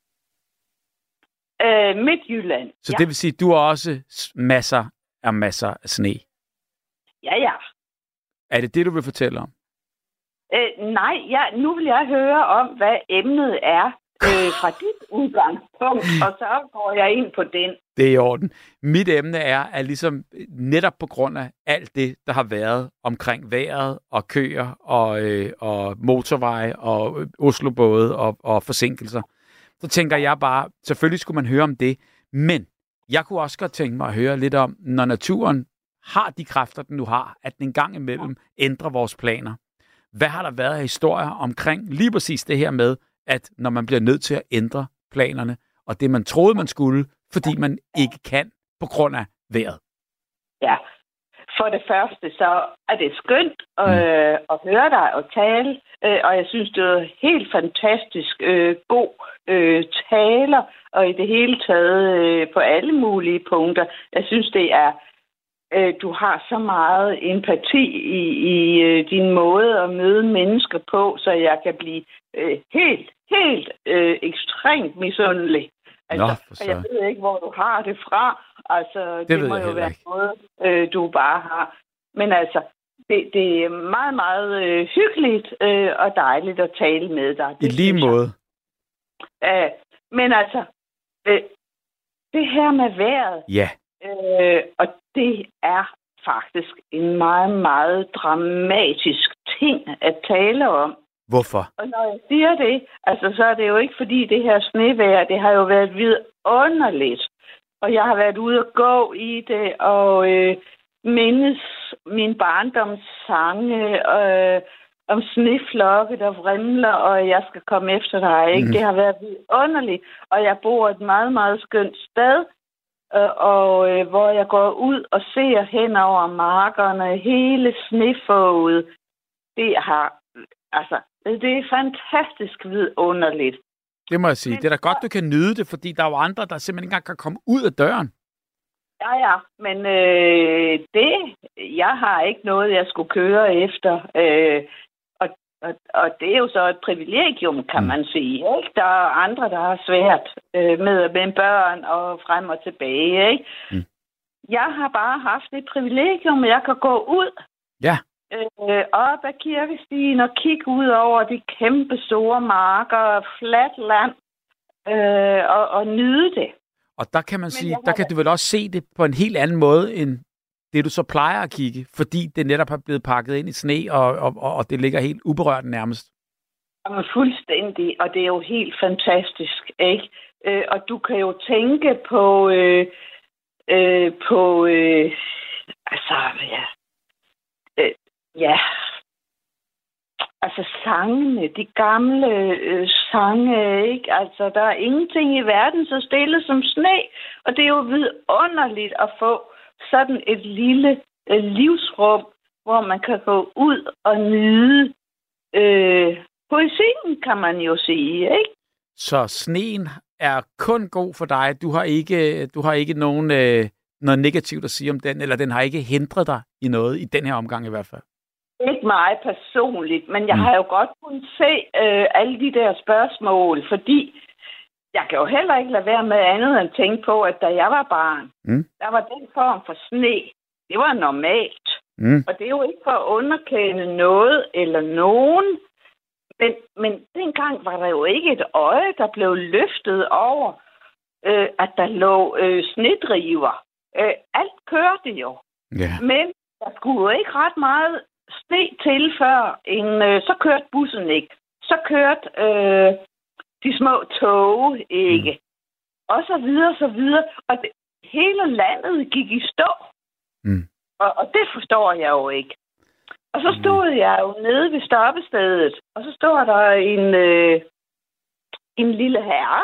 Midtjylland. Så det vil sige, at du har også masser af sne? Ja. Er det det, du vil fortælle om? Nej, nu vil jeg høre om, hvad emnet er fra dit udgangspunkt, og så går jeg ind på den. Det er i orden. Mit emne er ligesom netop på grund af alt det, der har været omkring vejret og køer og motorveje og Oslobåde og forsinkelser. Så tænker jeg bare, selvfølgelig skulle man høre om det, men jeg kunne også godt tænke mig at høre lidt om, når naturen har de kræfter, den nu har, at den en gang imellem ændrer vores planer. Hvad har der været af historier omkring lige præcis det her med, at når man bliver nødt til at ændre planerne, og det man troede, man skulle, fordi man ikke kan på grund af vejret? Ja, for det første, så er det skønt at høre dig og tale, og jeg synes, det er helt fantastisk god taler, og i det hele taget på alle mulige punkter. Jeg synes, det er du har så meget empati i din måde at møde mennesker på, så jeg kan blive helt ekstremt misundelig. Altså, jeg ved ikke, hvor du har det fra. Altså, det må jo være noget, du bare har. Men altså, det er meget, meget hyggeligt og dejligt at tale med dig. I lige måde. Men altså, det her med vejret. Ja. Og det er faktisk en meget, meget dramatisk ting at tale om. Hvorfor? Og når jeg siger det, altså så er det jo ikke fordi det her snevejr, det har jo været vidunderligt. Og jeg har været ude og gå i det, og mindes min barndoms sange om sneflokke, der vrimler, og jeg skal komme efter dig. Ikke? Det har været vidunderligt, og jeg bor et meget, meget skønt sted, og hvor jeg går ud og ser hen over markerne, hele snefoget. Det er fantastisk vidunderligt. Det må jeg sige. Det er da godt, du kan nyde det, fordi der er jo andre, der simpelthen ikke engang kan komme ud af døren. Ja, men jeg har ikke noget, jeg skulle køre efter. Og det er jo så et privilegium, kan man sige. Ikke? Der er andre, der har svært med børn og frem og tilbage. Ikke? Jeg har bare haft et privilegium, at jeg kan gå ud op ad kirkestien og kigge ud over de kæmpe store marker, fladt land og nyde det. Og der kan man sige, der kan du vel også se det på en helt anden måde, end det du så plejer at kigge, fordi det netop er blevet pakket ind i sne, og det ligger helt uberørt nærmest. Jamen, fuldstændig, og det er jo helt fantastisk, ikke? Og du kan jo tænke på, altså sangene, de gamle sange, ikke? Altså, der er ingenting i verden så stille som sne, og det er jo vidunderligt at få sådan et lille livsrum, hvor man kan gå ud og nyde poesien, kan man jo sige, ikke? Så sneen er kun god for dig. Du har ikke nogen noget negativt at sige om den, eller den har ikke hindret dig i noget, i den her omgang i hvert fald? Ikke mig personligt, men jeg har jo godt kunnet se alle de der spørgsmål, fordi jeg kan jo heller ikke lade være med andet end tænke på, at da jeg var barn, der var den form for sne, det var normalt. Og det er jo ikke for at underkende noget eller nogen, men dengang var der jo ikke et øje, der blev løftet over, at der lå snedriver. Alt kørte jo. Yeah. Men der skulle jo ikke ret meget sne til, før så kørte bussen ikke. Så kørte de små tog ikke. Og så videre, så videre. Og hele landet gik i stå. Og det forstår jeg jo ikke. Og så stod jeg jo nede ved stoppestedet, og så stod der en lille herre,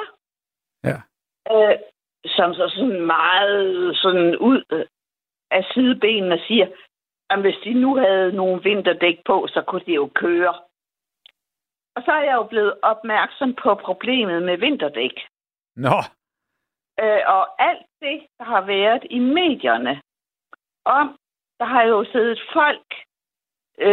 som så sådan meget sådan ud af sidebenene siger, at hvis de nu havde nogle vinterdæk på, så kunne de jo køre. Og så er jeg jo blevet opmærksom på problemet med vinterdæk. Nå. Og alt det, der har været i medierne, om der har jo siddet folk 20-25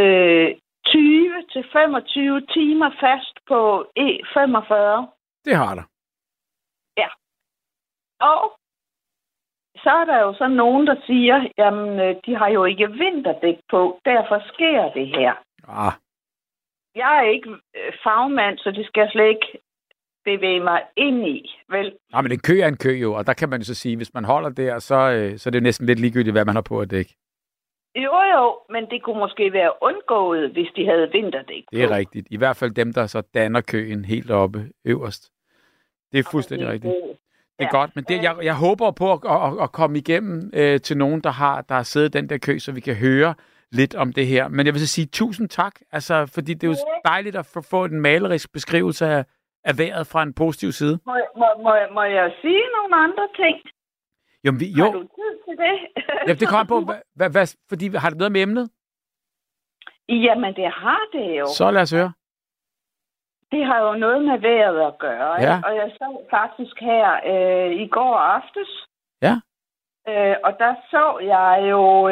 timer fast på E45. Det har der. Ja. Og så er der jo så nogen, der siger, jamen, de har jo ikke vinterdæk på, derfor sker det her. Jeg er ikke fagmand, så det skal jeg slet ikke bevæge mig ind i, vel? Nej, men en kø er en kø jo, og der kan man jo så sige, hvis man holder der, så er det jo næsten lidt ligegyldigt, hvad man har på at dække. Jo, men det kunne måske være undgået, hvis de havde vinterdæk på. Det er rigtigt. I hvert fald dem, der så danner køen helt oppe øverst. Det er fuldstændig rigtigt. Det er godt, men jeg håber på at komme igennem til nogen, der har siddet i den der kø, så vi kan høre lidt om det her. Men jeg vil så sige tusind tak, altså, fordi det er jo dejligt at få en malerisk beskrivelse af vejret fra en positiv side. Må jeg sige nogle andre ting? Jo. Har du tid til det? Ja, det kommer på. Fordi har det noget med emnet? Jamen, det har det jo. Så lad os høre. Det har jo noget med vejret at gøre. Ja. Og jeg så faktisk her i går aftes. Ja. Og der så jeg jo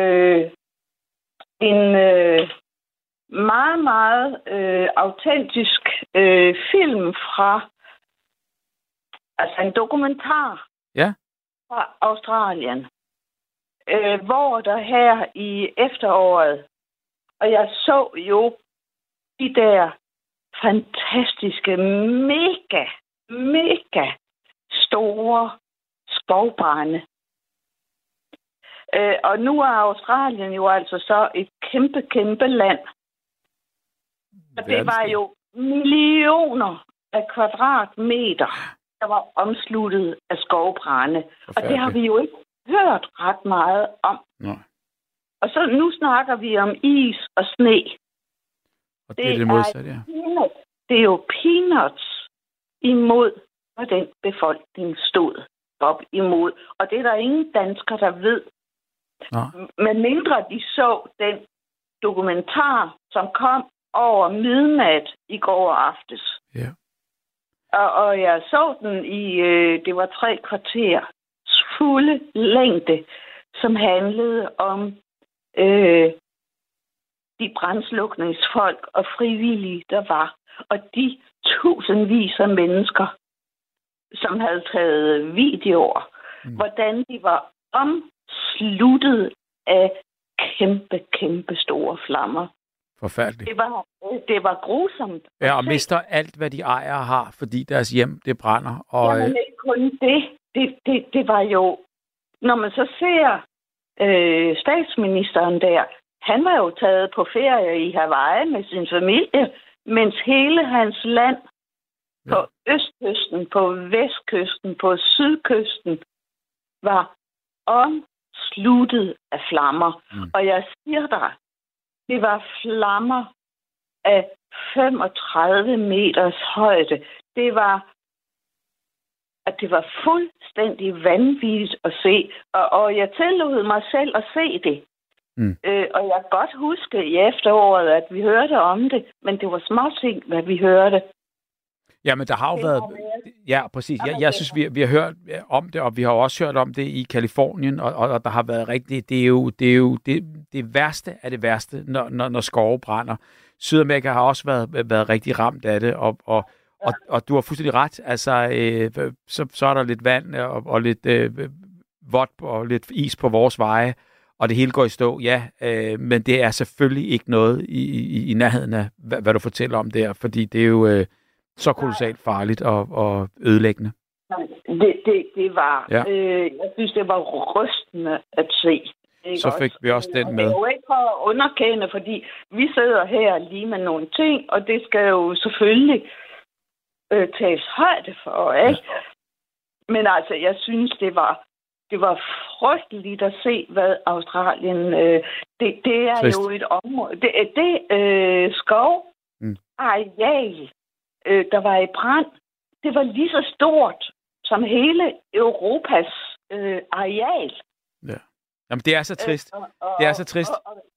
en meget, meget autentisk film fra, altså en dokumentar fra Australien, hvor der her i efteråret, og jeg så jo de der fantastiske, mega store skovbrande. Og nu er Australien jo altså så et kæmpe land. Og det var jo millioner af kvadratmeter, der var omsluttet af skovbrande. Og det har vi jo ikke hørt ret meget om. Nej. Og så nu snakker vi om is og sne. Og det er det modsatte, ja. Det er jo peanuts imod, hvad den befolkning stod op imod. Og det er der ingen danskere, der ved. Men mindre de så den dokumentar, som kom over midnat i går aftes. Ja. Og jeg så den i, det var 3 kvarter fulde længde, som handlede om de brandslukningsfolk og frivillige, der var. Og de tusindvis af mennesker, som havde taget videoer, hvordan de var omsluttet af kæmpe store flammer. Forfærdeligt. Det var grusomt. Ja, og mister alt, hvad de ejer og har, fordi deres hjem, det brænder. Og jamen ikke kun det. Det var jo, når man så ser statsministeren der, han var jo taget på ferie i Hawaii med sin familie, mens hele hans land på østkysten, på vestkysten, på sydkysten var omsluttet af flammer. Og jeg siger dig, det var flammer af 35 meters højde. Det var fuldstændig vanvittigt at se. Og jeg tillod mig selv at se det. Og jeg kan godt huske i efteråret, at vi hørte om det, men det var småting, hvad vi hørte. Ja, men der har jo været... Ja, præcis. Jeg synes, vi har hørt om det, og vi har også hørt om det i Kalifornien, og der har været rigtigt... Det er jo det værste af det værste, når skove brænder. Sydamerika har også været rigtig ramt af det, og du har fuldstændig ret. Altså, så er der lidt vand og lidt vådt og lidt is på vores veje, og det hele går i stå, ja. Men det er selvfølgelig ikke noget i nærheden af, hvad du fortæller om der, fordi det er jo så kolossalt farligt og ødelæggende. Det var... Ja. Jeg synes, det var rystende at se. Så fik vi også den med. Det er jo ikke for at underkende, fordi vi sidder her lige med nogle ting, og det skal jo selvfølgelig tages højde for, ikke? Ja. Men altså, jeg synes, det var frygteligt at se, hvad Australien... Det er trist. Jo et område... Det skovareal, der var i brand, det var lige så stort som hele Europas areal. Ja. Jamen, det er så trist. Det er så trist.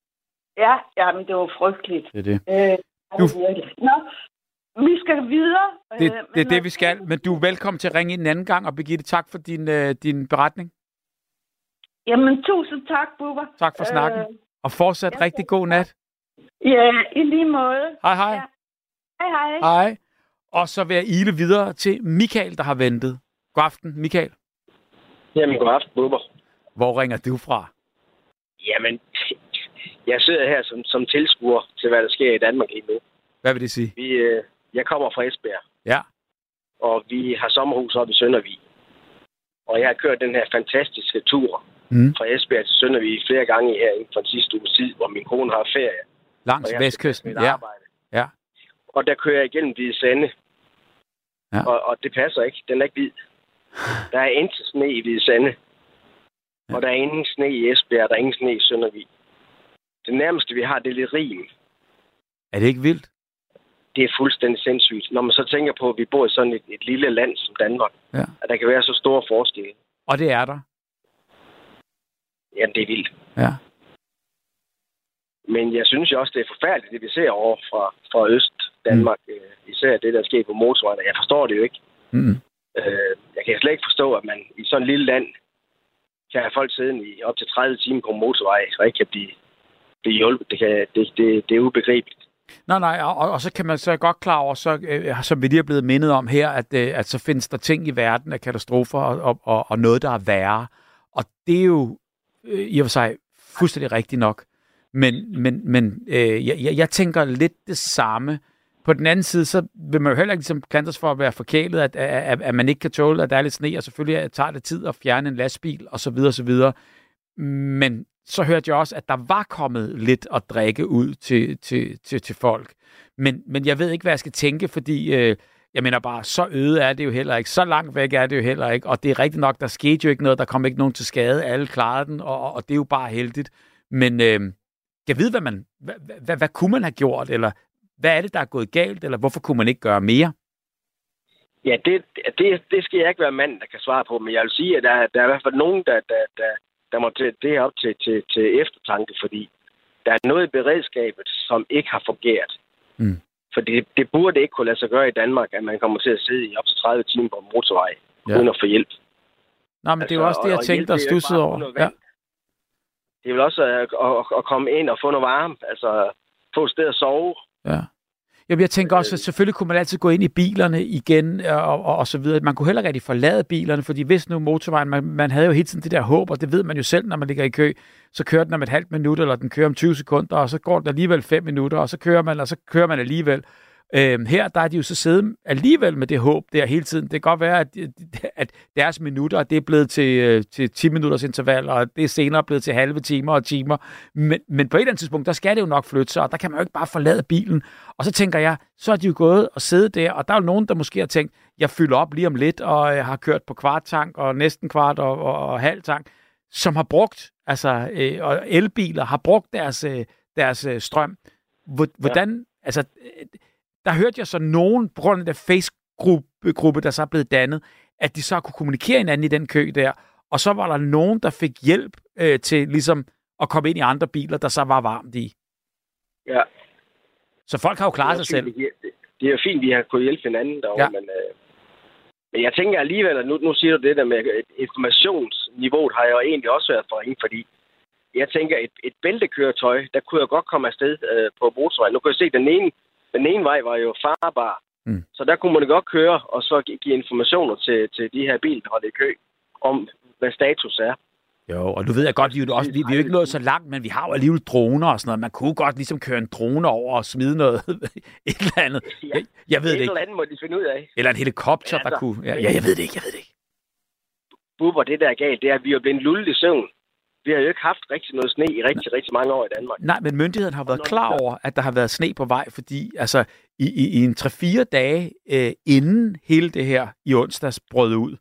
Ja, men det var frygteligt. Det er det. Nå, vi skal videre. Det er det, vi skal. Men du er velkommen til at ringe ind en anden gang, og Birgitte, tak for din beretning. Jamen, tusind tak, Bubber. Tak for snakken. Og fortsat rigtig god nat. Ja, i lige måde. Hej. Ja. Hej. Hej. Og så vil jeg ile videre til Michael, der har ventet. God aften, Michael. Jamen, god aften, Bubber. Hvor ringer du fra? Jamen, jeg sidder her som tilskuer til, hvad der sker i Danmark lige nu. Hvad vil det sige? Jeg kommer fra Esbjerg. Ja. Og vi har sommerhus oppe i Søndervig. Og jeg har kørt den her fantastiske tur fra Esbjerg til Søndervig flere gange her inden for den sidste uges tid, hvor min kone har ferie. Langs vestkysten, ja. Og der kører jeg igennem Hvide Sande. Ja. Og det passer ikke. Den er ikke hvid. Der er intet sne i Hvide Sande. Ja. Og der er ingen sne i Esbjerg, der er ingen sne i Søndervig. Det nærmeste, vi har, det er lidt Rhin. Er det ikke vildt? Det er fuldstændig sindssygt. Når man så tænker på, at vi bor i sådan et lille land som Danmark, at der kan være så store forskelle. Og det er der. Jamen, det er vildt. Ja. Men jeg synes jo også, det er forfærdeligt, det vi ser over fra Øst-Danmark. Især det, der sker på motorvejen. Jeg forstår det jo ikke. Jeg kan slet ikke forstå, at man i sådan et lille land kan have folk siddende i op til 30 timer på motorvej, så ikke kan blive hjulpet. Det er ubegribeligt. Nej, og så kan man så godt klar over, som vi lige er blevet mindet om her, at så findes der ting i verden af katastrofer og noget, der er værre. Og det er jo i og for sig fuldstændig rigtigt nok. Men jeg tænker lidt det samme. På den anden side, så vil man jo heller ikke ligesom klandres for at være forkælet, at man ikke kan tåle, at der er lidt sne, og selvfølgelig tager det tid at fjerne en lastbil, og så videre, og så videre. Men så hørte jeg også, at der var kommet lidt at drikke ud til folk. Men jeg ved ikke, hvad jeg skal tænke, fordi jeg mener bare, så øde er det jo heller ikke, så langt væk er det jo heller ikke, og det er rigtigt nok, der skete jo ikke noget, der kom ikke nogen til skade, alle klarede den, og det er jo bare heldigt. Men jeg ved, hvad kunne man have gjort, eller hvad er det, der er gået galt, eller hvorfor kunne man ikke gøre mere? Ja, det skal jeg ikke være mand, der kan svare på, men jeg vil sige, at der er i hvert fald nogen, der må tage det op til eftertanke, fordi der er noget i beredskabet, som ikke har fungeret. For det burde ikke kunne lade sig gøre i Danmark, at man kommer til at sidde i op til 30 timer på motorvej, uden at få hjælp. Nå, men det er jo også det, jeg tænkte og stussede over. Ja. Det er vel også at komme ind og få noget varme, altså få et sted at sove. Ja. Jamen, jeg tænker også, at selvfølgelig kunne man altid gå ind i bilerne igen og så videre. Man kunne heller rigtig forlade bilerne, fordi hvis nu motorvejen, man havde jo hele tiden det der håb, og det ved man jo selv, når man ligger i kø, så kører den om et halvt minut, eller den kører om 20 sekunder, og så går den alligevel 5 minutter, og så kører man alligevel. Her, der er de jo så siddet alligevel med det håb der hele tiden. Det kan godt være, at deres minutter, det er blevet til 10 minutters intervaller, og det er senere blevet til halve timer og timer. Men på et eller andet tidspunkt, der skal det jo nok flytte sig, og der kan man jo ikke bare forlade bilen. Og så tænker jeg, så er de jo gået og siddet der, og der er jo nogen, der måske har tænkt, jeg fylder op lige om lidt, og jeg har kørt på kvarttank, og næsten kvart og halv tank, som har brugt, og elbiler har brugt deres strøm. Hvordan, der hørte jeg så nogen, på grund af den Facebook-gruppe, der så er blevet dannet, at de så kunne kommunikere hinanden i den kø der, og så var der nogen, der fik hjælp til ligesom at komme ind i andre biler, der så var varmt i. Ja. Så folk har jo klaret sig selv. Det er jo fint, at vi har kunnet hjælpe hinanden derovre, ja. Men jeg tænker alligevel, at nu siger du det der med informationsniveauet har jeg jo egentlig også været for ringe, fordi jeg tænker, et bæltekøretøj, der kunne jeg godt komme afsted på motorvejen. Nu kan jeg se, at den ene vej var jo farbar, så der kunne man godt køre og så give informationer til de her biler, der holder i kø, om hvad status er. Jo, og du ved jeg godt, vi er jo ikke nået så langt, men vi har jo alligevel droner og sådan noget. Man kunne godt ligesom køre en drone over og smide noget, et eller andet. Jeg ved det ikke. Et eller andet må de finde ud af. Eller en helikopter, der kunne... Ja, jeg ved det ikke. Bubber, det der er galt, det er, at vi er blevet lullet i søvn. Vi har jo ikke haft rigtig noget sne i rigtig mange år i Danmark. Nej, men myndigheden har været klar over, at der har været sne på vej, fordi altså i en 3-4 dage inden hele det her i onsdags brød ud,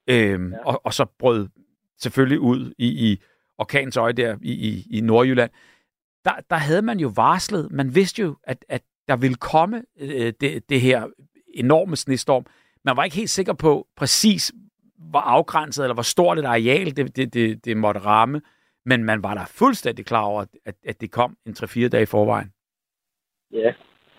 og så brød selvfølgelig ud i orkanens øje der i Nordjylland, der havde man jo varslet, man vidste jo, at der ville komme det her enorme snestorm. Man var ikke helt sikker på præcis, hvor afgrænset eller hvor stort et areal det måtte ramme, men man var der fuldstændig klar over, at det kom en 3-4 dage i forvejen. Ja.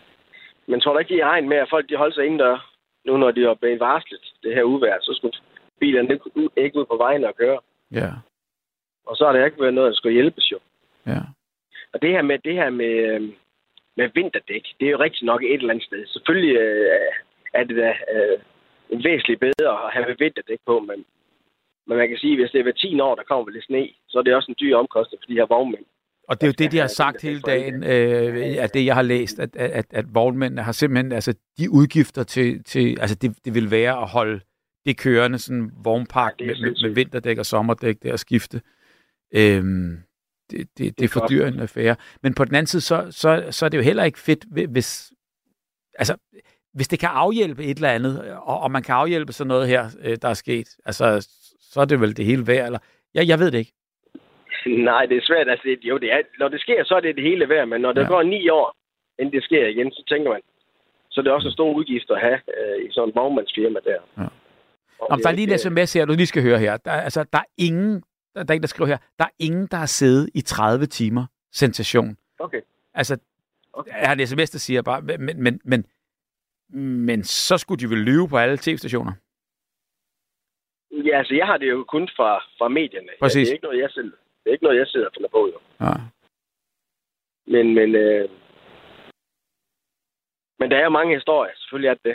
Men tror du ikke, de har regnet med, at folk de holdt sig indendør, nu når de var blevet varslet det her uvejr, så skulle bilerne ikke ud på vejen og køre. Ja. Og så har der ikke været noget, der skulle hjælpes jo. Ja. Og det her med vinterdæk, det er jo rigtig nok et eller andet sted. Selvfølgelig er det da væsentligt bedre at have vinterdæk på, men man kan sige, at hvis det er hver 10 år, der kommer lidt sne, så er det også en dyr omkostning for de her vognmænd. Og det er jo det, de har sagt hele dagen, at det, jeg har læst, at vognmændene har simpelthen, altså de udgifter til altså det vil være at holde det kørende, sådan vognpark med vinterdæk og sommerdæk der at skifte. Det er for dyr en affære. Men på den anden side, så er det jo heller ikke fedt, hvis det kan afhjælpe et eller andet, og man kan afhjælpe sådan noget her, der er sket, altså, så er det vel det hele værd, eller? Jeg ved det ikke. Nej, det er svært at sige. Jo, det er, når det sker, så er det det hele værd, men når det går 9 år, inden det sker igen, så tænker man, så er det også en stor udgift at have i sådan en vognmandsfirma der. Ja. Der er lige en sms her, du lige skal høre her. Der er ingen, der er en, der skriver her, der er ingen, der har siddet i 30 timer. Sensation. Okay. Altså, jeg har en sms, der siger bare, men så skulle de vel lyve på alle tv-stationer? Ja, altså, jeg har det jo kun fra medierne. Præcis. Ja, det er ikke noget, jeg sidder og finder på, jo. Ja. Men der er jo mange historier, selvfølgelig er det.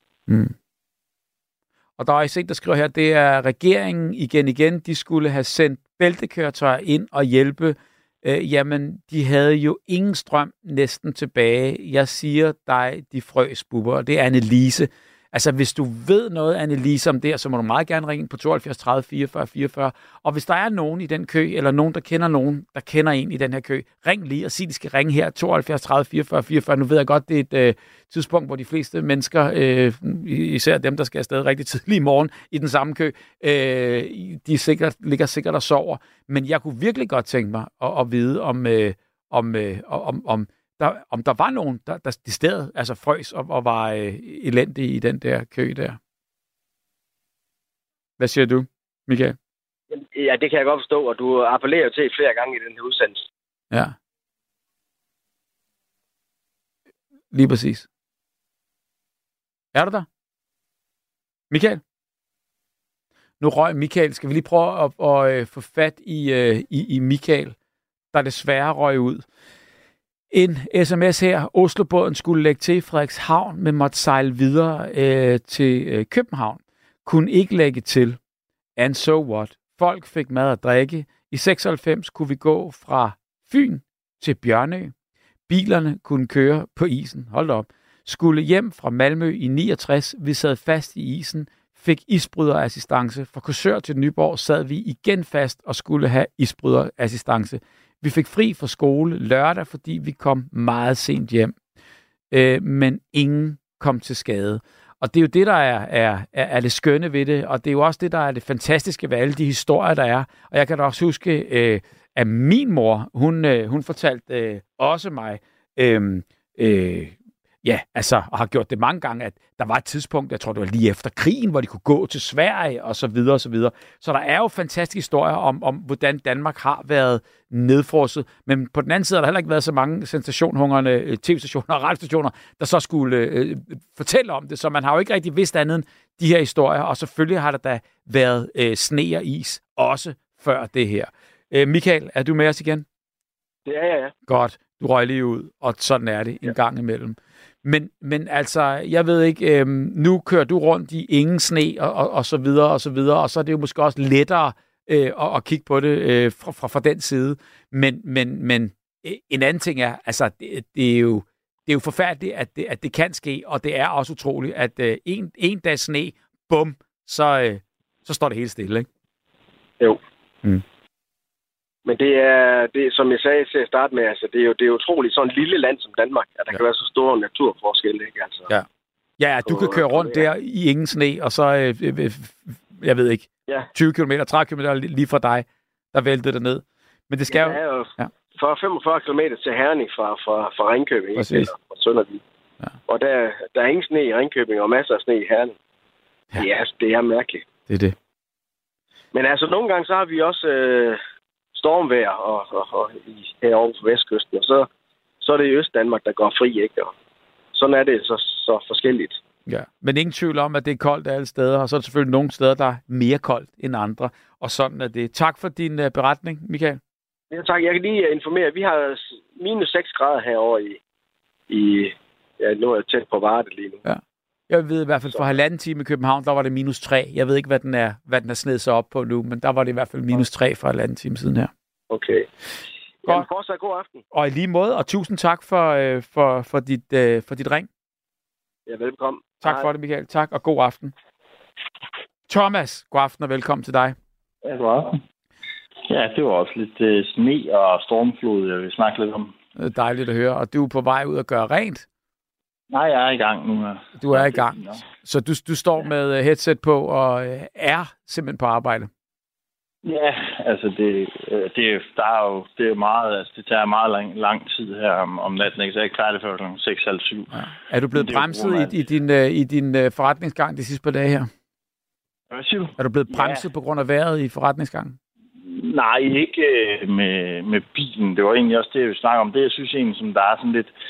Og der er også en, der skriver her, det er regeringen igen, de skulle have sendt bæltekøretøjer ind og hjælpe. Jamen, de havde jo ingen strøm næsten tilbage. Jeg siger dig, de frøs, Bubber, og det er Annelise. Altså, hvis du ved noget, Annelise, om det, så må du meget gerne ringe på 72 30 44 44. Og hvis der er nogen i den kø, eller nogen, der kender nogen, der kender en i den her kø, ring lige og sig, de skal ringe her 72 30 44 44. Nu ved jeg godt, det er et tidspunkt, hvor de fleste mennesker, især dem, der skal afsted rigtig tidligt i morgen i den samme kø, de ligger sikkert og sover. Men jeg kunne virkelig godt tænke mig at vide, om der var nogen, der i stedet altså frøs og var elendige i den der kø der. Hvad siger du, Michael? Ja, det kan jeg godt forstå, og du appellerer til flere gange i den her udsendelse. Ja. Lige præcis. Er du der? Michael? Nu røg Michael. Skal vi lige prøve at få fat i Michael, der desværre røg ud. En sms her. Oslobåden skulle lægge til Frederikshavn, men måtte sejle videre til København. Kunne ikke lægge til. And so what? Folk fik mad og drikke. I 96 kunne vi gå fra Fyn til Bjørnø. Bilerne kunne køre på isen. Hold op. Skulle hjem fra Malmø i 69. Vi sad fast i isen. Fik isbryderassistance. Fra Korsør til Nyborg sad vi igen fast og skulle have isbryderassistance. Vi fik fri fra skole lørdag, fordi vi kom meget sent hjem. Men ingen kom til skade. Og det er jo det, der er det skønne ved det, og det er jo også det, der er det fantastiske ved alle de historier, der er. Og jeg kan da også huske, at min mor, hun fortalte også mig, ja, altså, og har gjort det mange gange, at der var et tidspunkt, jeg tror, det var lige efter krigen, hvor de kunne gå til Sverige, og så videre, og så videre. Så der er jo fantastiske historier om hvordan Danmark har været nedfrosset. Men på den anden side har der heller ikke været så mange sensationhungrende tv-stationer og radiostationer, der så skulle fortælle om det. Så man har jo ikke rigtig vidst andet end de her historier, og selvfølgelig har der da været sne og is, også før det her. Michael, er du med os igen? Det er jeg, ja. Godt. Du røg lige ud, og sådan er det en gang imellem. Men altså, jeg ved ikke, nu kører du rundt i ingen sne, og så videre, og så videre, og så er det jo måske også lettere at kigge på det fra den side. Men en anden ting er, altså, det er jo forfærdeligt, at det kan ske, og det er også utroligt, at en dag sne, bum, så står det hele stille, ikke? Jo. Men det er, som jeg sagde til at starte med, altså, det er utroligt sådan et lille land som Danmark, at der kan være så store naturforskelle, ikke? Altså, ja, du kan køre rundt der i ingen sne, og så, jeg ved ikke, 20 km, 30 km lige fra dig, der væltede det ned. Men det skal jo... For 45 km til Herning fra Ringkøbing, eller fra Søndervig. Ja. Og der er ingen sne i Ringkøbing, og masser af sne i Herning. Ja. Det er mærkeligt. Det er det. Men altså, nogle gange så har vi også... stormvejr og herovre på vestkysten, og så er det i Øst-Danmark, der går fri, ikke? Og sådan er det så forskelligt. Ja, men ingen tvivl om, at det er koldt alle steder, og så er der selvfølgelig nogle steder, der er mere koldt end andre, og sådan er det. Tak for din beretning, Michael. Ja, tak. Jeg kan lige informere, at vi har minus 6 grader herovre nu er jeg tæt på Varde lige nu. Ja. Jeg ved i hvert fald, for 1,5 time i København, der var det minus 3. Jeg ved ikke, hvad den er snedet sig op på nu, men der var det i hvert fald minus 3 for 1,5 time siden her. Okay. Jamen, fortsat god aften. Og i lige måde, og tusind tak for dit ring. Ja, velkommen. Tak for det, Michael. Tak, og god aften. Thomas, god aften og velkommen til dig. Ja, god aften. Ja, det var også lidt sne og stormflod, jeg vil snakke lidt om. Det er dejligt at høre. Og du er på vej ud at gøre rent? Nej, jeg er i gang nu. Du er i gang. Så du står med headset på og er simpelthen på arbejde? Ja, altså det er meget, altså det tager meget lang tid her om natten, ikke? Så jeg er ikke færdig før kl. 6:30. Ja. Er du blevet bremset i din forretningsgang de sidste par dage her? Hvad siger du? Er du blevet bremset på grund af vejret i forretningsgangen? Nej, ikke med bilen. Det var egentlig også det, jeg ville snakke om. Det, jeg synes egentlig, som der er sådan lidt...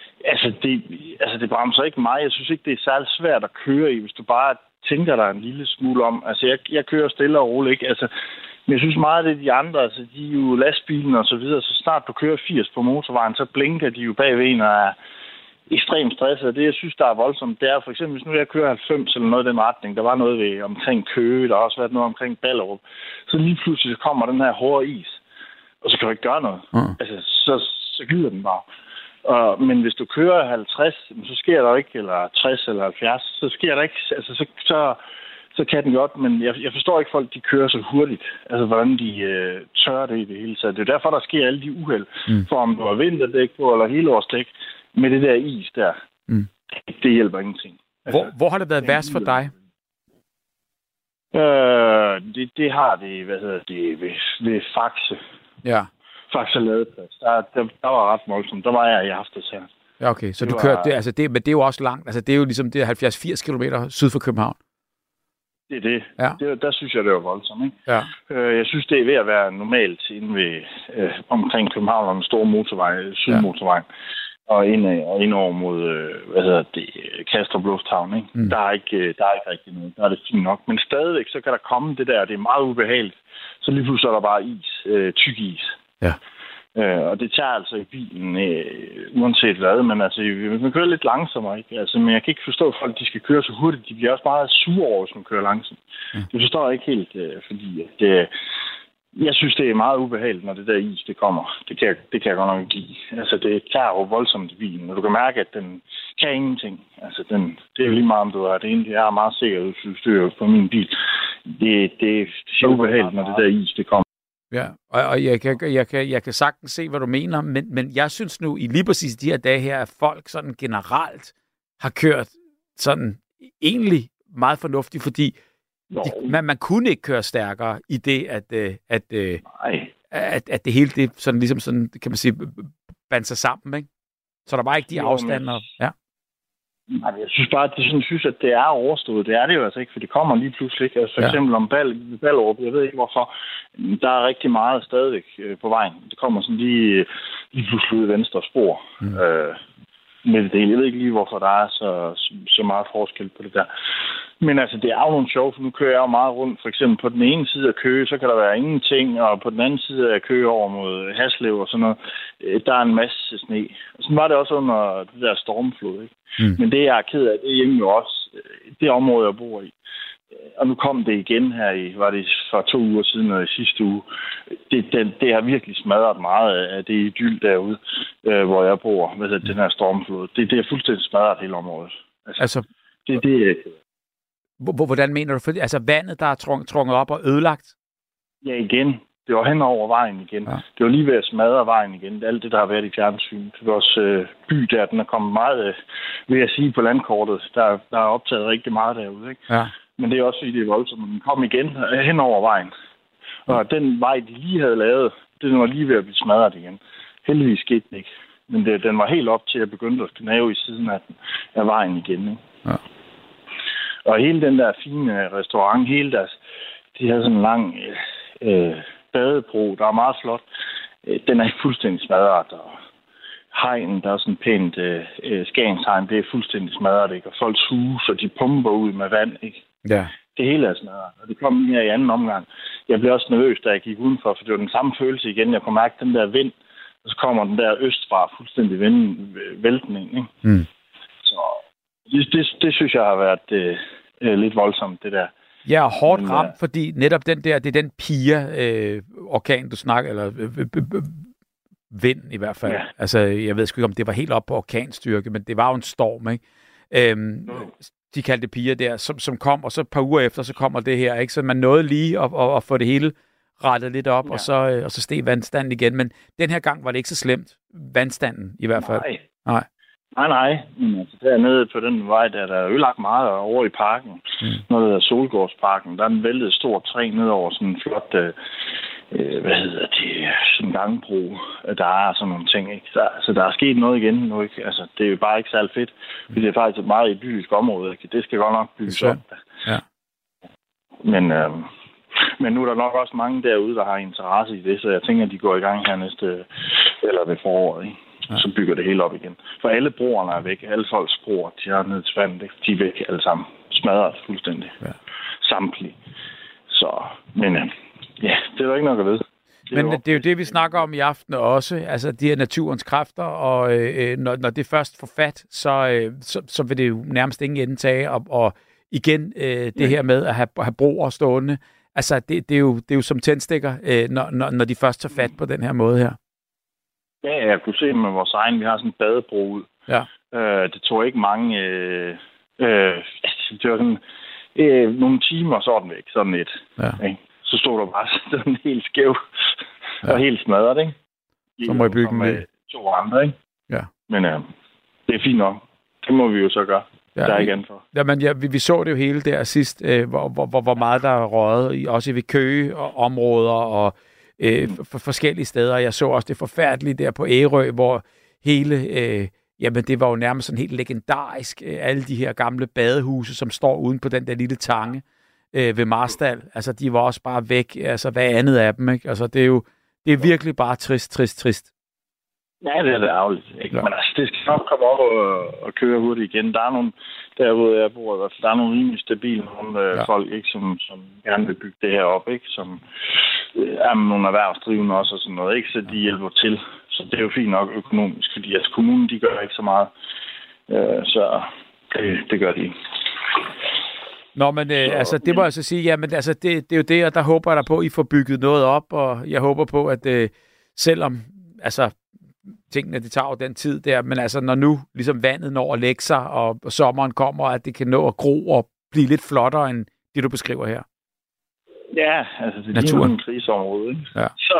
Altså, det bremser ikke mig. Jeg synes ikke, det er særlig svært at køre i, hvis du bare tænker dig en lille smule om. Altså, jeg kører stille og roligt, ikke? Altså, men jeg synes meget, det er de andre. Altså, de er jo lastbilen og så videre. Så snart du kører 80 på motorvejen, så blinker de jo bagved en og er ekstremt stresset. Det, jeg synes, der er voldsomt, det er for eksempel, hvis nu jeg kører 90 eller noget i den retning, der var noget ved omkring Køge, der har også været noget omkring Ballerup. Så lige pludselig kommer den her hårde is, og så kan du ikke gøre noget. Altså, så glider den bare. Men hvis du kører 50, så sker der ikke, eller 60 eller 70, så sker der ikke. Altså, så kan den godt, men jeg forstår ikke folk, de kører så hurtigt. Altså, hvordan de tør det i det hele taget. Det er derfor, der sker alle de uheld. For om du har vinterdæk på, eller helårsdæk, med det der is der, det hjælper ingenting. Altså, hvor har det været værst for dig? Det har det, ved Faxe. Ja. Faxe Ladeplads. Der var ret voldsomt. Der var jeg i aftes her. Ja, okay. Så du kørte det, altså det, men det er jo også langt. Altså det er jo ligesom det 70-80 kilometer syd for København. Det er det. Ja. Der synes jeg, det var voldsomt, ikke? Ja. Jeg synes, det er ved at være normalt inde ved omkring København og den store motorvej, Sydmotorvejen, og ind over mod, Kastrup Lufthavn, ikke? Der er ikke rigtig noget. Der er det fint nok. Men stadigvæk, så kan der komme det der, det er meget ubehageligt. Så lige pludselig er der bare is, tyk is. Ja. Og det tager altså i bilen, uanset hvad, men altså, man kører lidt langsommere, ikke? Altså, men jeg kan ikke forstå, at folk de skal køre så hurtigt. De bliver også meget sure over, hvis man kører langsomt. Det forstår jeg ikke helt, fordi jeg synes, det er meget ubehageligt, når det der is, det kommer. Det kan jeg godt nok give. Altså, det tager jo voldsomt i bilen, og du kan mærke, at den kan ingenting. Altså, det er jo lige meget, om du er det ene. Jeg er meget sikkerhedsudstyr på min bil. Det er så ubehageligt, når det der is, det kommer. Ja, og jeg kan sagtens se, hvad du mener, men jeg synes nu, i lige præcis de her dage her, at folk sådan generelt har kørt sådan egentlig meget fornuftigt, fordi man kunne ikke køre stærkere i det, at det hele det sådan ligesom sådan, kan man sige, bandt sig sammen, ikke? Så der var ikke de afstander. Ja. Nej, jeg synes bare, at det er overstået. Det er det jo altså ikke, for det kommer lige pludselig ikke. Altså for eksempel om Ballerup, jeg ved ikke hvorfor. Der er rigtig meget stadigvæk på vejen. Det kommer sådan lige pludselig ud i venstre spor. Med det hele. Jeg ved ikke lige, hvorfor der er så meget forskel på det der. Men altså, det er jo nogle sjov, for nu kører jeg jo meget rundt. For eksempel på den ene side af Køge, så kan der være ingenting, og på den anden side af Køge over mod Haslev og sådan noget, der er en masse sne. Og sådan var det også under det der stormflod, ikke? Men det, jeg er ked af, det er hjemme jo også det område, jeg bor i. Og nu kom det igen her var det for 2 uger siden og i sidste uge. Det har virkelig smadret meget af det idyl derude, hvor jeg bor, med den her stormflod. Det er fuldstændig smadret hele området. Altså det hvordan mener du? Altså vandet, der er trunget op og ødelagt? Ja, igen. Det var hen over vejen igen. Ja. Det var lige ved at smadre vejen igen. Alt det, der har været i fjernsynet. Vores by der, den er kommet meget, vil jeg sige, på landkortet. Der er optaget rigtig meget derude, ikke? Ja. Men det er også fordi, det er voldsomt. Den kom igen hen over vejen. Og den vej, de lige havde lavet, den var lige ved at blive smadret igen. Heldigvis skete det ikke. Men den var helt op til at begynde at knave i siden af vejen igen, ikke? Ja. Og hele den der fine restaurant, de havde sådan en lang badebro, der er meget flot. Den er ikke fuldstændig smadret, og hegnen, der er sådan pænt skæringshegn, det er fuldstændig smadret, ikke? Og folks huse, og de pumper ud med vand, ikke? Ja. Det hele er smadret, og det kom her i anden omgang. Jeg blev også nervøs, da jeg gik udenfor, for det var den samme følelse igen. Jeg kunne mærke den der vind, og så kommer den der østfra fuldstændig væltning, ikke? Mm. Så det synes jeg har været lidt voldsomt, det der. Ja, hårdt ramt, fordi netop den der, det er den orkan, du snakker, eller vind i hvert fald. Ja. Altså, jeg ved sgu ikke, om det var helt op på orkanstyrke, men det var jo en storm, ikke? De kaldte piger der, som kom, og så et par uger efter, så kommer det her, ikke? Så man nåede lige at få det hele rettet lidt op, og så steg vandstanden igen. Men den her gang var det ikke så slemt. Vandstanden i hvert fald. Nej. Men altså, dernede på den vej, der er ødelagt meget over i parken. Noget der hedder Solgårdsparken. Der er en væltet stor træ ned over sådan en flot, sådan en gangbro. Der er sådan nogle ting, ikke? Så der er sket noget igen nu, ikke? Altså, det er jo bare ikke særlig fedt. Det er faktisk et meget idyllisk område, ikke? Det skal godt nok bygges op. Ja. Men nu er der nok også mange derude, der har interesse i det, så jeg tænker, at de går i gang her næste, eller ved foråret, ikke? Ja. Så bygger det hele op igen. For alle broerne er væk. Alle folks broer, de har ned til vandet. De er væk alle sammen. Smadret fuldstændig. Ja. Samtlige. Så, men det er der ikke nok at vide. Det er jo det, vi snakker om i aften også. Altså de her naturens kræfter, og når det først får fat, så vil det jo nærmest ingen ende tage. Og igen, det her med at have broer stående. Altså det er jo som tændstikker, når de først tager fat på den her måde her. Ja, jeg kunne se med vores egen. Vi har sådan en badebro ud. Ja. Det tog ikke mange... det var sådan nogle timer, så var den væk. Sådan et. Ja. Ikke? Så stod der bare sådan helt skæv. Og helt smadret, ikke? Så må jeg bygge med 2 andre, ikke? Ja. Men det er fint nok. Det må vi jo så gøre. Ja, der er ikke andet for. Jamen, vi så det jo hele der sidst, hvor meget der er røget, også ved Køge og områder og forskellige steder. Jeg så også det forfærdelige der på Ærø, hvor hele, jamen det var jo nærmest sådan helt legendarisk, alle de her gamle badehuse, som står uden på den der lille tange ved Marstal. Altså, de var også bare væk, altså hvad andet af dem, ikke? Altså, det er virkelig bare trist. Ja, det er det ærgerligt. Ikke? Ja. Men altså, det skal nok komme op og køre hurtigt igen. Der er nogle, derude jeg bor i hvert fald, der er nogle rimelig stabile folk, ikke, som gerne vil bygge det her op, ikke? Som er med nogle erhvervsdrivende også og sådan noget, ikke? Så de hjælper til. Så det er jo fint nok økonomisk, fordi altså, kommunen, de gør ikke så meget. Så det gør de ikke. Nå, men altså, det må jeg så sige, jamen altså, det er jo det, og der håber jeg på, at I får bygget noget op, og jeg håber på, at selvom, altså, tingene, det tager jo den tid der, men altså, når nu ligesom vandet når at lægge sig, og sommeren kommer, at det kan nå at gro og blive lidt flottere, end det, du beskriver her. Ja, altså, det er en krigsområde, ikke? Ja. Så,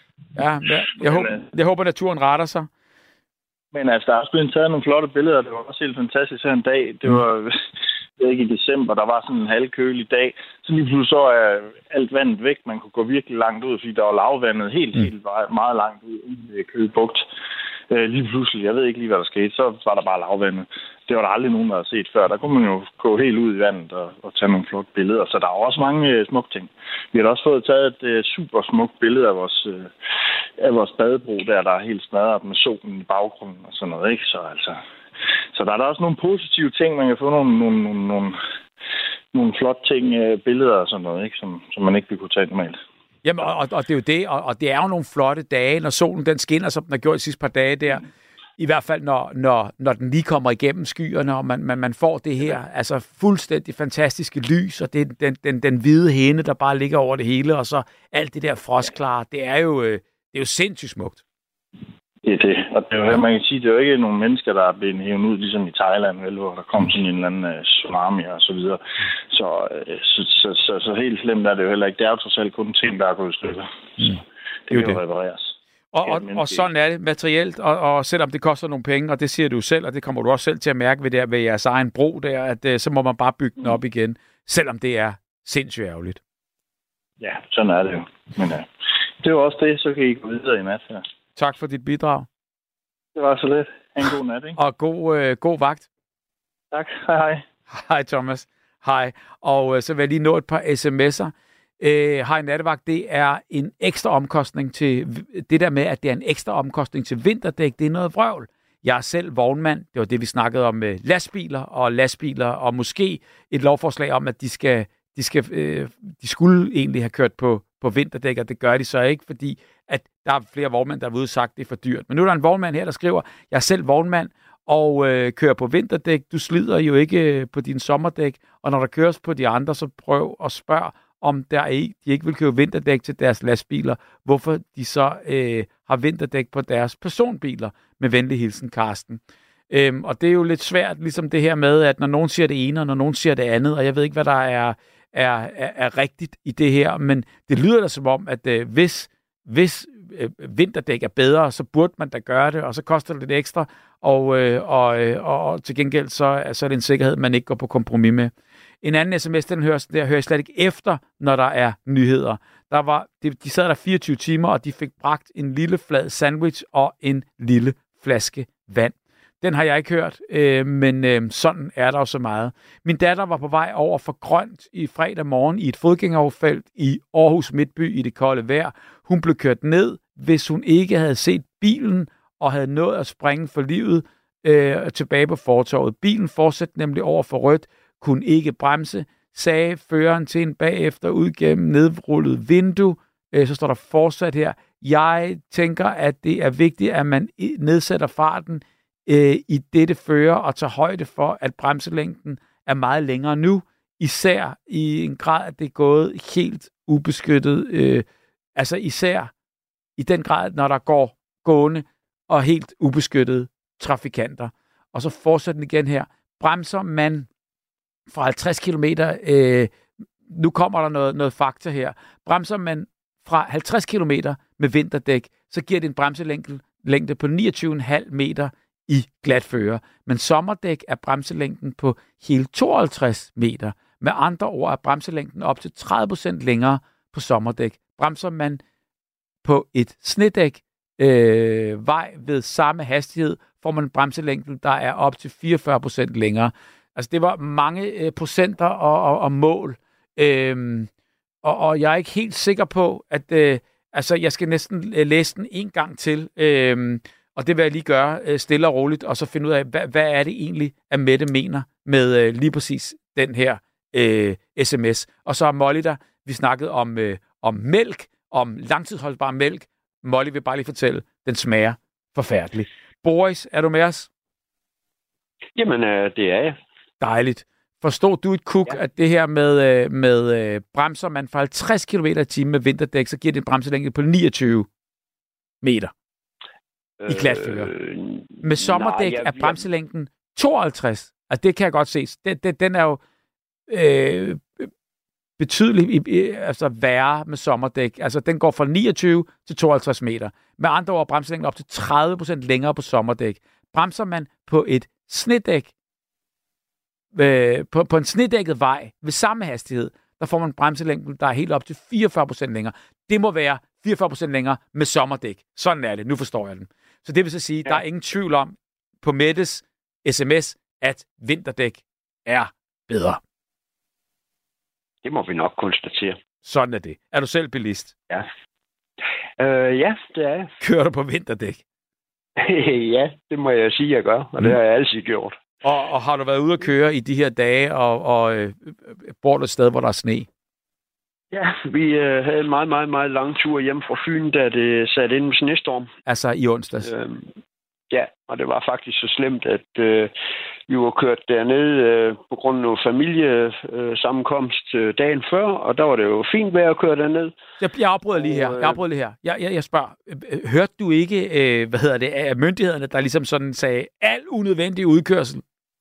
jeg håber, naturen retter sig. Men altså, der er også blevet taget nogle flotte billeder, det var også helt fantastisk her en dag. Det var ikke i december, der var sådan en halvkølig dag. Så lige pludselig så er alt vandet væk. Man kunne gå virkelig langt ud, fordi der var lavvandet helt meget langt ud i Køge Bugt. lige pludselig, jeg ved ikke lige, hvad der skete, så var der bare lavvandet. Det var der aldrig nogen, der havde set før. Der kunne man jo gå helt ud i vandet og tage nogle flotte billeder. Så der er også mange smukke ting. Vi har da også fået taget et super smukt billede af vores badebro, der er helt smadret med solen i baggrunden og sådan noget, ikke? Så der er der også nogle positive ting. Man kan få nogle flotte ting, billeder og sådan noget, ikke? Som man ikke ville kunne tage normalt. Jamen, og det er jo det, og det er jo nogle flotte dage, når solen den skinner, som den har gjort de sidste par dage der. I hvert fald, når den lige kommer igennem skyerne, og man får det her altså fuldstændig fantastiske lys, og det den hvide hende, der bare ligger over det hele, og så alt det der frostklare, det er jo sindssygt smukt. Det er det. Og det er jo, man kan sige, det er jo ikke nogle mennesker, der er blevet hævet ud, ligesom i Thailand, vel, hvor der kom sådan en eller anden tsunami og så videre. Så helt slemt er det jo heller ikke. Det er jo trods alt kun ting, der er gået i stykker. Det kan jo repareres. Og sådan er det materielt, og selvom det koster nogle penge, og det siger du selv, og det kommer du også selv til at mærke ved jeres egen bro der, at så må man bare bygge den op igen, selvom det er sindssygt ærgerligt. Ja, sådan er det jo. Men det var også det, så kan I gå videre i nat her. Tak for dit bidrag. Det var så lidt. En god nat, ikke? Og god vagt. Tak. Hej, hej. Hej, Thomas. Hej. Og så vil jeg lige nå et par sms'er. Hej, nattevagt. Det er en ekstra omkostning til... Det der med, at det er en ekstra omkostning til vinterdæk, det er noget vrøvl. Jeg er selv vognmand. Det var det, vi snakkede om med lastbiler, og måske et lovforslag om, at de skulle egentlig have kørt på vinterdæk, og det gør de så ikke, fordi at der er flere vognmænd, der har ude sagt, det er for dyrt. Men nu er der en vognmand her, der skriver, jeg er selv vognmand og kører på vinterdæk. Du slider jo ikke på din sommerdæk, og når der køres på de andre, så prøv at spørge, om de ikke vil købe vinterdæk til deres lastbiler, hvorfor de så har vinterdæk på deres personbiler. Med venlig hilsen, Karsten. Og det er jo lidt svært, ligesom det her med, at når nogen siger det ene, og når nogen siger det andet, og jeg ved ikke, hvad der er rigtigt i det her, men det lyder da som om, at hvis vinterdæk er bedre, så burde man da gøre det, og så koster det lidt ekstra, og til gengæld så er det en sikkerhed, man ikke går på kompromis med. En anden sms, den hører jeg slet ikke efter, når der er nyheder. De sad der 24 timer, og de fik bragt en lille flad sandwich og en lille flaske vand. Den har jeg ikke hørt, men sådan er der jo så meget. Min datter var på vej over for grønt i fredag morgen i et fodgængeroverfelt i Aarhus Midtby i det kolde vejr. Hun blev kørt ned, hvis hun ikke havde set bilen og havde nået at springe for livet tilbage på fortovet. Bilen fortsatte nemlig over for rødt, kunne ikke bremse, sagde føreren til en bagefter ud gennem nedrullet vindue. Så står der fortsat her. Jeg tænker, at det er vigtigt, at man nedsætter farten i dette fører og tager højde for, at bremselængden er meget længere nu, især i en grad, at det er gået helt ubeskyttet, altså især i den grad, når der går gående og helt ubeskyttede trafikanter. Og så fortsætter den igen her. Bremser man fra 50 km, nu kommer der noget fakta her, bremser man fra 50 km med vinterdæk, så giver det en bremselængde på 29,5 meter i glatføre. Men sommerdæk er bremselængden på hele 52 meter. Med andre ord er bremselængden op til 30% længere på sommerdæk. Bremser man på et snedæk vej ved samme hastighed, får man en bremselængde, der er op til 44% længere. Altså det var mange procenter og mål. Og jeg er ikke helt sikker på, at jeg skal næsten læse den en gang til. Og det vil jeg lige gøre stille og roligt, og så finde ud af, hvad er det egentlig, at Mette mener med lige præcis den her sms. Og så er Molly der, vi snakkede om mælk, om langtidsholdbar mælk. Molly vil bare lige fortælle, den smager forfærdeligt. Boris, er du med os? Jamen, det er jeg. Dejligt. Forstod du et kuk, at det her med bremser man fra 50 km/t med vinterdæk, så giver det en bremselængde på 29 meter i glatføre. Med sommerdæk er bremselængden 52. Altså det kan jeg godt se. Den er jo betydeligt værre med sommerdæk. Altså den går fra 29 til 52 meter. Med andre ord bremselængden op til 30% længere på sommerdæk. Bremser man på et snedæk, på en snedækket vej ved samme hastighed, der får man en bremselængde, der er helt op til 44% længere. Det må være 44% længere med sommerdæk. Sådan er det. Nu forstår jeg den. Så det vil så sige, der er ingen tvivl om på Mettes sms, at vinterdæk er bedre. Det må vi nok konstatere. Sådan er det. Er du selv bilist? Ja. Ja, det er jeg. Kører du på vinterdæk? Ja, det må jeg sige, jeg gør, og det har jeg altid gjort. Og har du været ude at køre i de her dage, og bor du et sted, hvor der er sne? Ja, vi havde en meget, meget, meget lang tur hjem fra Fyn, da det satte ind med snestorm. Altså i onsdags? Ja, og det var faktisk så slemt, at vi var kørt dernede på grund af noget familiesammenkomst dagen før, og der var det jo fint vejr at køre derned. Jeg afbryder lige her. Jeg spørger, hørte du ikke, af myndighederne, der ligesom sådan sagde, al unødvendig udkørsel,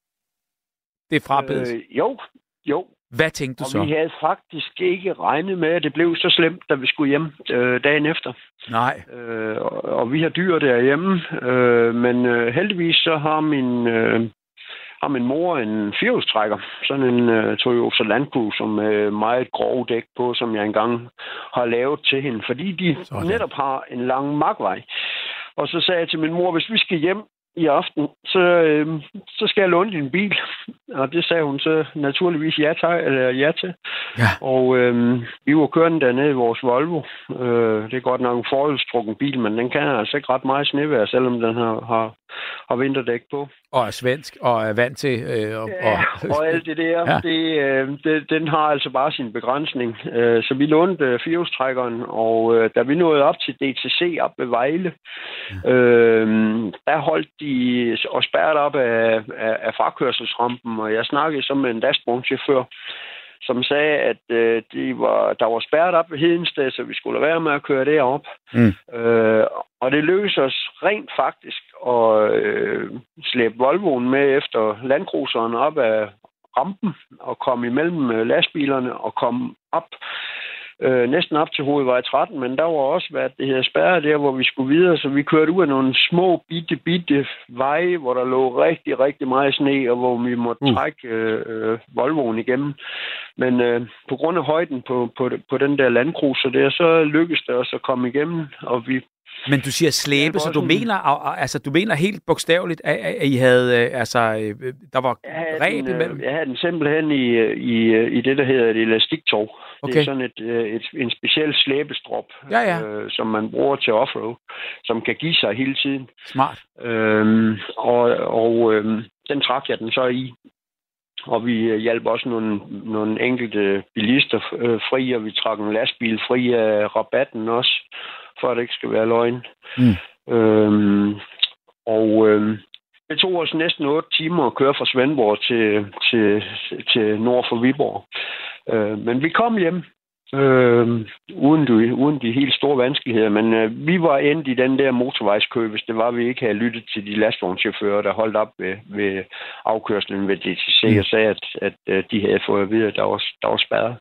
det er frabedes? Jo. Hvad tænkte du så? Og vi havde faktisk ikke regnet med, at det blev så slemt, da vi skulle hjem dagen efter. Nej. Og vi har dyr derhjemme, men heldigvis så har min mor en firehjulstrækker. Sådan en Toyota Land Cruiser med meget grove dæk på, som jeg engang har lavet til hende, fordi de netop har en lang markvej. Og så sagde jeg til min mor, hvis vi skal hjem i aften, så skal jeg låne din bil. Og det sagde hun så naturligvis ja til. Ja. Og vi var kørende dernede i vores Volvo. Det er godt nok en forhjulstrukken bil, men den kan altså ikke ret meget snevejr, selvom den har vinterdæk på. Og er svensk, og er vant til... og alt det der. Ja. Den har altså bare sin begrænsning. Så vi lånte firehjulstrækkeren, og da vi nåede op til DTC op ved Vejle, der holdt de og spærret op af frakørselsrampen, og jeg snakkede så med en lastvognschauffør, som sagde, at der var spærret op ved Hedensted, så vi skulle lade være med at køre derop. Og det lykkedes os rent faktisk at slæbe Volvoen med efter landcruiseren op af rampen og komme imellem lastbilerne og komme op næsten op til hovedvej 13, men der var også været det her spærre der, hvor vi skulle videre, så vi kørte ud af nogle små, bitte veje, hvor der lå rigtig, rigtig meget sne, og hvor vi måtte trække Volvoen igennem. Men på grund af højden på den der landcruiser der, så lykkedes det os at komme igennem, og vi... Men du siger slæbe, så du mener helt bogstaveligt, at I havde, der var ræb imellem? Jeg havde den simpelthen i det, der hedder et elastiktog. Okay. Det er sådan en speciel slæbestrop, som man bruger til offroad, som kan give sig hele tiden. Smart. Den trak jeg den så i. Og vi hjalp også nogle enkelte bilister fri, og vi trak en lastbil fri af rabatten også, for at det ikke skal være løgn. Det tog os næsten 8 timer at køre fra Svendborg til nord for Viborg. Men vi kom hjem uden de helt store vanskeligheder, men vi var endt i den der motorvejskø, hvis det var, vi ikke havde lyttet til de lastvognschauffører, der holdt op ved afkørslen ved DTC og sagde, at de havde fået at vide, at der var spærret.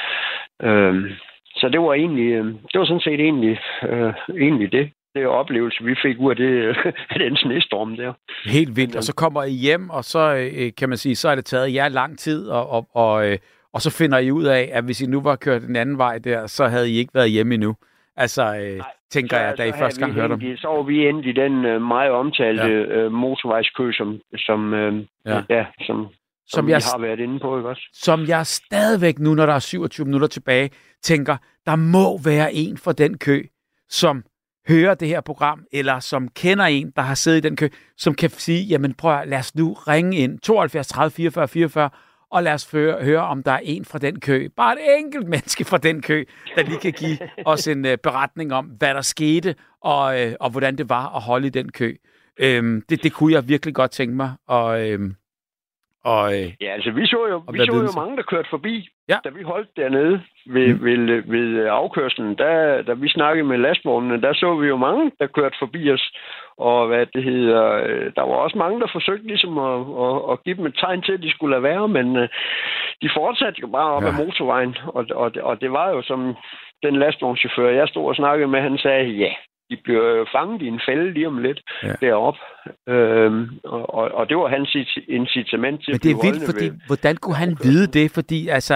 Så det var sådan set egentlig det oplevelse, vi fik ud af den snestorm der. Helt vildt. Og så kommer I hjem, og så kan man sige, så er det taget jer lang tid, og så finder I ud af, at hvis I nu var kørt den anden vej der, så havde I ikke været hjemme endnu. Tænker jeg, da I første gang hørte om. Så var vi endt i den meget omtalte motorvejskø, som vi har været inde på, ikke også? Som jeg stadigvæk nu, når der er 27 minutter tilbage, tænker, der må være en fra den kø, som hører det her program, eller som kender en, der har siddet i den kø, som kan sige, jamen prøv at lad os nu ringe ind 72 30 44 44, og lad os høre, om der er en fra den kø. Bare et enkelt menneske fra den kø, der lige kan give os en beretning om, hvad der skete, og hvordan det var at holde i den kø. Det kunne jeg virkelig godt tænke mig. Ja, altså vi så jo mange, der kørte forbi, da vi holdt dernede ved afkørslen. Da vi snakkede med lastvognene, der så vi jo mange, der kørte forbi os. Og der var også mange, der forsøgte ligesom at give dem et tegn til, at de skulle lade være, men de fortsatte jo bare op ad motorvejen. Og det var jo som den lastvognschauffør, jeg stod og snakkede med, han sagde, ja, de bliver fanget i en fælde lige om lidt deroppe. Og det var hans incitament til. Men det er vildt, fordi hvordan kunne han vide det? Fordi altså,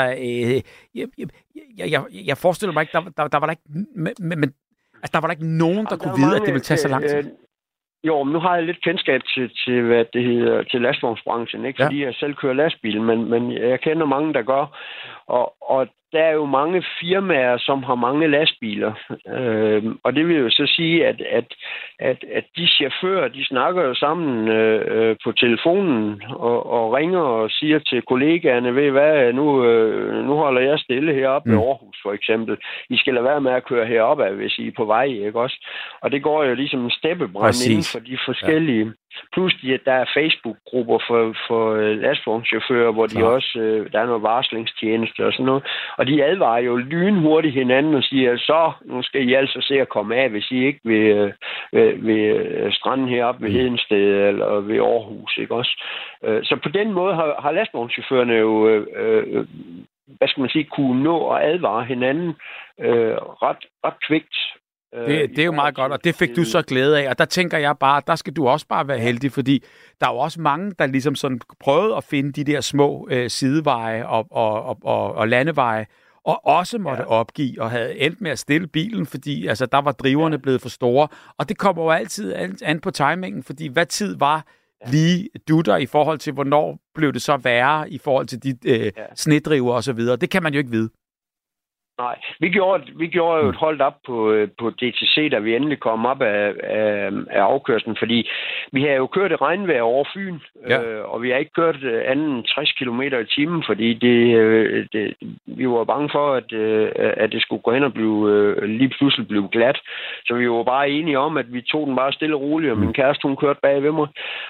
jeg forestiller mig ikke, der var der ikke, men altså, der var der ikke nogen, der kunne vide, at det ville tage så lang tid. Jo, men nu har jeg lidt kendskab til hvad det hedder, til lastvognsbranchen, ikke? Fordi jeg selv kører lastbil, men jeg kender mange, der gør. Og der er jo mange firmaer, som har mange lastbiler. Og det vil jo så sige, at de chauffører, de snakker jo sammen på telefonen og ringer og siger til kollegaerne, ved I hvad, nu holder jeg stille heroppe ved Aarhus for eksempel. I skal lade være med at køre heroppe, hvis I er på vej, ikke også? Og det går jo ligesom en steppebrand inden for de forskellige... Ja. Plus, der er Facebook-grupper for lastvognschauffører, hvor de også, der er noget varslingstjeneste og sådan noget. Og de advarer jo lynhurtigt hinanden og siger, så nu skal I altså se at komme af, hvis I ikke ved stranden heroppe ved Hedensted eller ved Aarhus, ikke også? Så på den måde har lastvognschaufførerne jo, hvad skal man sige, kunne nå at advare hinanden ret kvikt. Det er jo meget godt, og det fik du så glæde af. Og der tænker jeg bare, der skal du også bare være heldig, fordi der er jo også mange, der ligesom sådan prøvede at finde de der små sideveje og landeveje, og også måtte opgive og havde endt med at stille bilen, fordi altså, der var driverne blevet for store. Og det kommer jo altid an på timingen, fordi hvad tid var lige dutter i forhold til, hvornår blev det så værre i forhold til de snedriver og så videre. Det kan man jo ikke vide. Nej, vi gjorde jo et hold op på DTC, da vi endelig kom op af afkørslen, fordi vi har jo kørt i regnvejr over Fyn, og vi har ikke kørt anden 60 km i timen, fordi vi var bange for, at det skulle gå hen og lige pludselig blive glat. Så vi var bare enige om, at vi tog den bare stille og roligt, og min kæreste, hun kørte bag ved mig.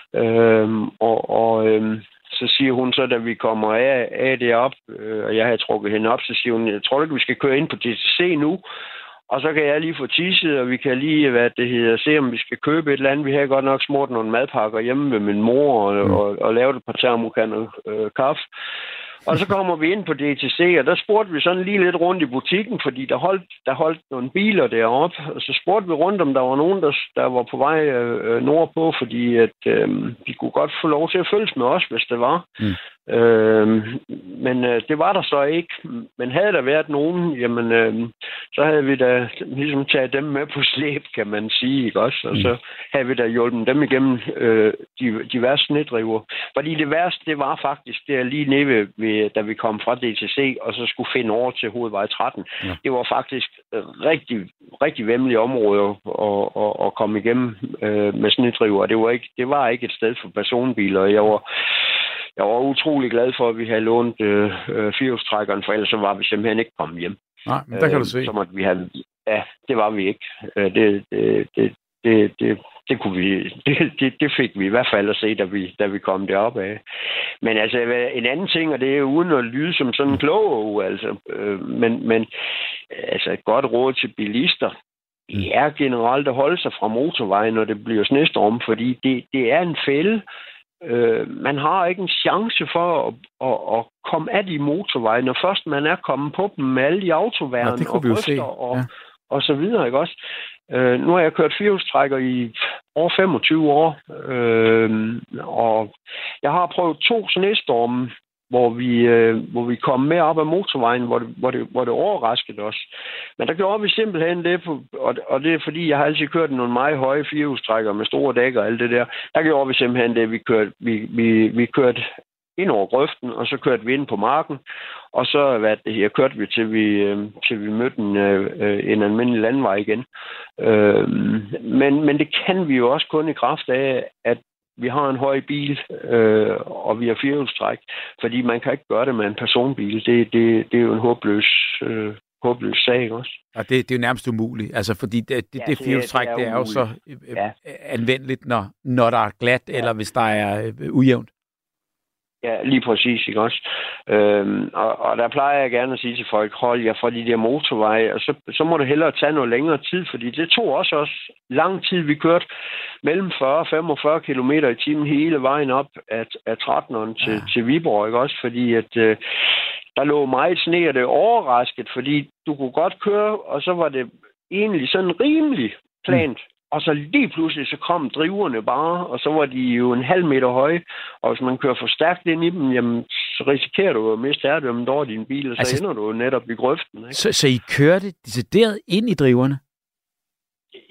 Så siger hun så, da vi kommer af det op, og jeg har trukket hende op, så siger hun, jeg tror ikke, vi skal køre ind på DTC nu, og så kan jeg lige få tisset, og vi kan lige, se om vi skal købe et eller andet. Vi har godt nok smurt nogle madpakker hjemme med min mor, og lavet et par termokanner kaffe. Og så kommer vi ind på DTC, og der spurgte vi sådan lige lidt rundt i butikken, fordi der holdt nogle biler deroppe, og så spurgte vi rundt, om der var nogen, der var på vej nordpå, fordi at de kunne godt få lov til at følges med os, hvis det var. Men det var der så ikke. Men havde der været nogen, jamen, så havde vi da ligesom taget dem med på slæb, kan man sige, ikke også? Og så havde vi da hjulpet dem igennem de værste snedriver. Fordi det værste, det var faktisk det lige nede ved, da vi kom fra DTC, og så skulle finde over til hovedvej 13. Ja. Det var faktisk rigtig, rigtig væmmelige områder at komme igennem med snedriver. Det var ikke et sted for personbiler. Jeg var utrolig glad for, at vi havde lånt firehjulstrækkeren, for ellers så var vi simpelthen ikke kommet hjem. Nej, men der kan du se. Så måtte vi have... Ja, det var vi ikke. Det kunne vi... Det fik vi i hvert fald at se, da vi kom derop af. Men altså, en anden ting, og det er jo uden at lyde som sådan en klog, altså, men altså et godt råd til bilister, det er generelt at holde sig fra motorvejen, når det bliver snestorm, fordi det er en fælde. Man har ikke en chance for at komme af de motorveje, når først man er kommet på dem med alle de autoværn og grøfter og så videre, ikke også? Nu har jeg kørt firehjulstrækker i over 25 år, og jeg har prøvet 2 snestorme, hvor vi kom med op ad motorvejen, hvor det overraskede os. Men der gjorde vi simpelthen det, og det er fordi, jeg har altid kørt nogle meget høje firehjulstrækker med store dæk og alt det der. Der gjorde vi simpelthen det, vi kørte ind over grøften, og så kørte vi ind på marken, og så kørte vi til vi mødte en almindelig landvej igen. Men det kan vi jo også kun i kraft af, at vi har en høj bil, og vi har firehjulstræk, fordi man kan ikke gøre det med en personbil. Det er jo en håbløs sag også. Og det er jo nærmest umuligt, altså fordi det firehjulstræk, det er jo så anvendeligt, når der er glat, eller hvis der er ujævnt. Ja, lige præcis, ikke også? Og der plejer jeg gerne at sige til folk, hold jer fra de der motorveje, og så må det hellere tage noget længere tid, fordi det tog også lang tid. Vi kørte mellem 40 og 45 km i timen hele vejen op af 13'eren til Viborg, ikke også? Fordi at der lå meget sne, og det overrasket, fordi du kunne godt køre, og så var det egentlig sådan rimelig plant. Og så lige pludselig, så kom driverne bare, og så var de jo en halv meter høje. Og hvis man kører for stærkt ind i dem, jamen, så risikerer du at miste herredømmet over din bil, og så ender du netop i grøften. Ikke? Så I kørte decideret ind i driverne?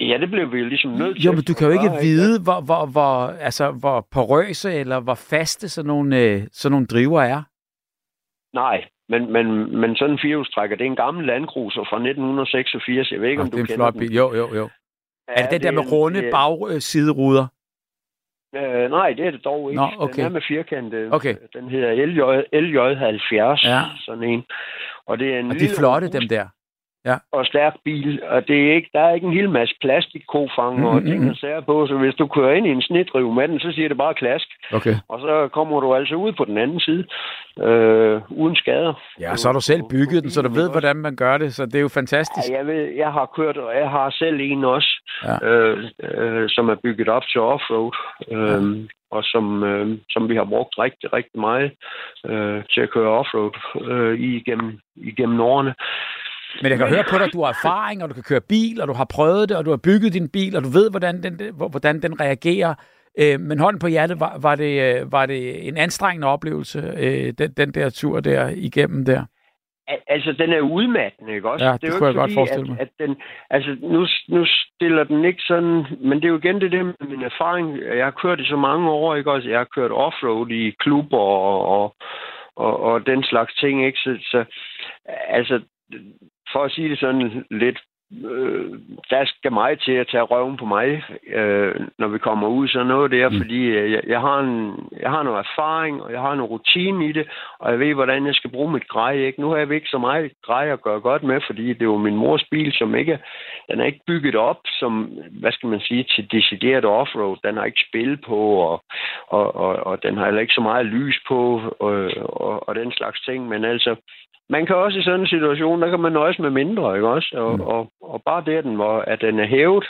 Ja, det blev vi jo ligesom nødt til. Jo, men du kan jo ikke vide, hvor porøse eller hvor faste sådan nogle driver er. Nej, men sådan en firehjulstrækker, det er en gammel Landcruiser fra 1986. Jeg ved ikke, om du kender den. Det er en flot bil. Jo. Er det der med runde bagsideruder? Nej, det er det dog ikke. Okay. Den er med firkante. Okay. Den hedder LJ70, sådan en. Og det er en de er flotte, dem der. Ja. Og stærk bil, og der er ikke en hel masse plastikkofanger og ting og sager på, så hvis du kører ind i en snedrive med den, så siger det bare klask. Okay. Og så kommer du altså ud på den anden side, uden skader. Ja, så har du selv bygget den, så du ved, hvordan man gør det, så det er jo fantastisk. Ja, jeg har kørt, og jeg har selv en også, som er bygget op til offroad, og som vi har brugt rigtig, rigtig meget til at køre offroad igennem årene. Men jeg kan høre på dig, at du har erfaring, og du kan køre bil, og du har prøvet det, og du har bygget din bil, og du ved, hvordan den reagerer. Men hånden på hjertet, var det en anstrengende oplevelse, den der tur der igennem der? Altså, den er udmattende, ikke også? Ja, det kunne jeg godt forestille mig. At den, altså, nu stiller den ikke sådan... Men det er jo igen det der med min erfaring. Jeg har kørt i så mange år, ikke også? Jeg har kørt offroad i klubber og den slags ting, ikke? Så altså... For at sige det sådan lidt, der skal meget til at tage røven på mig, når vi kommer ud sådan noget der, fordi jeg har noget erfaring, og jeg har noget rutine i det, og jeg ved, hvordan jeg skal bruge mit grej, ikke? Nu har jeg ikke så meget grej at gøre godt med, fordi det er jo min mors bil, som den er ikke bygget op som, hvad skal man sige, til decideret offroad. Den har ikke spil på, og den har heller ikke så meget lys på, og den slags ting, men altså, man kan også i sådan en situation, der kan man nøjes med mindre, ikke også? Og bare det, at den er hævet,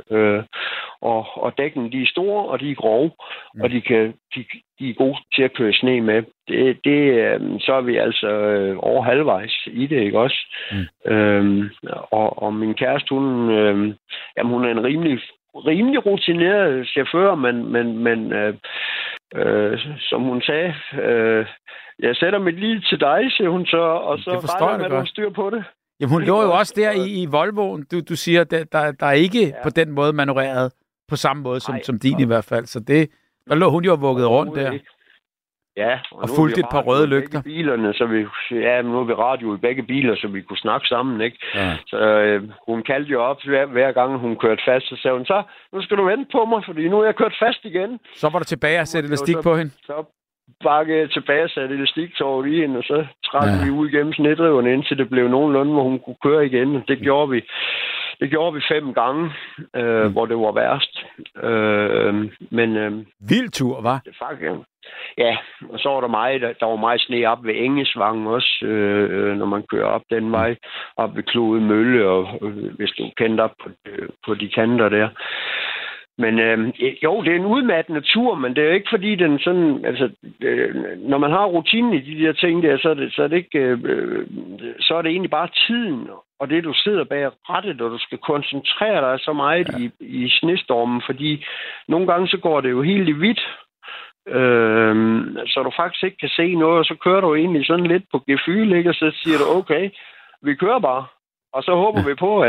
og dækken, de er store, og de er grove, og de er gode til at køre sne med. Så er vi altså over halvvejs i det, ikke også? Og min kæreste, hun er en rimelig rutineret chauffør, men som hun sagde, jeg sætter mit liv til dig, siger hun så, og så regner med, at hun styr på det. Jamen, hun lå jo også der i Volvoen. Du siger, at der er ikke på den måde manøvreret på samme måde som din i hvert fald. Så der lå hun jo vugget rundt der. Ja, og fulgte et par røde lygter. Bilerne, så nu har vi radio i begge biler, så vi kunne snakke sammen, ikke? Ja. Så hun kaldte jo op hver gang, hun kørte fast, så sagde hun, så nu skal du vente på mig, fordi nu er jeg kørt fast igen. Så var der tilbage at sætte elastik på hende? Så bakke tilbage og satte elastiktåret i hende, og så trætte vi ud igennem snedriverne, indtil det blev nogenlunde, hvor hun kunne køre igen. Og det gjorde vi. Det gjorde vi 5 gange, hvor det var værst. Vild tur, hva'? Det faktisk, ja, og så var der var meget sne op ved Engesvang også, når man kører op den vej, op ved Klode Mølle, og hvis du kendte op på de kanter der. Men jo, det er en udmattende tur, men det er ikke fordi den sådan, altså, når man har rutinen i de der ting der, så er det egentlig bare tiden, og det du sidder bag rattet, og du skal koncentrere dig så meget i snestormen, fordi nogle gange så går det jo helt i hvidt, så du faktisk ikke kan se noget, og så kører du egentlig sådan lidt på gefyl, ikke? Og så siger du, okay, vi kører bare. Og så håber vi på,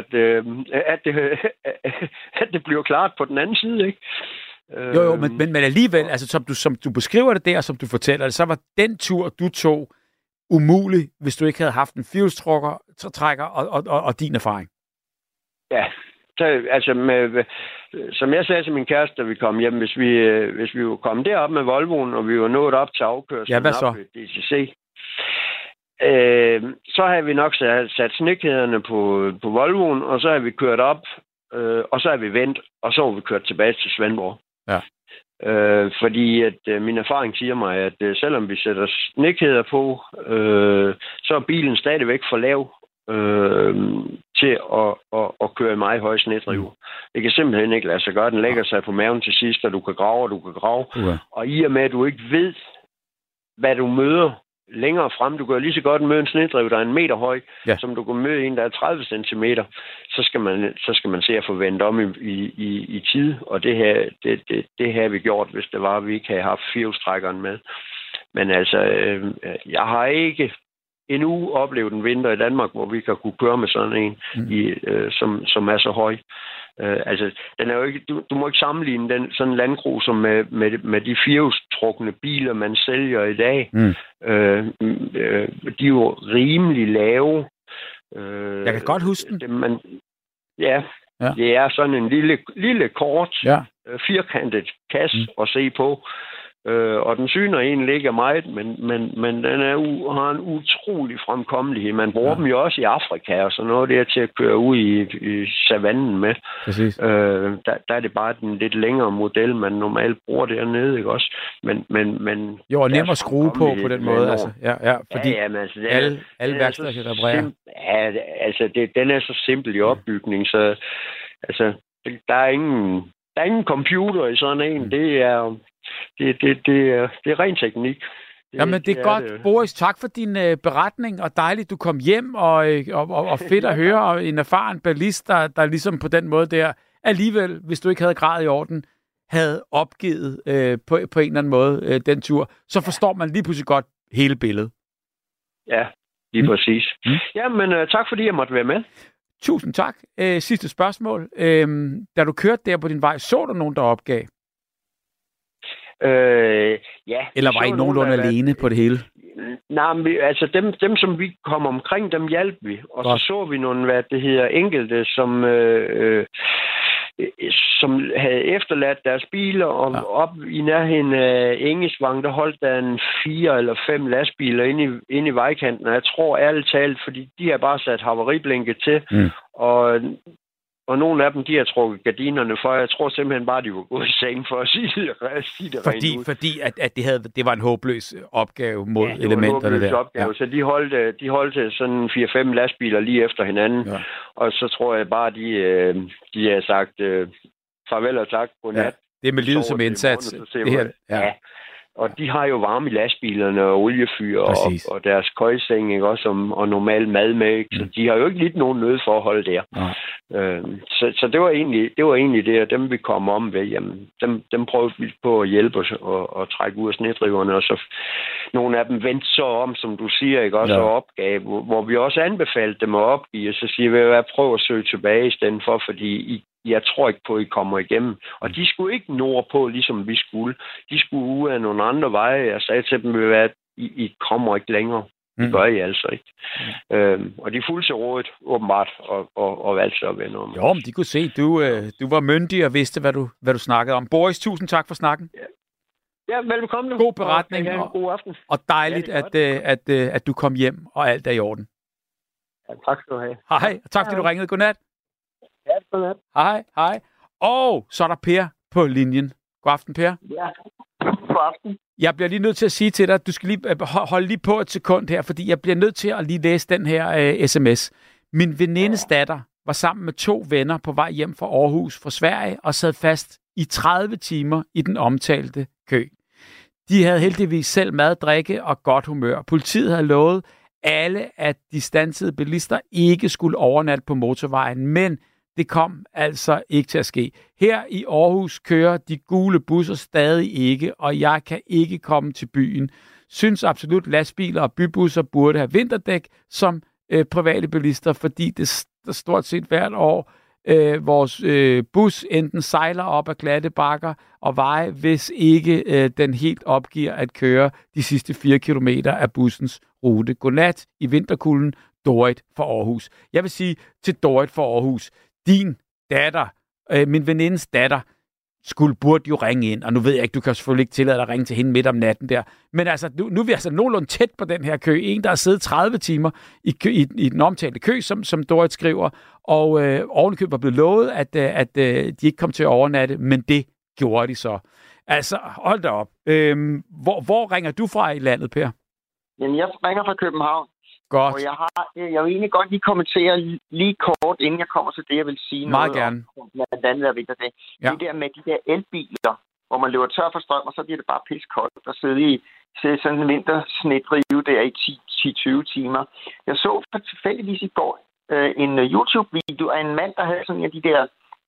at det bliver klart på den anden side, ikke? Jo, men alligevel, altså som du beskriver det der, som du fortæller det, så var den tur, du tog, umulig, hvis du ikke havde haft en firehjulstrækker og din erfaring. Ja, så, altså som jeg sagde til min kæreste, da vi kom hjem, hvis vi var kommet derop med Volvoen, og vi var nået op til afkørslen op ved DCC, så havde vi nok sat snekæderne på Volvoen, og så har vi kørt op, og så har vi vendt, og så har vi kørt tilbage til Svendborg. Ja. Fordi at min erfaring siger mig, at selvom vi sætter snekæder på, så er bilen stadigvæk for lav til at køre i meget høje snedrive. Det kan simpelthen ikke lade sig gøre. Den lægger sig på maven til sidst, og du kan grave. Og i og med, at du ikke ved, hvad du møder længere frem, du kan lige så godt møde en snedrive, der er 1 meter høj, som du kan møde en, der er 30 centimeter, så skal man se at forvente om i tid, og det her vi gjort, hvis det var, at vi ikke havde haft firehjulstrækkeren med. Men altså, jeg har ikke endnu oplevet en vinter i Danmark, hvor vi kan kunne køre med sådan en, som er så høj. Altså, den er jo ikke, du må ikke sammenligne den sådan en landcruiser med de firehjulstrukne biler, man sælger i dag. De er jo rimelig lave. Jeg kan godt huske den. Ja, det er sådan en lille kort, firkantet kasse at se på. Og den syner egentlig ikke af meget, men den har en utrolig fremkommelighed. Man bruger dem jo også i Afrika og sådan noget der til at køre ud i savannen med. Der er det bare den lidt længere model, man normalt bruger dernede, ikke også? Men jo, og nem at skrue på den måde, altså. Fordi alle værksteder kan reparere. Ja, altså den er så simpel i opbygning, så altså der er ingen computer i sådan en. Det er ren teknik. Jamen, det er godt. Boris, tak for din beretning, og dejligt, du kom hjem, og fedt at høre en erfaren ballist, der ligesom på den måde der, alligevel, hvis du ikke havde grad i orden, havde opgivet på en eller anden måde den tur, så forstår man lige pludselig godt hele billedet. Ja, lige præcis. Jamen, tak fordi jeg måtte være med. Tusind tak. Sidste spørgsmål. Da du kørte der på din vej, så du nogen, der opgav? Ja. Eller var I nogenlunde alene på det hele? Nej, men altså dem som vi kom omkring, dem hjalp vi. Og så vi nogle, enkelte, som havde efterladt deres biler, og op i nærheden af Engesvang, der holdt der en 4 eller 5 lastbiler inde i vejkanten, og jeg tror ærligt talt, fordi de har bare sat havariblinket til, og nogle af dem, de har trukket gardinerne for. Jeg tror simpelthen bare, de var gået i seng for at sige det rent ud. Fordi at det var en håbløs opgave mod elementerne der. Opgave. Så de holdt sådan 4-5 lastbiler lige efter hinanden. Ja. Og så tror jeg bare, de har sagt farvel og tak, godnat. Ja, det er med livet som indsats. Det her, ja. Og de har jo varme i lastbilerne og oliefyr og deres køjeseng, ikke også, og normal mad med, ikke? Så de har jo ikke lidt nogen nødforhold der. Så det var egentlig det, at dem vi kom om ved, jamen, dem prøvede vi på at hjælpe os og trække ud af snedriverne, og så nogle af dem vendte så om, som du siger, ikke også, og opgav, hvor vi også anbefalede dem at opgive, så siger vi, prøv at søge tilbage i stedet for, fordi jeg tror ikke på, at I kommer igennem. Og de skulle ikke nordpå, ligesom vi skulle. De skulle ud af nogle andre veje. Jeg sagde til dem, at I kommer ikke længere. Det gør I altså ikke. Og de fulgte sig rådet, åbenbart, og valgte sig at vende om. Jo, men de kunne se, du var myndig og vidste, hvad du snakkede om. Boris, tusind tak for snakken. Ja, velbekomme. God beretning. Og god aften. Og dejligt, at du kom hjem, og alt er i orden. Ja, tak skal du have. Hej, og tak fordi du ringede. Godnat. Ja, godnat. Hej. Og så er der Per på linjen. God aften, Per. Ja, god aften. Jeg bliver lige nødt til at sige til dig, at du skal lige holde lige på et sekund her, fordi jeg bliver nødt til at lige læse den her sms. Min venindes datter var sammen med 2 venner på vej hjem fra Aarhus fra Sverige og sad fast i 30 timer i den omtalte kø. De havde heldigvis selv mad, drikke og godt humør. Politiet havde lovet alle, at de standsede bilister ikke skulle overnatte på motorvejen, men det kom altså ikke til at ske. Her i Aarhus kører de gule busser stadig ikke, og jeg kan ikke komme til byen. Synes absolut, lastbiler og bybusser burde have vinterdæk som private bilister, fordi det stort set hvert år vores bus enten sejler op ad glatte bakker og veje, hvis ikke den helt opgiver at køre de sidste 4 kilometer af bussens rute. Godnat i vinterkulden, Dorit for Aarhus. Jeg vil sige til Dorit for Aarhus, din datter, min venindes datter, burde jo ringe ind, og nu ved jeg ikke, du kan selvfølgelig ikke tillade dig at ringe til hende midt om natten der, men altså, nu er vi altså nogenlunde tæt på den her kø. En, der har siddet 30 timer i den omtalte kø, som Dorit skriver, og ovenikøbet var blevet lovet, at de ikke kom til at overnatte, men det gjorde de så. Altså, hold da op. Hvor ringer du fra i landet, Per? Jamen, jeg ringer fra København. Godt. Og jeg vil egentlig godt lige kommentere lige kort, inden jeg kommer til det, jeg vil sige meget noget gerne. om, blandt andet af vinterdæk. Ja. Det der med de der elbiler, hvor man løber tør for strøm, og så bliver det bare piskoldt og sidde i sådan en vintersnedrive der i 10-20 timer. Jeg så for tilfældigvis i går en YouTube-video af en mand, der havde sådan en af de der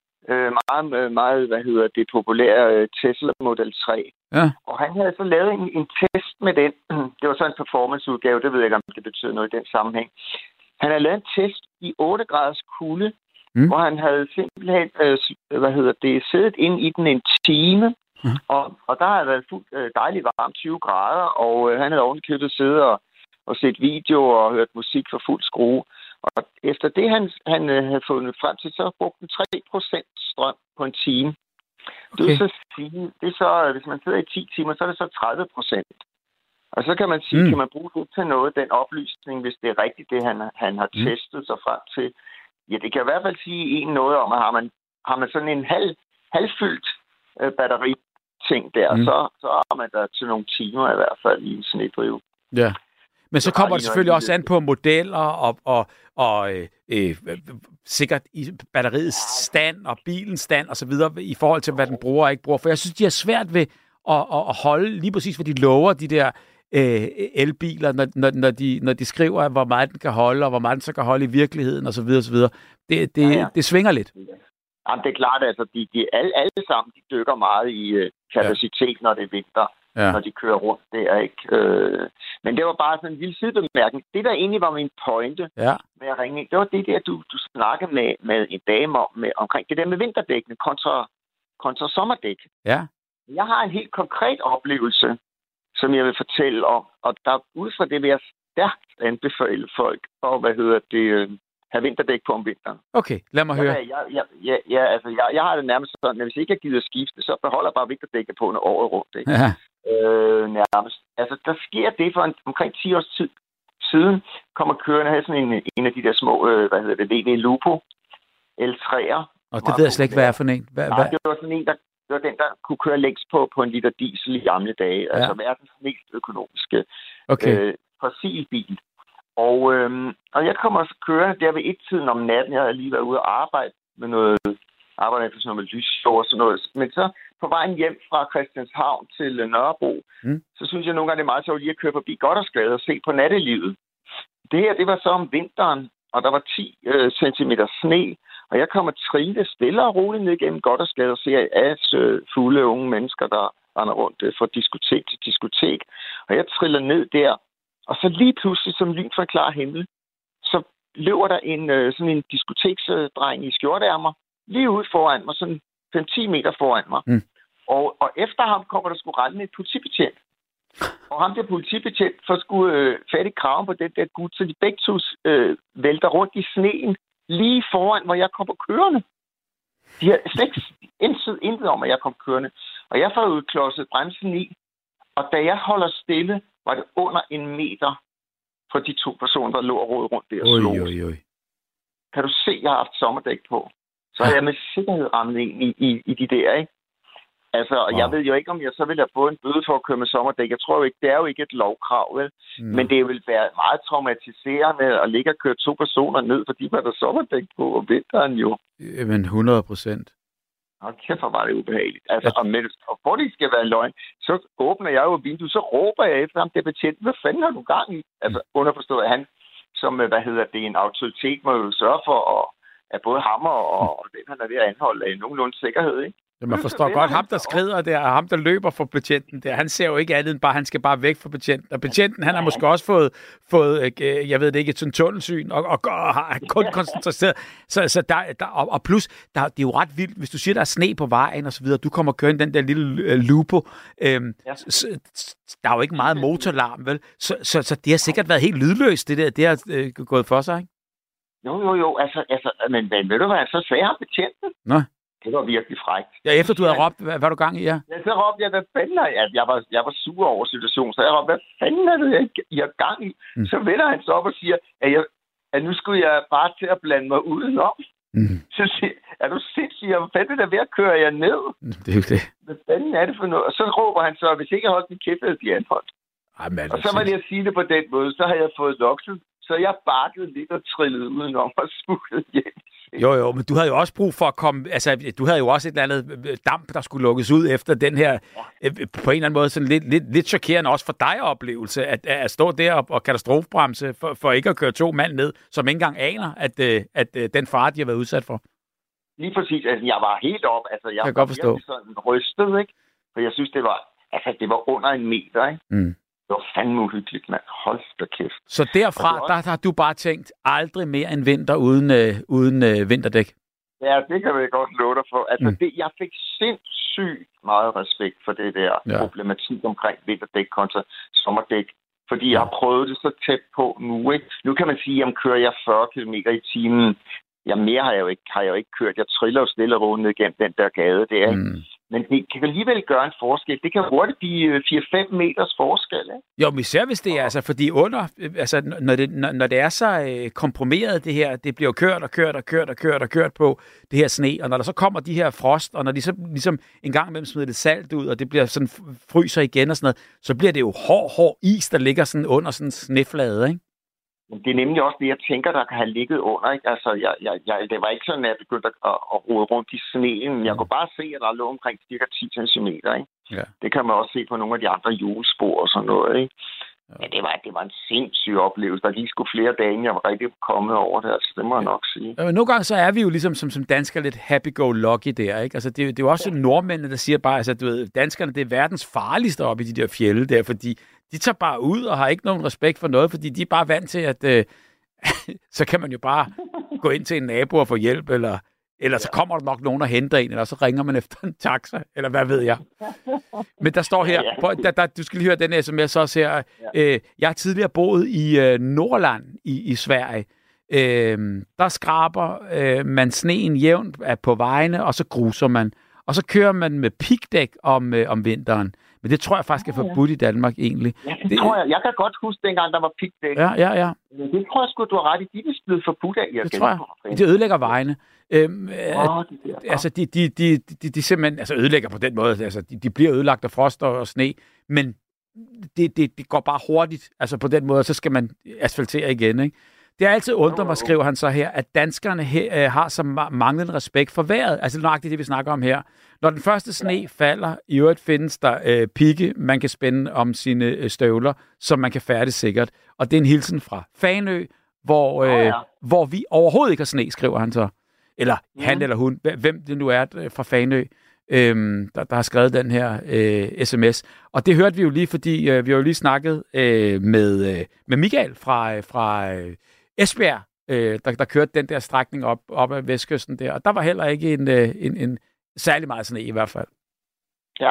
meget populære Tesla Model 3. Ja. Og han havde så lavet en test med den. Det var så en performanceudgave, det ved jeg ikke, om det betyder noget i den sammenhæng. Han havde lavet en test i 8 graders kulde hvor han havde simpelthen siddet inde i den en time, og der havde været fuldt dejligt varmt, 20 grader, og han havde ovenikøbet siddet og set videoer og hørt musik for fuld skrue. Og efter det, han havde fundet frem til, så brugte han 3% strøm på en time. Okay. Det vil så sige, hvis man sidder i 10 timer, så er det så 30%. Og så kan man sige, kan man bruge det til noget, den oplysning, hvis det er rigtigt, det han har testet sig frem til. Ja, det kan i hvert fald sige noget om, at har man sådan en halvfyldt batteriting der, så har man der til nogle timer i hvert fald i en snedrive. Ja. Men så kommer det selvfølgelig også an på modeller og sikkert i batteriets stand og bilens stand og så videre i forhold til, hvad den bruger og ikke bruger. For jeg synes, de har svært ved at holde lige præcis, hvad de lover, de der elbiler, når de skriver, hvor meget den kan holde, og hvor meget den så kan holde i virkeligheden og så videre og så videre. Det svinger lidt. Jamen, det er klart, altså, de alle sammen, de dykker meget i kapacitet, når det er vinter. Ja. Når de kører rundt der, ikke? Men det var bare sådan en lille sidebemærkning. Det, der egentlig var min pointe med at ringe ind, det var det der, du snakkede med en dame omkring det der med vinterdækkene kontra sommerdæk. Ja. Jeg har en helt konkret oplevelse, som jeg vil fortælle om, og der ud fra det vil jeg stærkt anbefale folk at have vinterdæk på om vinteren. Okay, lad mig høre. Jeg har det nærmest sådan, at hvis jeg ikke gider skifte, så beholder bare vinterdækket på året rundt. Ikke? Ja. Nærmest. Altså, der sker det for omkring 10 års tid siden, kommer kørende her sådan en af de der små, VW Lupo L3'er. Og det ved jeg slet ikke, hvad er for en. Nej, det var sådan en, det var den, der kunne køre længst på en liter diesel i gamle dage. Ja. Altså verdens mest økonomiske fossilbil. Og jeg kommer så kørende der ved 1-tiden om natten. Jeg havde lige været ude og arbejde efter sådan noget lysshow og sådan noget. Men så på vejen hjem fra Christianshavn til Nørrebro, så synes jeg nogle gange, det er meget sjovt lige at køre forbi Gothersgade og se på nattelivet. Det her, det var så om vinteren, og der var 10 centimeter sne, og jeg kommer trille stille og roligt ned gennem Gothersgade og ser fulde unge mennesker, der render rundt fra diskotek til diskotek. Og jeg triller ned der, og så lige pludselig, som lyn fra klar himmel, så løber der sådan en diskoteksdreng i skjorteærmer lige ude foran mig, sådan 5-10 meter foran mig. Og efter ham kommer der sgu rende et politibetjent. Og ham der politibetjent får sgu fat i kraven på den der gut, så de begge to vælter rundt i sneen lige foran, hvor jeg kommer kørende. De har slet ikke intet om, at jeg kom kørende. Og jeg får udklodset bremsen i, og da jeg holder stille, var det under 1 meter for de 2 personer, der lå og rode rundt der og slog. Kan du se, at jeg har haft sommerdæk på? Så har jeg med sikkerhed rammet ind i de der, ikke? Altså, jeg ved jo ikke, om jeg så vil have fået en bøde for at køre med sommerdæk. Jeg tror jo ikke, det er jo ikke et lovkrav, vel? Men det vil være meget traumatiserende at ligge og køre 2 personer ned, fordi man har sommerdæk på om vinteren jo. Men 100%. Og kæft, hvor var det ubehageligt. Altså, og hvor det skal være løgn, så åbner jeg jo vinduet, så råber jeg efter ham, det er betjent, hvad fanden har du gang i? Altså, underforstået, at han, som, det er en autoritet, må jo sørge for, at både ham og den, han er ved at anholde, er nogenlunde sikkerhed, ikke? Ja, man forstår godt, ham der skrider der, og ham der løber for betjenten der, han ser jo ikke andet end bare, han skal bare væk fra betjenten. Og betjenten, han har måske også fået jeg ved det ikke, et sådan tunnelsyn, og har kun koncentreret. Så og plus, det er jo ret vildt, hvis du siger, der er sne på vejen og så videre, du kommer og kører ind den der lille Lupo, der er jo ikke meget motorlarm, vel? Så det har sikkert været helt lydløst, det har gået for sig, ikke? Jo, altså, men ved du hvad, så sagde han betjenten. Nå. Det var virkelig frækt. Ja, efter du havde råbt, hvad var du gang i, ja? Ja, så råbte jeg, hvad fanden er jeg? Jeg var sur over situationen, så jeg råbte, hvad fanden er det, jeg har gang i? Så vender han så op og siger, at nu skulle jeg bare til at blande mig udenom. Så siger er du sindssygt? Hvad fanden er det ved at køre jeg ned? Det er jo det. Hvad fanden er det for noget? Og så råber han så, hvis ikke jeg holdt min kæft, havde de anholdt. Og så var det at sige det på den måde, så har jeg fået lokset. Så jeg bakkede lidt og trillede udenom og smuglede hjem. Jo, men du havde jo også brug for at komme... Altså, du havde jo også et eller andet damp, der skulle lukkes ud efter den her... på en eller anden måde sådan lidt chokerende også for dig oplevelse, at stå der og katastrofebremse for ikke at køre 2 mand ned, som ikke engang aner, at den fare, de har været udsat for. Lige præcis. Altså, jeg var helt op. Altså, jeg kan godt forstå. Sådan rystet, ikke? For jeg synes, det var under 1 meter, ikke? Det var fandme uhyggeligt, mand. Hold da kæft. Så derfra, der har du bare tænkt, aldrig mere en vinter uden vinterdæk? Ja, det kan jeg godt love dig for. Altså, jeg fik sindssygt meget respekt for det der problematik omkring vinterdæk kontra sommerdæk. Fordi jeg har prøvet det så tæt på nu, ikke? Nu kan man sige, at kører jeg 40 km i timen. Ja, mere har jeg jo ikke kørt. Jeg triller jo stille og roligt ned gennem den der gade der, ikke? Men det kan alligevel gøre en forskel. Det kan hurtigt blive 4-5 meters forskel, ikke? Jo, men især hvis det er, altså, fordi når det er så komprimeret, det her, det bliver jo kørt på det her sne, og når der så kommer de her frost, og når de så ligesom en gang imellem smider det salt ud, og det bliver sådan fryser igen og sådan noget, så bliver det jo hård is, der ligger sådan under sådan en sneflade, ikke? Men det er nemlig også det, jeg tænker, der kan have ligget under, ikke? Altså, det var ikke sådan, at jeg begyndte at rode rundt i sneen. Jeg kunne bare se, at der lå omkring cirka 10 cm, ikke? Ja. Det kan man også se på nogle af de andre julespor og sådan noget, ikke? Ja. Men det var en sindssyg oplevelse. Der gik sgu flere dage, jeg var rigtig kommet over det, altså, det må jeg nok sige. Ja, men nogle gange så er vi jo ligesom som danskere lidt happy-go-lucky der, ikke? Altså, det er jo også nordmændene, der siger bare, altså, du ved, danskerne, det er verdens farligste oppe i de der fjelde der, fordi de tager bare ud og har ikke nogen respekt for noget, fordi de er bare vant til, at så kan man jo bare gå ind til en nabo og få hjælp, eller så kommer der nok nogen og henter en, eller så ringer man efter en taxa, eller hvad ved jeg. Men der står her, du skal lige høre den sms også her. Jeg har tidligere boet i Nordland i Sverige. Der skraber man sneen jævnt på vejene, og så gruser man. Og så kører man med pigdæk om vinteren. Men det tror jeg faktisk er forbudt i Danmark egentlig. Ja, det tror jeg. Jeg kan godt huske dengang, der var pigdæk. Ja. Det tror jeg sgu, du har ret i. De er blevet forbudt af. Det tror jeg. De ødelægger vejene. Altså, de simpelthen ødelægger på den måde. Altså, de bliver ødelagt af frost og sne. Men det går bare hurtigt. Altså på den måde, så skal man asfaltere igen, ikke? Det er altid undret mig, skriver han så her, at danskerne har så manglende respekt for vejret. Altså nøjagtigt det, vi snakker om her. Når den første sne falder, i øvrigt findes der pigge, man kan spænde om sine støvler, så man kan færdes sikkert. Og det er en hilsen fra Fanø, hvor vi overhovedet ikke har sne, skriver han så. Eller han eller hun, hvem det nu er fra Fanø, der har skrevet den her sms. Og det hørte vi jo lige, fordi vi har jo lige snakket med Michael fra Esbjerg, der kørte den der strækning op ad vestkysten der, og der var heller ikke en særlig meget sne i hvert fald. Ja.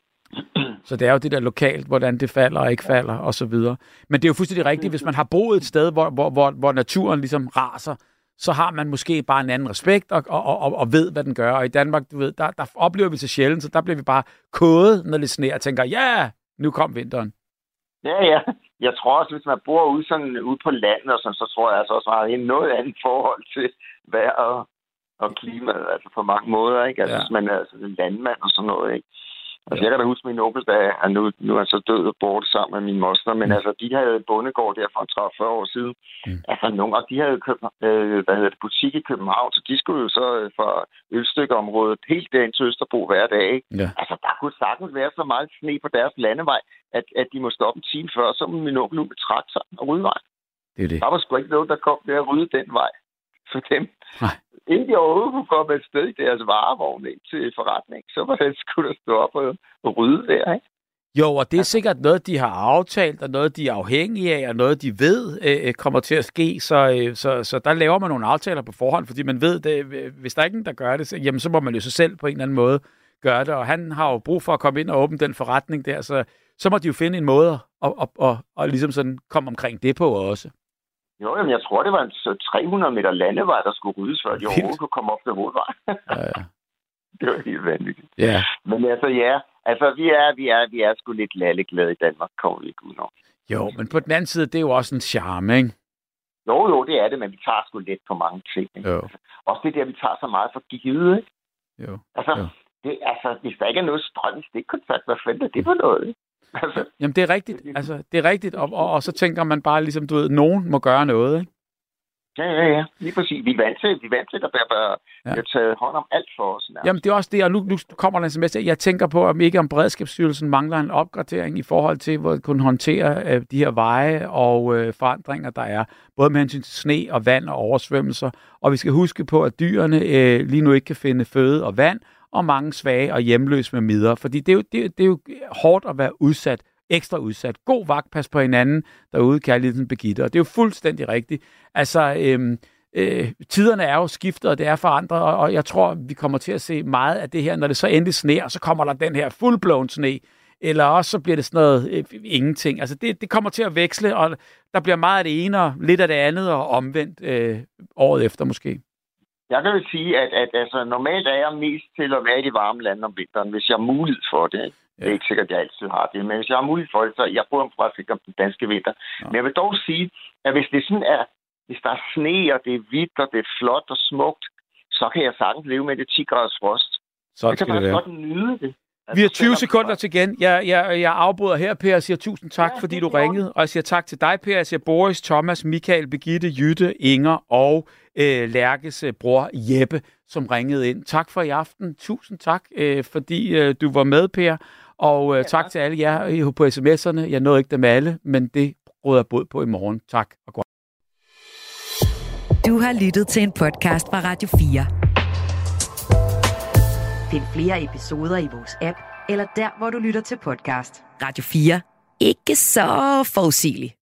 Så det er jo det der lokalt, hvordan det falder og ikke falder, og så videre. Men det er jo fuldstændig rigtigt, hvis man har boet et sted, hvor naturen ligesom raser, så har man måske bare en anden respekt og ved, hvad den gør. Og i Danmark, du ved, der oplever vi så sjældent, så der bliver vi bare kodet, når det sneer og tænker, ja, nu kom vinteren. Ja. Jeg tror også, hvis man bor ude på landet, og sådan, så tror jeg altså også, at man har noget andet forhold til vejret og klimaet, altså på mange måder, ikke? Altså, hvis man er en landmand og sådan noget, ikke? Altså, jeg kan da huske min onkeldag, at nu er han så død og borte sammen med min moster, men altså, de havde bondegård der for 30-40 år siden. Altså, nogle af de havde købt, butik i København, så de skulle jo så fra Ølstykkeområdet helt derind til Østerbro hver dag, ikke? Ja. Altså, der kunne sagtens være så meget sne på deres landevej, at de må stoppe en time før, så må min onkel nu betragte sig og rydde vej. Det er det. Der var sgu ikke noget, der kom der at rydde den vej for dem. Nej. Inden de overhovedet kunne komme et sted i deres varevogn ind til forretning, så var det skulle der stå op og rydde der, ikke? Jo, og det er sikkert noget, de har aftalt, og noget, de er afhængige af, og noget, de ved kommer til at ske. Så der laver man nogle aftaler på forhånd, fordi man ved, det, hvis der ikke er nogen, der gør det, jamen, så må man jo så selv på en eller anden måde gøre det. Og han har jo brug for at komme ind og åbne den forretning der, så må de jo finde en måde at ligesom sådan komme omkring det på også. Jo, jamen, jeg tror, det var en 300 meter landevej, der skulle ryddes, før de overhovedet kunne komme op til hovedvejen. Ja. Det var helt vanvittigt. Ja. Men altså, vi er sgu lidt lalleglade i Danmark, kommer vi ikke ud over. Jo, men på den anden side, det er jo også en charme, ikke? Jo, det er det, men vi tager sgu lidt på mange ting. Ikke? Jo. Også det der, vi tager så meget for givet, ikke? Jo. Altså, hvis der ikke er noget strøm i stikkontakt, hvad fanden er det for noget, ikke? Altså, jamen, det er rigtigt. Altså, det er rigtigt, og så tænker man bare ligesom, du ved, nogen må gøre noget, ikke? Ja. Lige præcis. Vi er vant til, at der bliver taget hånd om alt for os. Nærmest. Jamen, det er også det, og nu kommer der en sms. Jeg tænker på, om ikke om Beredskabsstyrelsen mangler en opgradering i forhold til, hvor at kunne håndtere de her veje og forandringer, der er. Både med hensyn til sne og vand og oversvømmelser. Og vi skal huske på, at dyrene lige nu ikke kan finde føde og vand, og mange svage og hjemløse med midler. Fordi det er jo hårdt at være udsat, ekstra udsat. God vagt, pas på hinanden derude, kærligheden Birgitte. Og det er jo fuldstændig rigtigt. Altså, tiderne er jo skiftet, og det er forandret, og jeg tror, vi kommer til at se meget af det her, når det så endelig sneer, og så kommer der den her full-blown sne, eller også så bliver det sådan noget ingenting. Altså det kommer til at veksle, og der bliver meget af det ene, og lidt af det andet, og omvendt året efter måske. Jeg kan jo sige, at altså, normalt er jeg mest til at være i de varme lande om vinteren, hvis jeg har mulighed for det. Ja. Det er ikke sikkert, at jeg altid har det, men hvis jeg har mulighed for det, så jeg prøver at om den danske vinter. Ja. Men jeg vil dog sige, at hvis det sådan er, hvis der er sne, og det er hvidt, og det er flot og smukt, så kan jeg sagtens leve med det 10 graders frost. Så skal det være. Jeg kan godt nyde det. Vi har 20 sekunder til igen. Jeg afbryder her, Per, og siger tusind tak, fordi du ringede. Og jeg siger tak til dig, Per. Jeg siger Boris, Thomas, Michael, Birgitte, Jytte, Inger og Lærkes bror Jeppe, som ringede ind. Tak for i aften. Tusind tak, fordi du var med, Per. Og tak til alle jer på sms'erne. Jeg nåede ikke dem alle, men det råder jeg bod på i morgen. Tak og godt. Du har lyttet til en podcast fra Radio 4. Find flere episoder i vores app, eller der, hvor du lytter til podcast. Radio 4. Ikke så forudsigeligt.